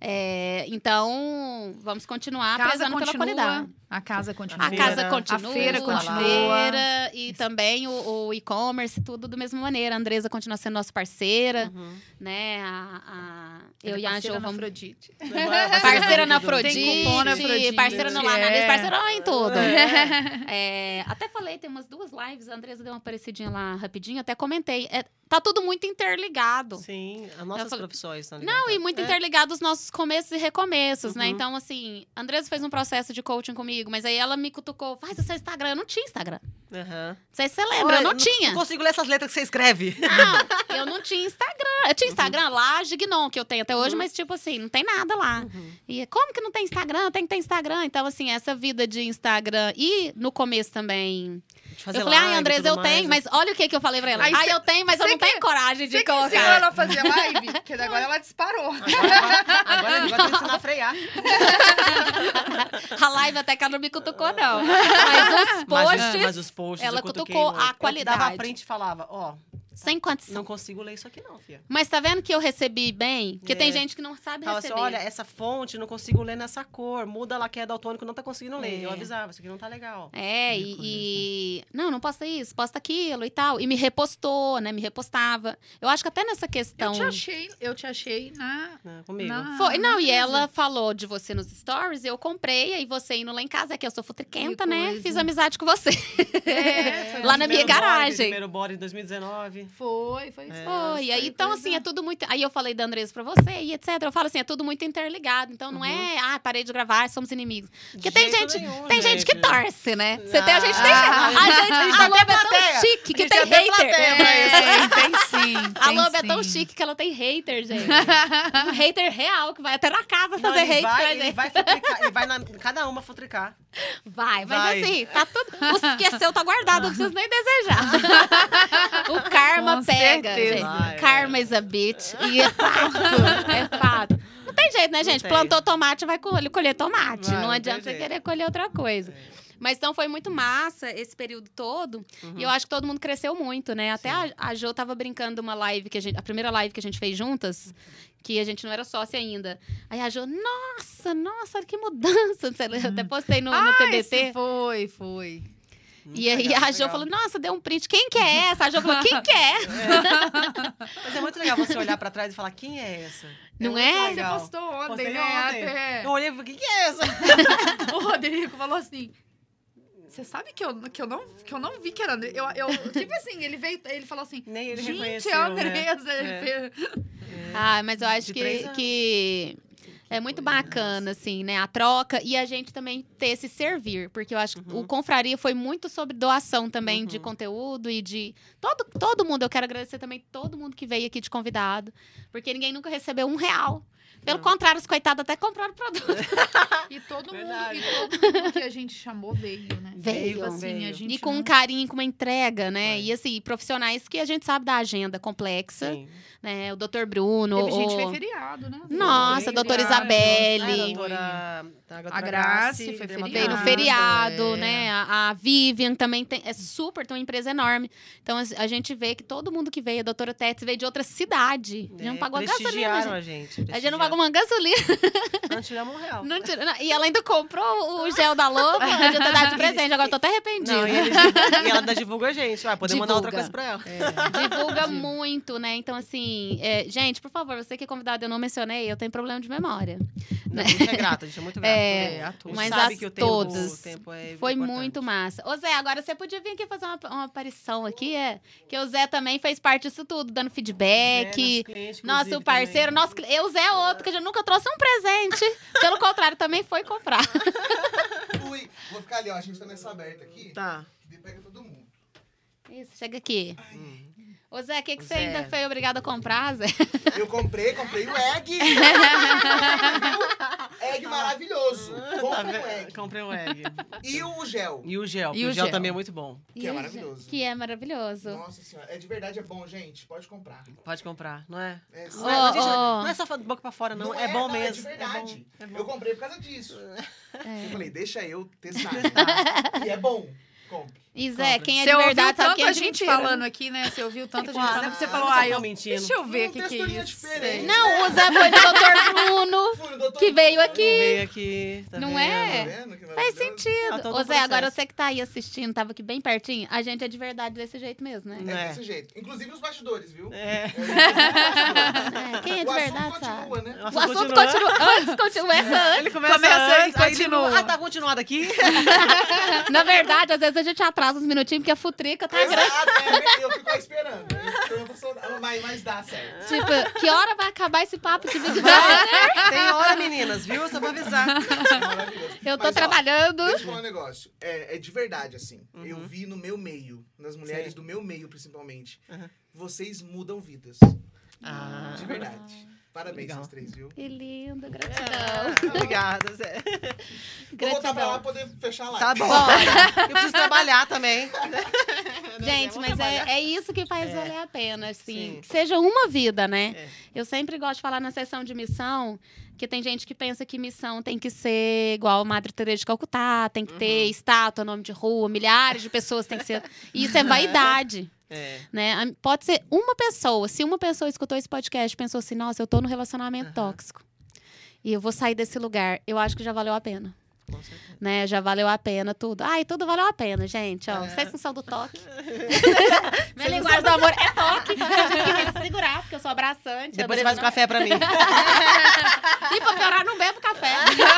[SPEAKER 1] É, então, vamos continuar
[SPEAKER 3] Casa
[SPEAKER 1] prezando pela
[SPEAKER 3] continua,
[SPEAKER 1] qualidade.
[SPEAKER 3] a casa continua.
[SPEAKER 1] A
[SPEAKER 2] feira-
[SPEAKER 1] casa
[SPEAKER 2] a
[SPEAKER 1] continua,
[SPEAKER 3] feira
[SPEAKER 1] a
[SPEAKER 3] continua.
[SPEAKER 1] feira e também o, o e-commerce, tudo da mesma maneira. A Andresa continua sendo nossa parceira,
[SPEAKER 2] Uhum.
[SPEAKER 1] né? A, a- eu
[SPEAKER 3] Ela
[SPEAKER 1] e
[SPEAKER 3] é
[SPEAKER 1] a
[SPEAKER 3] parceira
[SPEAKER 1] Jo
[SPEAKER 3] na
[SPEAKER 1] vamos...
[SPEAKER 3] Afrodite.
[SPEAKER 1] Parceira na
[SPEAKER 2] Tudo.
[SPEAKER 1] Afrodite,
[SPEAKER 3] Tem cupom na Afrodite,
[SPEAKER 1] parceira no Lananês,
[SPEAKER 3] é.
[SPEAKER 1] parceira em tudo.
[SPEAKER 2] É.
[SPEAKER 1] É, até falei, tem umas duas lives, a Andresa deu uma aparecidinha lá rapidinho, até comentei. É, tá tudo muito interligado.
[SPEAKER 2] Sim, as nossas
[SPEAKER 1] falei-
[SPEAKER 2] profissões estão
[SPEAKER 1] Não, e muito
[SPEAKER 2] é.
[SPEAKER 1] interligado os nossos começos e recomeços, né?
[SPEAKER 2] Uhum.
[SPEAKER 1] Então, assim, a Andresa fez um processo de coaching comigo, mas aí ela me cutucou, faz o seu Instagram. Eu não tinha Instagram.
[SPEAKER 2] Aham.
[SPEAKER 1] Não sei se você lembra, eu não tinha.
[SPEAKER 2] Não consigo ler essas letras que você escreve.
[SPEAKER 1] Não, eu não tinha Instagram. Eu tinha Instagram lá, Gignon, que eu tenho até hoje, mas tipo assim, não tem nada lá.
[SPEAKER 2] Uhum.
[SPEAKER 1] E como que não tem Instagram? Tem que ter Instagram. Então, assim, essa vida de Instagram e no começo também.
[SPEAKER 2] De fazer
[SPEAKER 1] eu falei, ai,
[SPEAKER 2] live e
[SPEAKER 1] Andresa,
[SPEAKER 2] tudo
[SPEAKER 1] eu
[SPEAKER 2] mais,
[SPEAKER 1] tenho,
[SPEAKER 2] né?
[SPEAKER 1] mas olha o que, que eu falei pra ela.
[SPEAKER 3] Aí
[SPEAKER 1] Ai,
[SPEAKER 3] cê-
[SPEAKER 1] eu tenho, mas eu
[SPEAKER 3] cê
[SPEAKER 1] não tenho
[SPEAKER 3] que-
[SPEAKER 1] coragem de
[SPEAKER 3] Você que ensinou
[SPEAKER 1] colocar.
[SPEAKER 3] ela a fazer live? Porque agora ela disparou.
[SPEAKER 2] Agora, agora, agora tem que ensinar a frear.
[SPEAKER 1] A live até que ela não me cutucou, não. Mas os
[SPEAKER 2] Mas,
[SPEAKER 1] posts,
[SPEAKER 2] os- mas os posts,
[SPEAKER 1] ela
[SPEAKER 2] eu cutuquei
[SPEAKER 1] cutucou
[SPEAKER 2] muito.
[SPEAKER 1] a qualidade.
[SPEAKER 2] Eu dava print e falava, ó,
[SPEAKER 1] sem condição.
[SPEAKER 2] não consigo ler isso aqui não, filha.
[SPEAKER 1] Mas tá vendo que eu recebi bem? Porque
[SPEAKER 2] É.
[SPEAKER 1] tem gente que não sabe
[SPEAKER 2] Fala assim,
[SPEAKER 1] receber.
[SPEAKER 2] olha, essa fonte não consigo ler nessa cor. Muda lá que é daltônico, não tá conseguindo ler.
[SPEAKER 1] É.
[SPEAKER 2] Eu avisava, isso aqui não tá legal.
[SPEAKER 1] É, e, e- Não, não posta isso, posta aquilo e tal. E me repostou, né? Me repostava. Eu acho que até nessa questão.
[SPEAKER 3] Eu te achei, eu te achei na...
[SPEAKER 2] Né, comigo.
[SPEAKER 3] na
[SPEAKER 1] Foi, não, e
[SPEAKER 3] na
[SPEAKER 1] ela falou de você nos stories, eu comprei, aí você indo lá em casa, é que eu sou futriquenta,
[SPEAKER 3] Que
[SPEAKER 1] né?
[SPEAKER 3] coisa.
[SPEAKER 1] Fiz amizade com você.
[SPEAKER 3] É, foi
[SPEAKER 1] Lá na minha
[SPEAKER 2] Primeiro
[SPEAKER 1] garagem.
[SPEAKER 2] Body, primeiro body em dois mil e dezenove.
[SPEAKER 3] Foi, foi isso.
[SPEAKER 2] É.
[SPEAKER 1] Foi, e aí,
[SPEAKER 3] Foi,
[SPEAKER 1] então,
[SPEAKER 3] pois
[SPEAKER 1] assim,
[SPEAKER 3] é.
[SPEAKER 1] é tudo muito... Aí eu falei da Andressa pra você, e etcétera. Eu falo assim, é tudo muito interligado. Então, não
[SPEAKER 2] Uhum.
[SPEAKER 1] é, ah, parei de gravar, somos inimigos. Porque
[SPEAKER 2] De
[SPEAKER 1] tem
[SPEAKER 2] jeito
[SPEAKER 1] gente,
[SPEAKER 2] nenhum,
[SPEAKER 1] tem gente que
[SPEAKER 2] gente.
[SPEAKER 1] torce, né? Você tem, a gente tem...
[SPEAKER 2] Ah,
[SPEAKER 1] a gente, a
[SPEAKER 2] tem
[SPEAKER 1] Loba é
[SPEAKER 2] plateia.
[SPEAKER 1] tão chique que
[SPEAKER 2] A gente
[SPEAKER 1] tem
[SPEAKER 2] tem até
[SPEAKER 1] hater.
[SPEAKER 2] plateia pra
[SPEAKER 1] É.
[SPEAKER 3] Tem, tem sim.
[SPEAKER 1] A
[SPEAKER 3] tem
[SPEAKER 1] Loba é tão
[SPEAKER 3] sim.
[SPEAKER 1] chique que ela tem hater, gente. Um hater real, que vai até na casa
[SPEAKER 2] Não,
[SPEAKER 1] fazer
[SPEAKER 2] ele
[SPEAKER 1] hate
[SPEAKER 2] vai,
[SPEAKER 1] pra
[SPEAKER 2] ele
[SPEAKER 1] gente.
[SPEAKER 2] vai futricar, ele vai na cada uma futricar.
[SPEAKER 1] Vai, mas
[SPEAKER 2] Vai.
[SPEAKER 1] assim, tá tudo. O que esqueceu tá guardado, não precisa nem desejar. O karma
[SPEAKER 3] Com
[SPEAKER 1] pega,
[SPEAKER 3] certeza.
[SPEAKER 1] gente.
[SPEAKER 2] Vai,
[SPEAKER 1] Karma is a bitch. E é fato. É fato. Não tem jeito, né,
[SPEAKER 2] Não
[SPEAKER 1] gente?
[SPEAKER 2] tem.
[SPEAKER 1] Plantou tomate, vai colher, colher tomate.
[SPEAKER 2] Vai,
[SPEAKER 1] não
[SPEAKER 2] não
[SPEAKER 1] adianta
[SPEAKER 2] tem
[SPEAKER 1] você
[SPEAKER 2] jeito.
[SPEAKER 1] querer colher outra coisa.
[SPEAKER 2] É.
[SPEAKER 1] Mas então foi muito massa esse período todo.
[SPEAKER 2] Uhum.
[SPEAKER 1] E eu acho que todo mundo cresceu muito, né? Até a, a Jo tava brincando uma live, que a, gente, a primeira live que a gente fez juntas, que a gente não era sócia ainda. Aí a Jo, nossa, nossa, que mudança. Eu até postei no, no
[SPEAKER 3] Ah,
[SPEAKER 1] T B
[SPEAKER 3] esse
[SPEAKER 1] T.
[SPEAKER 3] foi, foi.
[SPEAKER 2] Muito
[SPEAKER 1] E aí
[SPEAKER 2] legal,
[SPEAKER 1] a Jo
[SPEAKER 2] legal.
[SPEAKER 1] falou, nossa, deu um print. Quem que é essa? A Jo falou, quem que é?
[SPEAKER 2] Mas é muito legal você olhar pra trás e falar, quem é essa?
[SPEAKER 1] Não
[SPEAKER 2] muito
[SPEAKER 1] é?
[SPEAKER 3] Você
[SPEAKER 2] legal.
[SPEAKER 3] postou ontem,
[SPEAKER 2] Postei
[SPEAKER 3] né?
[SPEAKER 2] ontem.
[SPEAKER 3] Até...
[SPEAKER 2] Eu olhei e falei, quem que é essa?
[SPEAKER 3] O Rodrigo falou assim... Você sabe que eu, que, eu não, que eu não vi que era... André- Eu, eu, tipo assim, ele veio... Ele falou assim...
[SPEAKER 2] Nem ele
[SPEAKER 3] Gente,
[SPEAKER 2] reconheceu,
[SPEAKER 3] é a
[SPEAKER 2] né?
[SPEAKER 3] Andressa. Ele
[SPEAKER 2] É.
[SPEAKER 3] fez-
[SPEAKER 1] Ah, mas eu acho
[SPEAKER 2] De
[SPEAKER 1] que,
[SPEAKER 2] três anos.
[SPEAKER 1] que é muito
[SPEAKER 2] coisa,
[SPEAKER 1] bacana, assim, né? A troca e a gente também ter esse servir. Porque eu acho que
[SPEAKER 2] Uhum.
[SPEAKER 1] o Confraria foi muito sobre doação também de
[SPEAKER 2] Uhum.
[SPEAKER 1] conteúdo e de... Todo, todo mundo, eu quero agradecer também todo mundo que veio aqui de convidado. Porque ninguém nunca recebeu um real. Pelo
[SPEAKER 2] Não.
[SPEAKER 1] contrário, os coitados até compraram produto.
[SPEAKER 3] E todo, mundo,
[SPEAKER 2] Verdade.
[SPEAKER 3] e todo mundo que a gente chamou veio, né?
[SPEAKER 1] Veio.
[SPEAKER 3] Tipo assim,
[SPEAKER 2] Veio.
[SPEAKER 3] a gente
[SPEAKER 1] E com um
[SPEAKER 3] não-
[SPEAKER 1] carinho, com uma entrega, né?
[SPEAKER 2] Foi.
[SPEAKER 1] E assim, profissionais que a gente sabe da agenda complexa,
[SPEAKER 2] Sim.
[SPEAKER 1] né? O doutor Bruno,
[SPEAKER 3] Teve gente que
[SPEAKER 1] o...
[SPEAKER 3] foi feriado, né?
[SPEAKER 1] Nossa,
[SPEAKER 2] Foi
[SPEAKER 1] doutora
[SPEAKER 2] feriado.
[SPEAKER 1] Isabelle.
[SPEAKER 2] Ah, a doutora, a doutora
[SPEAKER 3] A Grace foi
[SPEAKER 2] dermatologista.
[SPEAKER 1] Veio no
[SPEAKER 3] Feriado,
[SPEAKER 1] feriado,
[SPEAKER 3] é.
[SPEAKER 1] né? A, a Vivian também tem, é super, tem uma empresa enorme. Então a, a gente vê que todo mundo que veio, a doutora Tets veio de outra cidade. A gente não pagou gasolina.
[SPEAKER 2] Prestigiaram
[SPEAKER 1] Gente.
[SPEAKER 2] a gente.
[SPEAKER 1] A gente não pagou uma gasolina.
[SPEAKER 2] Não tiramos um real.
[SPEAKER 1] Não tirou- não, e ela ainda comprou o gel da Loba, a gente dado de presente. Agora eu tô até arrependida.
[SPEAKER 2] Não, e, ele, e ela ainda divulga a gente. Vai poder mandar outra
[SPEAKER 1] Divulga.
[SPEAKER 2] coisa pra ela.
[SPEAKER 1] Divulga muito, né? Então, assim, é, gente, por favor, você que é convidado, eu não mencionei, eu tenho problema de memória.
[SPEAKER 2] Não, a gente é grato, a gente é muito grato.
[SPEAKER 1] É,
[SPEAKER 2] a todos.
[SPEAKER 1] mas
[SPEAKER 2] sabe
[SPEAKER 1] as
[SPEAKER 2] que o tempo,
[SPEAKER 1] todas.
[SPEAKER 2] o tempo é
[SPEAKER 1] Foi
[SPEAKER 2] importante.
[SPEAKER 1] muito massa. Ô, Zé, agora você podia vir aqui fazer uma, uma aparição aqui, é? Que o Zé também fez parte disso tudo, dando
[SPEAKER 2] É,
[SPEAKER 1] feedback.
[SPEAKER 2] nosso cliente,
[SPEAKER 1] Nosso
[SPEAKER 2] inclusive,
[SPEAKER 1] parceiro,
[SPEAKER 2] também.
[SPEAKER 1] nosso, cli- eu, o Zé é outro, que a gente nunca trouxe um presente. Pelo contrário, também foi comprar.
[SPEAKER 4] Fui. Vou ficar ali, ó. A gente tá nessa aberta aqui.
[SPEAKER 2] Tá.
[SPEAKER 4] Que pega todo mundo.
[SPEAKER 1] Isso, chega aqui.
[SPEAKER 2] Hum.
[SPEAKER 1] Ô, Zé, o que, que você
[SPEAKER 2] Zé.
[SPEAKER 1] ainda foi obrigado a comprar, Zé?
[SPEAKER 4] Eu comprei, comprei o egg. Egg maravilhoso.
[SPEAKER 2] Tá
[SPEAKER 4] Compre
[SPEAKER 2] vendo?
[SPEAKER 4] o egg.
[SPEAKER 2] Comprei um egg.
[SPEAKER 4] E o gel.
[SPEAKER 2] E o gel,
[SPEAKER 3] E
[SPEAKER 2] porque
[SPEAKER 3] o
[SPEAKER 2] o gel
[SPEAKER 3] gel.
[SPEAKER 2] também é muito bom.
[SPEAKER 4] Que é maravilhoso.
[SPEAKER 1] Que é maravilhoso.
[SPEAKER 4] Nossa senhora. É de verdade, é bom, gente. Pode comprar.
[SPEAKER 2] Pode comprar, não é?
[SPEAKER 4] É,
[SPEAKER 2] Não, é, a gente-
[SPEAKER 1] ó.
[SPEAKER 2] não é só de boca pra fora, não.
[SPEAKER 4] Não
[SPEAKER 2] é, bom
[SPEAKER 4] não,
[SPEAKER 2] mesmo.
[SPEAKER 4] É de verdade.
[SPEAKER 2] É bom, é
[SPEAKER 4] Eu
[SPEAKER 2] bom.
[SPEAKER 4] comprei por causa disso.
[SPEAKER 1] É.
[SPEAKER 4] Eu falei, deixa eu testar. E é bom. Compre.
[SPEAKER 1] E Zé,
[SPEAKER 2] Compra.
[SPEAKER 1] quem é
[SPEAKER 3] Você
[SPEAKER 1] de
[SPEAKER 3] ouviu
[SPEAKER 1] verdade sabe
[SPEAKER 3] tanto
[SPEAKER 1] quem é
[SPEAKER 3] a
[SPEAKER 1] de
[SPEAKER 3] gente
[SPEAKER 1] mentira.
[SPEAKER 3] falando aqui, né? Você ouviu tanta gente
[SPEAKER 2] Ah,
[SPEAKER 3] falando.
[SPEAKER 2] não,
[SPEAKER 3] Você
[SPEAKER 2] não
[SPEAKER 3] falou,
[SPEAKER 2] só
[SPEAKER 3] ah,
[SPEAKER 2] tô
[SPEAKER 3] eu,
[SPEAKER 2] mentindo.
[SPEAKER 3] deixa eu ver o
[SPEAKER 4] Hum,
[SPEAKER 3] que, que é
[SPEAKER 4] texturinha
[SPEAKER 3] isso.
[SPEAKER 4] diferente.
[SPEAKER 1] Não, o Zé foi no doutor Bruno,
[SPEAKER 4] Fui no doutor
[SPEAKER 1] que veio
[SPEAKER 4] Bruno.
[SPEAKER 1] aqui.
[SPEAKER 2] Veio aqui, tá
[SPEAKER 1] Não
[SPEAKER 2] vendo?
[SPEAKER 1] é?
[SPEAKER 4] Tá vendo que
[SPEAKER 1] Faz
[SPEAKER 4] maravilhoso?
[SPEAKER 1] sentido.
[SPEAKER 2] Ah, todo
[SPEAKER 1] Ô,
[SPEAKER 2] o
[SPEAKER 1] Zé, agora
[SPEAKER 2] processo.
[SPEAKER 1] você que tá aí assistindo, tava aqui bem pertinho, a gente é de verdade desse jeito mesmo, né?
[SPEAKER 2] Não
[SPEAKER 4] É
[SPEAKER 2] é?
[SPEAKER 4] desse jeito. Inclusive os bastidores, viu?
[SPEAKER 2] É.
[SPEAKER 1] É, quem é de
[SPEAKER 4] o
[SPEAKER 1] verdade
[SPEAKER 4] assunto
[SPEAKER 1] sabe.
[SPEAKER 4] continua, né?
[SPEAKER 1] O assunto continua antes, continua essa antes.
[SPEAKER 2] Ele começa,
[SPEAKER 3] Começa e
[SPEAKER 2] antes, aí
[SPEAKER 3] continua.
[SPEAKER 2] ele- Ah, tá continuado aqui?
[SPEAKER 1] Na verdade, às vezes a gente atrasa uns minutinhos porque a futrica tá grande.
[SPEAKER 4] Exato, é, eu fico lá esperando. Então eu vou só- mas, mas dá certo.
[SPEAKER 1] Tipo, que hora vai acabar esse papo de Big Brother?
[SPEAKER 2] Tem hora, meninas, viu? Só pra avisar.
[SPEAKER 4] Maravilhoso.
[SPEAKER 1] Eu tô
[SPEAKER 4] Mas, ó,
[SPEAKER 1] trabalhando.
[SPEAKER 4] Deixa eu falar um negócio. É, é de verdade, assim.
[SPEAKER 2] Uhum.
[SPEAKER 4] Eu vi no meu meio, nas mulheres
[SPEAKER 2] Sim.
[SPEAKER 4] do meu meio, principalmente.
[SPEAKER 2] Uhum.
[SPEAKER 4] Vocês mudam vidas.
[SPEAKER 2] Ah.
[SPEAKER 4] De verdade. Parabéns,
[SPEAKER 2] Legal.
[SPEAKER 4] vocês três, viu?
[SPEAKER 1] Que lindo,
[SPEAKER 2] Ah,
[SPEAKER 1] gratidão.
[SPEAKER 2] Obrigada, Zé.
[SPEAKER 4] Vou voltar pra lá
[SPEAKER 1] Gratidão.
[SPEAKER 4] pra poder fechar a live.
[SPEAKER 2] Tá bom.
[SPEAKER 1] Bora.
[SPEAKER 2] Eu preciso trabalhar também.
[SPEAKER 1] Gente,
[SPEAKER 2] Vamos
[SPEAKER 1] mas
[SPEAKER 2] trabalhar.
[SPEAKER 1] é, é isso que faz
[SPEAKER 2] É.
[SPEAKER 1] valer a pena, assim.
[SPEAKER 2] Sim.
[SPEAKER 1] Que seja uma vida, né?
[SPEAKER 2] É.
[SPEAKER 1] Eu sempre gosto de falar na sessão de missão que tem gente que pensa que missão tem que ser igual a Madre Teresa de Calcutá, tem que ter
[SPEAKER 2] Uhum.
[SPEAKER 1] estátua, nome de rua, milhares de pessoas tem que ser... E isso é vaidade,
[SPEAKER 2] É.
[SPEAKER 1] né? A- Pode ser uma pessoa. Se uma pessoa escutou esse podcast e pensou assim, nossa, eu tô no relacionamento
[SPEAKER 2] Aham.
[SPEAKER 1] tóxico e eu vou sair desse lugar, eu acho que já valeu a pena.
[SPEAKER 2] Com certeza.
[SPEAKER 1] Né, já valeu a pena tudo. Ai, tudo valeu a pena, gente. Ó,
[SPEAKER 2] É.
[SPEAKER 1] vocês não são do toque. Minha linguagem do amor é toque. Tive que me segurar, porque eu sou abraçante.
[SPEAKER 2] Depois você
[SPEAKER 1] eu
[SPEAKER 2] faz um café pra mim.
[SPEAKER 1] E pra piorar, não bebo café.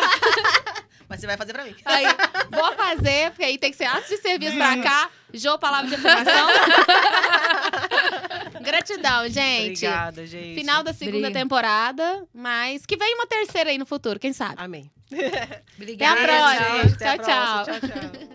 [SPEAKER 2] Mas você vai fazer pra mim.
[SPEAKER 1] Aí, vou fazer, porque aí tem que ser antes de serviço pra cá. Jô, palavra de afirmação. Gratidão, gente.
[SPEAKER 2] Obrigada, gente.
[SPEAKER 1] Final da segunda
[SPEAKER 3] Obrigada.
[SPEAKER 1] temporada, mas que vem uma terceira aí no futuro, quem sabe?
[SPEAKER 2] Amém.
[SPEAKER 1] Até a
[SPEAKER 3] Obrigada.
[SPEAKER 1] próxima.
[SPEAKER 2] Gente, até a
[SPEAKER 1] Tchau, tchau.
[SPEAKER 2] próxima. Tchau, tchau.